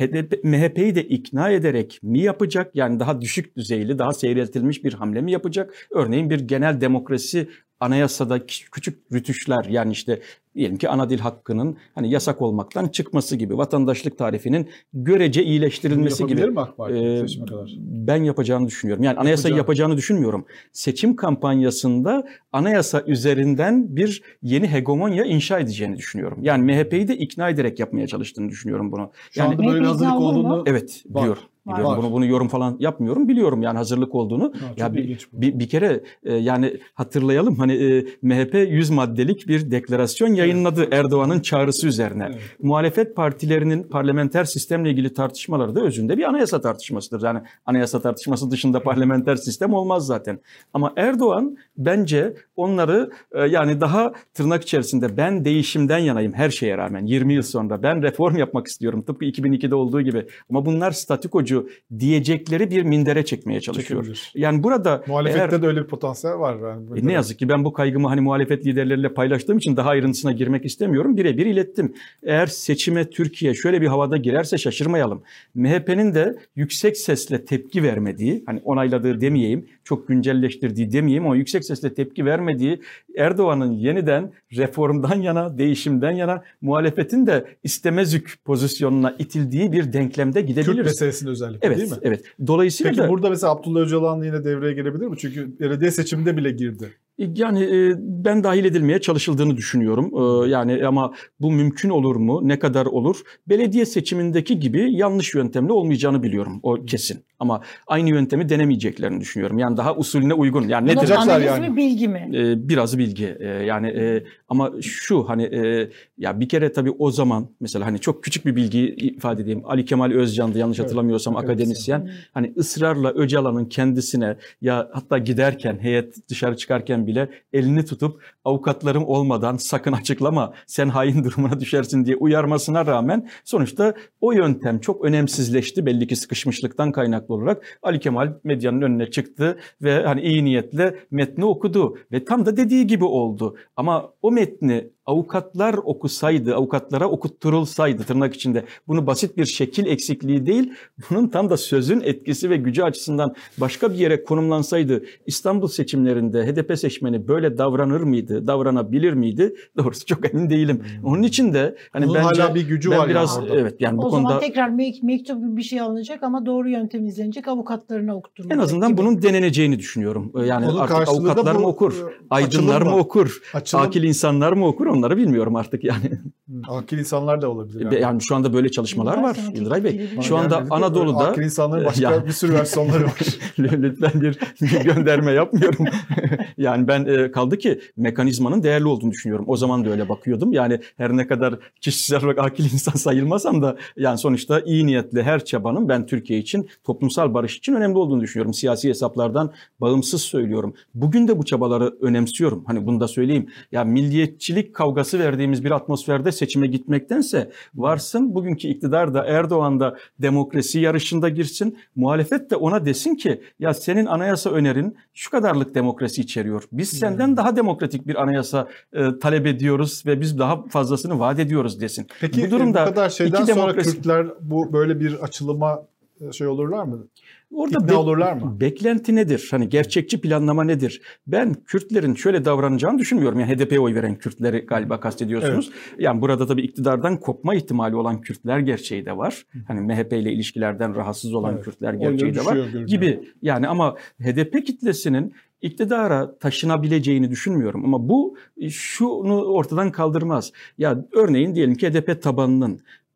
MHP'yi de ikna ederek mi yapacak? Yani daha düşük düzeyli, daha seyreltilmiş bir hamle mi yapacak? Örneğin bir genel demokrasi anayasada küçük rütuşlar, yani işte diyelim ki ana dil hakkının hani yasak olmaktan çıkması gibi, vatandaşlık tarifinin görece iyileştirilmesi gibi. Mi AK Parti seçime kadar? Ben yapacağını düşünüyorum. Yani anayasayı yapacağını düşünmüyorum. Seçim kampanyasında anayasa üzerinden bir yeni hegemonya inşa edeceğini düşünüyorum. Yani MHP'yi de ikna ederek yapmaya çalıştığını düşünüyorum bunu. Şu anda böyle hazırlık olduğunu... Evet, biliyorum. Bunu yorum falan yapmıyorum. Biliyorum yani hazırlık olduğunu. Ya bir kere yani hatırlayalım, hani MHP 100 maddelik bir deklarasyon yayınladı Erdoğan'ın çağrısı üzerine. Evet. Muhalefet partilerinin parlamenter sistemle ilgili tartışmaları da özünde bir anayasa tartışmasıdır. Yani anayasa tartışması dışında parlamenter sistem olmaz zaten. Ama Erdoğan bence onları yani daha tırnak içerisinde ben değişimden yanayım her şeye rağmen 20 yıl sonra ben reform yapmak istiyorum tıpkı 2002'de olduğu gibi. Ama bunlar statikocu diyecekleri bir mindere çekmeye çalışıyor. Çekebilir. Yani burada muhalefette de öyle bir potansiyel var. Yani ne yazık ki ben bu kaygımı hani muhalefet liderleriyle paylaştığım için daha ayrıntısına girmek istemiyorum. Birebir ilettim. Eğer seçime Türkiye şöyle bir havada girerse şaşırmayalım. MHP'nin de yüksek sesle tepki vermediği, hani onayladığı demeyeyim, çok güncelleştirdiği demeyeyim ama yüksek sesle tepki vermediği, Erdoğan'ın yeniden reformdan yana, değişimden yana, muhalefetin de istemezük pozisyonuna itildiği bir denklemde gidebiliriz. Kürt meselesinde özellikle, evet, değil mi? Evet. Dolayısıyla peki da, burada mesela Abdullah Öcalan yine devreye girebilir mi? Çünkü belediye seçiminde bile girdi. Yani ben dahil edilmeye çalışıldığını düşünüyorum. Yani ama bu mümkün olur mu? Ne kadar olur? Belediye seçimindeki gibi yanlış yöntemle olmayacağını biliyorum. O kesin. Ama aynı yöntemi denemeyeceklerini düşünüyorum. Yani daha usulüne uygun. Yani nedir? Analiz mi, bilgi mi? Biraz bilgi. Yani ama şu hani ya bir kere tabii o zaman mesela hani çok küçük bir bilgi ifade edeyim. Ali Kemal Özcan'dı yanlış hatırlamıyorsam, akademisyen. Hani ısrarla Öcalan'ın kendisine, ya hatta giderken, heyet dışarı çıkarken bile elini tutup avukatlarım olmadan sakın açıklama, sen hain durumuna düşersin diye uyarmasına rağmen sonuçta o yöntem çok önemsizleşti, belli ki sıkışmışlıktan kaynaklı olarak. Ali Kemal medyanın önüne çıktı ve hani iyi niyetle metni okudu ve tam da dediği gibi oldu. Ama o metni avukatlar okusaydı, avukatlara okutturulsaydı tırnak içinde, bunu basit bir şekil eksikliği değil, bunun tam da sözün etkisi ve gücü açısından başka bir yere konumlansaydı, İstanbul seçimlerinde HDP seçmeni böyle davranır mıydı, davranabilir miydi? Doğrusu çok emin değilim. Onun için de hani onun bence hala bir gücü var biraz yani evet yani bu o konuda zaman tekrar mektup bir şey alınacak ama doğru yöntem izlenecek, avukatlarına okutturulacak. En azından gibi. Bunun deneneceğini düşünüyorum. Yani onun artık avukatlar mı okur, aydınlar mı okur, akil insanlar mı okur, onları bilmiyorum artık yani. Akil insanlar da olabilir. Yani şu anda böyle çalışmalar var Yıldıray Bey. Şu anda Anadolu'da akil insanların başka bir sürü versiyonları var. Lütfen bir gönderme yapmıyorum. Yani ben kaldı ki mekanizmanın değerli olduğunu düşünüyorum. O zaman da öyle bakıyordum. Yani her ne kadar kişisel olarak akil insan sayılmasam da yani sonuçta iyi niyetli her çabanın ben Türkiye için, toplumsal barış için önemli olduğunu düşünüyorum. Siyasi hesaplardan bağımsız söylüyorum. Bugün de bu çabaları önemsiyorum. Hani bunu da söyleyeyim. Ya milliyetçilik kavgası verdiğimiz bir atmosferde seçime gitmektense varsın bugünkü iktidar da Erdoğan da demokrasi yarışında girsin. Muhalefet de ona desin ki ya senin anayasa önerin şu kadarlık demokrasi içeriyor. Biz senden daha demokratik bir anayasa talep ediyoruz ve biz daha fazlasını vaat ediyoruz desin. Peki bu durumda bu kadar şeyden sonra Kürtler bu böyle bir açılıma şey olurlar mı? Orada olurlar mı? Beklenti nedir? Hani gerçekçi planlama nedir? Ben Kürtlerin şöyle davranacağını düşünmüyorum. Yani HDP'ye oy veren Kürtleri galiba kastediyorsunuz. Evet. Yani burada tabii iktidardan kopma ihtimali olan Kürtler gerçeği de var. Hani MHP ile ilişkilerden rahatsız olan Kürtler gerçeği de var gibi. Yani ama HDP kitlesinin iktidara taşınabileceğini düşünmüyorum. Ama bu şunu ortadan kaldırmaz. Ya örneğin diyelim ki HDP tabanının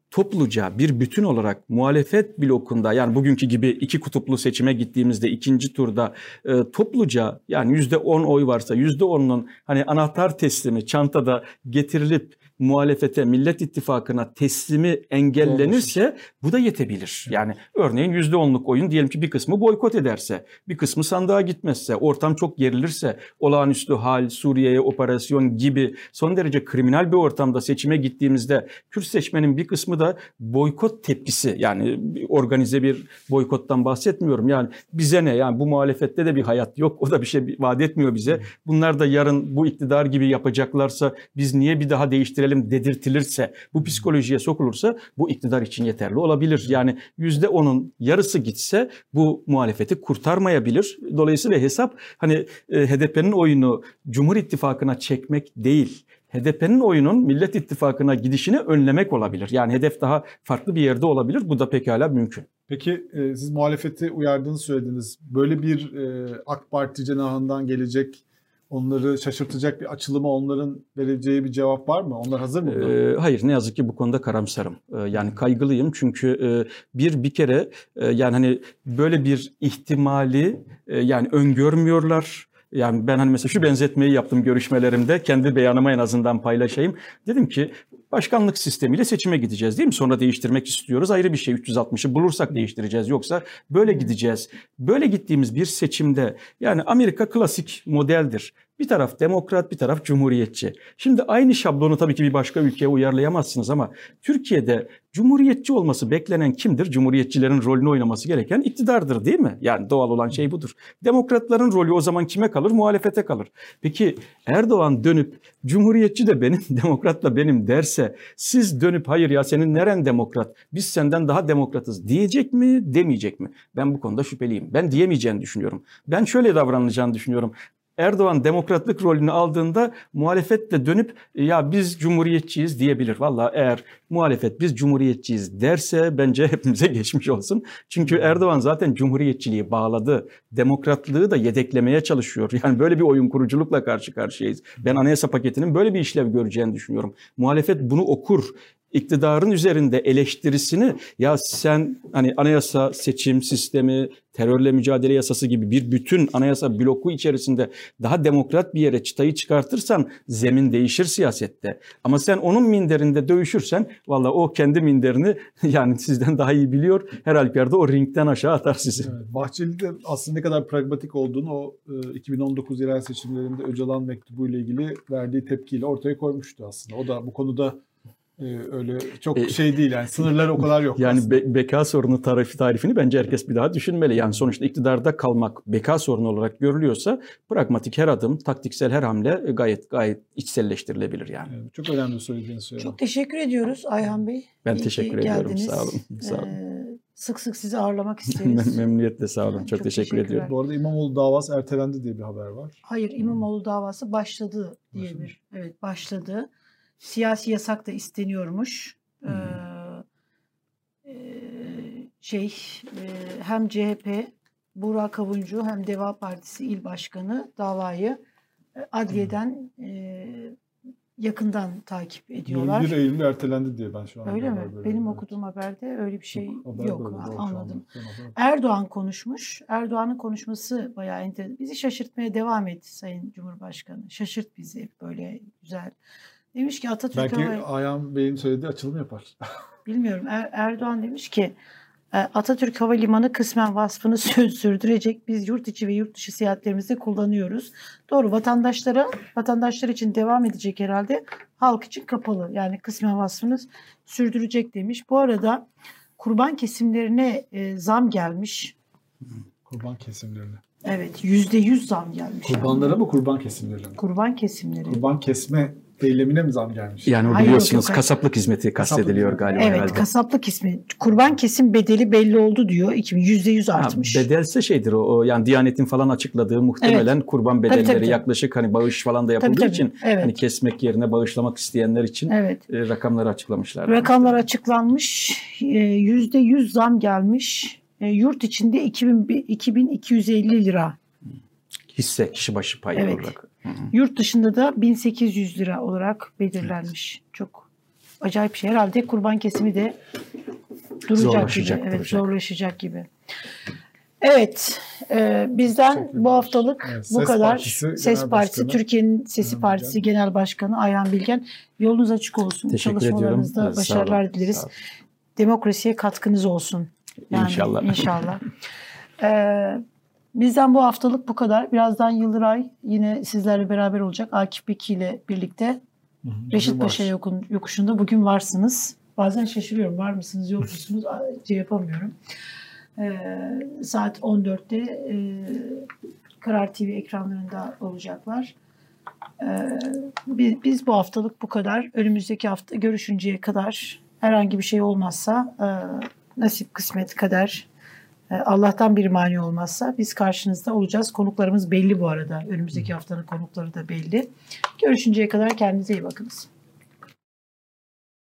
topluca bir bütün olarak muhalefet blokunda, yani bugünkü gibi iki kutuplu seçime gittiğimizde ikinci turda topluca, yani %10 oy varsa %10'unun hani anahtar teslimi çantada getirilip muhalefete, Millet İttifakı'na teslimi engellenirse bu da yetebilir. Yani örneğin %10'luk oyun diyelim ki bir kısmı boykot ederse, bir kısmı sandığa gitmezse, ortam çok gerilirse, olağanüstü hal, Suriye'ye operasyon gibi son derece kriminal bir ortamda seçime gittiğimizde Kürt seçmenin bir kısmı da boykot tepkisi, yani organize bir boykottan bahsetmiyorum. Yani bize ne, yani bu muhalefette de bir hayat yok, o da bir şey vaat etmiyor bize. Bunlar da yarın bu iktidar gibi yapacaklarsa biz niye bir daha değiştirelim dedirtilirse, bu psikolojiye sokulursa bu iktidar için yeterli olabilir. Yani %10'un yarısı gitse bu muhalefeti kurtarmayabilir. Dolayısıyla hesap hani HDP'nin oyunu Cumhur İttifakı'na çekmek değil, HDP'nin oyunun Millet İttifakı'na gidişini önlemek olabilir. Yani hedef daha farklı bir yerde olabilir. Bu da pekala mümkün. Peki siz muhalefeti uyardığınızı söylediniz. Böyle bir AK Parti cenahından gelecek, onları şaşırtacak bir açılıma onların vereceği bir cevap var mı? Onlar hazır mı? Hayır, ne yazık ki bu konuda karamsarım. Yani kaygılıyım çünkü bir kere yani hani böyle bir ihtimali yani öngörmüyorlar. Yani ben hani mesela şu benzetmeyi yaptım görüşmelerimde, kendi beyanıma en azından paylaşayım. Dedim ki başkanlık sistemiyle seçime gideceğiz değil mi? Sonra değiştirmek istiyoruz, ayrı bir şey, 360'ı bulursak değiştireceğiz, yoksa böyle gideceğiz. Böyle gittiğimiz bir seçimde, yani Amerika klasik modeldir. Bir taraf demokrat, bir taraf cumhuriyetçi. Şimdi aynı şablonu tabii ki bir başka ülkeye uyarlayamazsınız ama Türkiye'de cumhuriyetçi olması beklenen kimdir? Cumhuriyetçilerin rolünü oynaması gereken iktidardır değil mi? Yani doğal olan şey budur. Demokratların rolü o zaman kime kalır? Muhalefete kalır. Peki Erdoğan dönüp cumhuriyetçi de benim, demokrat da benim derse, siz dönüp hayır ya senin neren demokrat, biz senden daha demokratız diyecek mi, demeyecek mi? Ben bu konuda şüpheliyim. Ben diyemeyeceğini düşünüyorum. Ben şöyle davranacağını düşünüyorum. Erdoğan demokratlık rolünü aldığında muhalefet de dönüp ya biz cumhuriyetçiyiz diyebilir. Vallahi eğer muhalefet biz cumhuriyetçiyiz derse bence hepimize geçmiş olsun. Çünkü Erdoğan zaten cumhuriyetçiliği bağladı. Demokratlığı da yedeklemeye çalışıyor. Yani böyle bir oyun kuruculukla karşı karşıyayız. Ben anayasa paketinin böyle bir işlev göreceğini düşünüyorum. Muhalefet bunu okur. İktidarın üzerinde eleştirisini, ya sen hani anayasa, seçim sistemi, terörle mücadele yasası gibi bir bütün anayasa bloku içerisinde daha demokrat bir yere çıtayı çıkartırsan zemin değişir siyasette. Ama sen onun minderinde dövüşürsen vallahi o kendi minderini yani sizden daha iyi biliyor. Her halükarda o ringden aşağı atar sizi. Evet, Bahçeli de aslında ne kadar pragmatik olduğunu o 2019 yerel seçimlerinde Öcalan mektubu ile ilgili verdiği tepkiyle ortaya koymuştu aslında. O da bu konuda öyle çok şey değil, yani sınırları o kadar yok. Yani beka sorunu tarifini bence herkes bir daha düşünmeli. Yani sonuçta iktidarda kalmak beka sorunu olarak görülüyorsa pragmatik her adım, taktiksel her hamle gayet içselleştirilebilir yani. Evet, çok önemli söylediğiniz şey. Çok teşekkür ediyoruz Ayhan Bey. Ben teşekkür ediyorum. Sağ olun. Sağ olun. Sık sık sizi ağırlamak isteriz. Memnuniyetle sağ olun. Çok teşekkür ediyorum. Bu arada İmamoğlu davası ertelendi diye bir haber var. Hayır, İmamoğlu davası başladı diye evet başladı. Siyasi yasak da isteniyormuş. Hem CHP, Burak Kavuncu hem Deva Partisi İl Başkanı davayı adliyeden yakından takip ediyorlar. 21 Eylül ertelendi diye ben şu an. Öyle mi? Benim okuduğum haberde öyle bir şey yok. Anladım. Erdoğan konuşmuş. Erdoğan'ın konuşması bayağı enteresan. Bizi şaşırtmaya devam etti Sayın Cumhurbaşkanı. Şaşırt bizi, böyle güzel. Demiş ki Atatürk belki Ayhan Bey'in söylediği açılım yapar. Bilmiyorum. Erdoğan demiş ki Atatürk Havalimanı kısmen vasfını sürdürecek. Biz yurt içi ve yurt dışı seyahatlerimizde kullanıyoruz. Doğru, vatandaşlar için devam edecek herhalde. Halk için kapalı. Yani kısmen vasfını sürdürecek demiş. Bu arada kurban kesimlerine zam gelmiş. Kurban kesimlerine. Evet, %100 zam gelmiş. Kurbanlara mı, kurban kesimlerine mi? Kurban kesimleri. Kurban kesme eylemine mi zam gelmiş? Yani o biliyorsunuz kasaplık hizmeti kastediliyor galiba. Evet, herhalde. Kasaplık hizmeti. Kurban kesim bedeli belli oldu diyor. %100 artmış. Bedelse şeydir o yani Diyanet'in falan açıkladığı muhtemelen kurban bedelleri tabii. Yaklaşık hani bağış falan da yapıldığı için hani kesmek yerine bağışlamak isteyenler için rakamları açıklamışlar. Rakamlar açıklanmış. %100 zam gelmiş. Yurt içinde 2250 lira. Hisse kişi başı payı olarak. Yurt dışında da 1800 lira olarak belirlenmiş. Çok acayip bir şey. Herhalde kurban kesimi de duracak Zorlaşacak, gibi. Evet, duracak. zorlaşacak gibi. Evet, bizden bu haftalık Evet, bu Ses kadar. Partisi Ses Genel Partisi, Başkanı Türkiye'nin Sesi Ayhan Partisi Bilgen. Genel Başkanı Ayhan Bilgen. Yolunuz açık olsun. Teşekkür Çalışmalarınızda ediyorum. Sağ başarılar olun, dileriz. sağ olun. Demokrasiye katkınız olsun. Yani, İnşallah. İnşallah. Bizden bu haftalık bu kadar. Birazdan Yıldıray yine sizlerle beraber olacak. Akif Beki ile birlikte Reşit Paşa yokuşunda bugün varsınız. Bazen şaşırıyorum. Var mısınız, yok musunuz? Yapamıyorum. Saat 14'te Karar TV ekranlarında olacaklar. Biz bu haftalık bu kadar. Önümüzdeki hafta görüşünceye kadar herhangi bir şey olmazsa, nasip, kısmet, kader, Allah'tan bir mani olmazsa biz karşınızda olacağız. Konuklarımız belli bu arada. Önümüzdeki haftanın konukları da belli. Görüşünceye kadar kendinize iyi bakınız.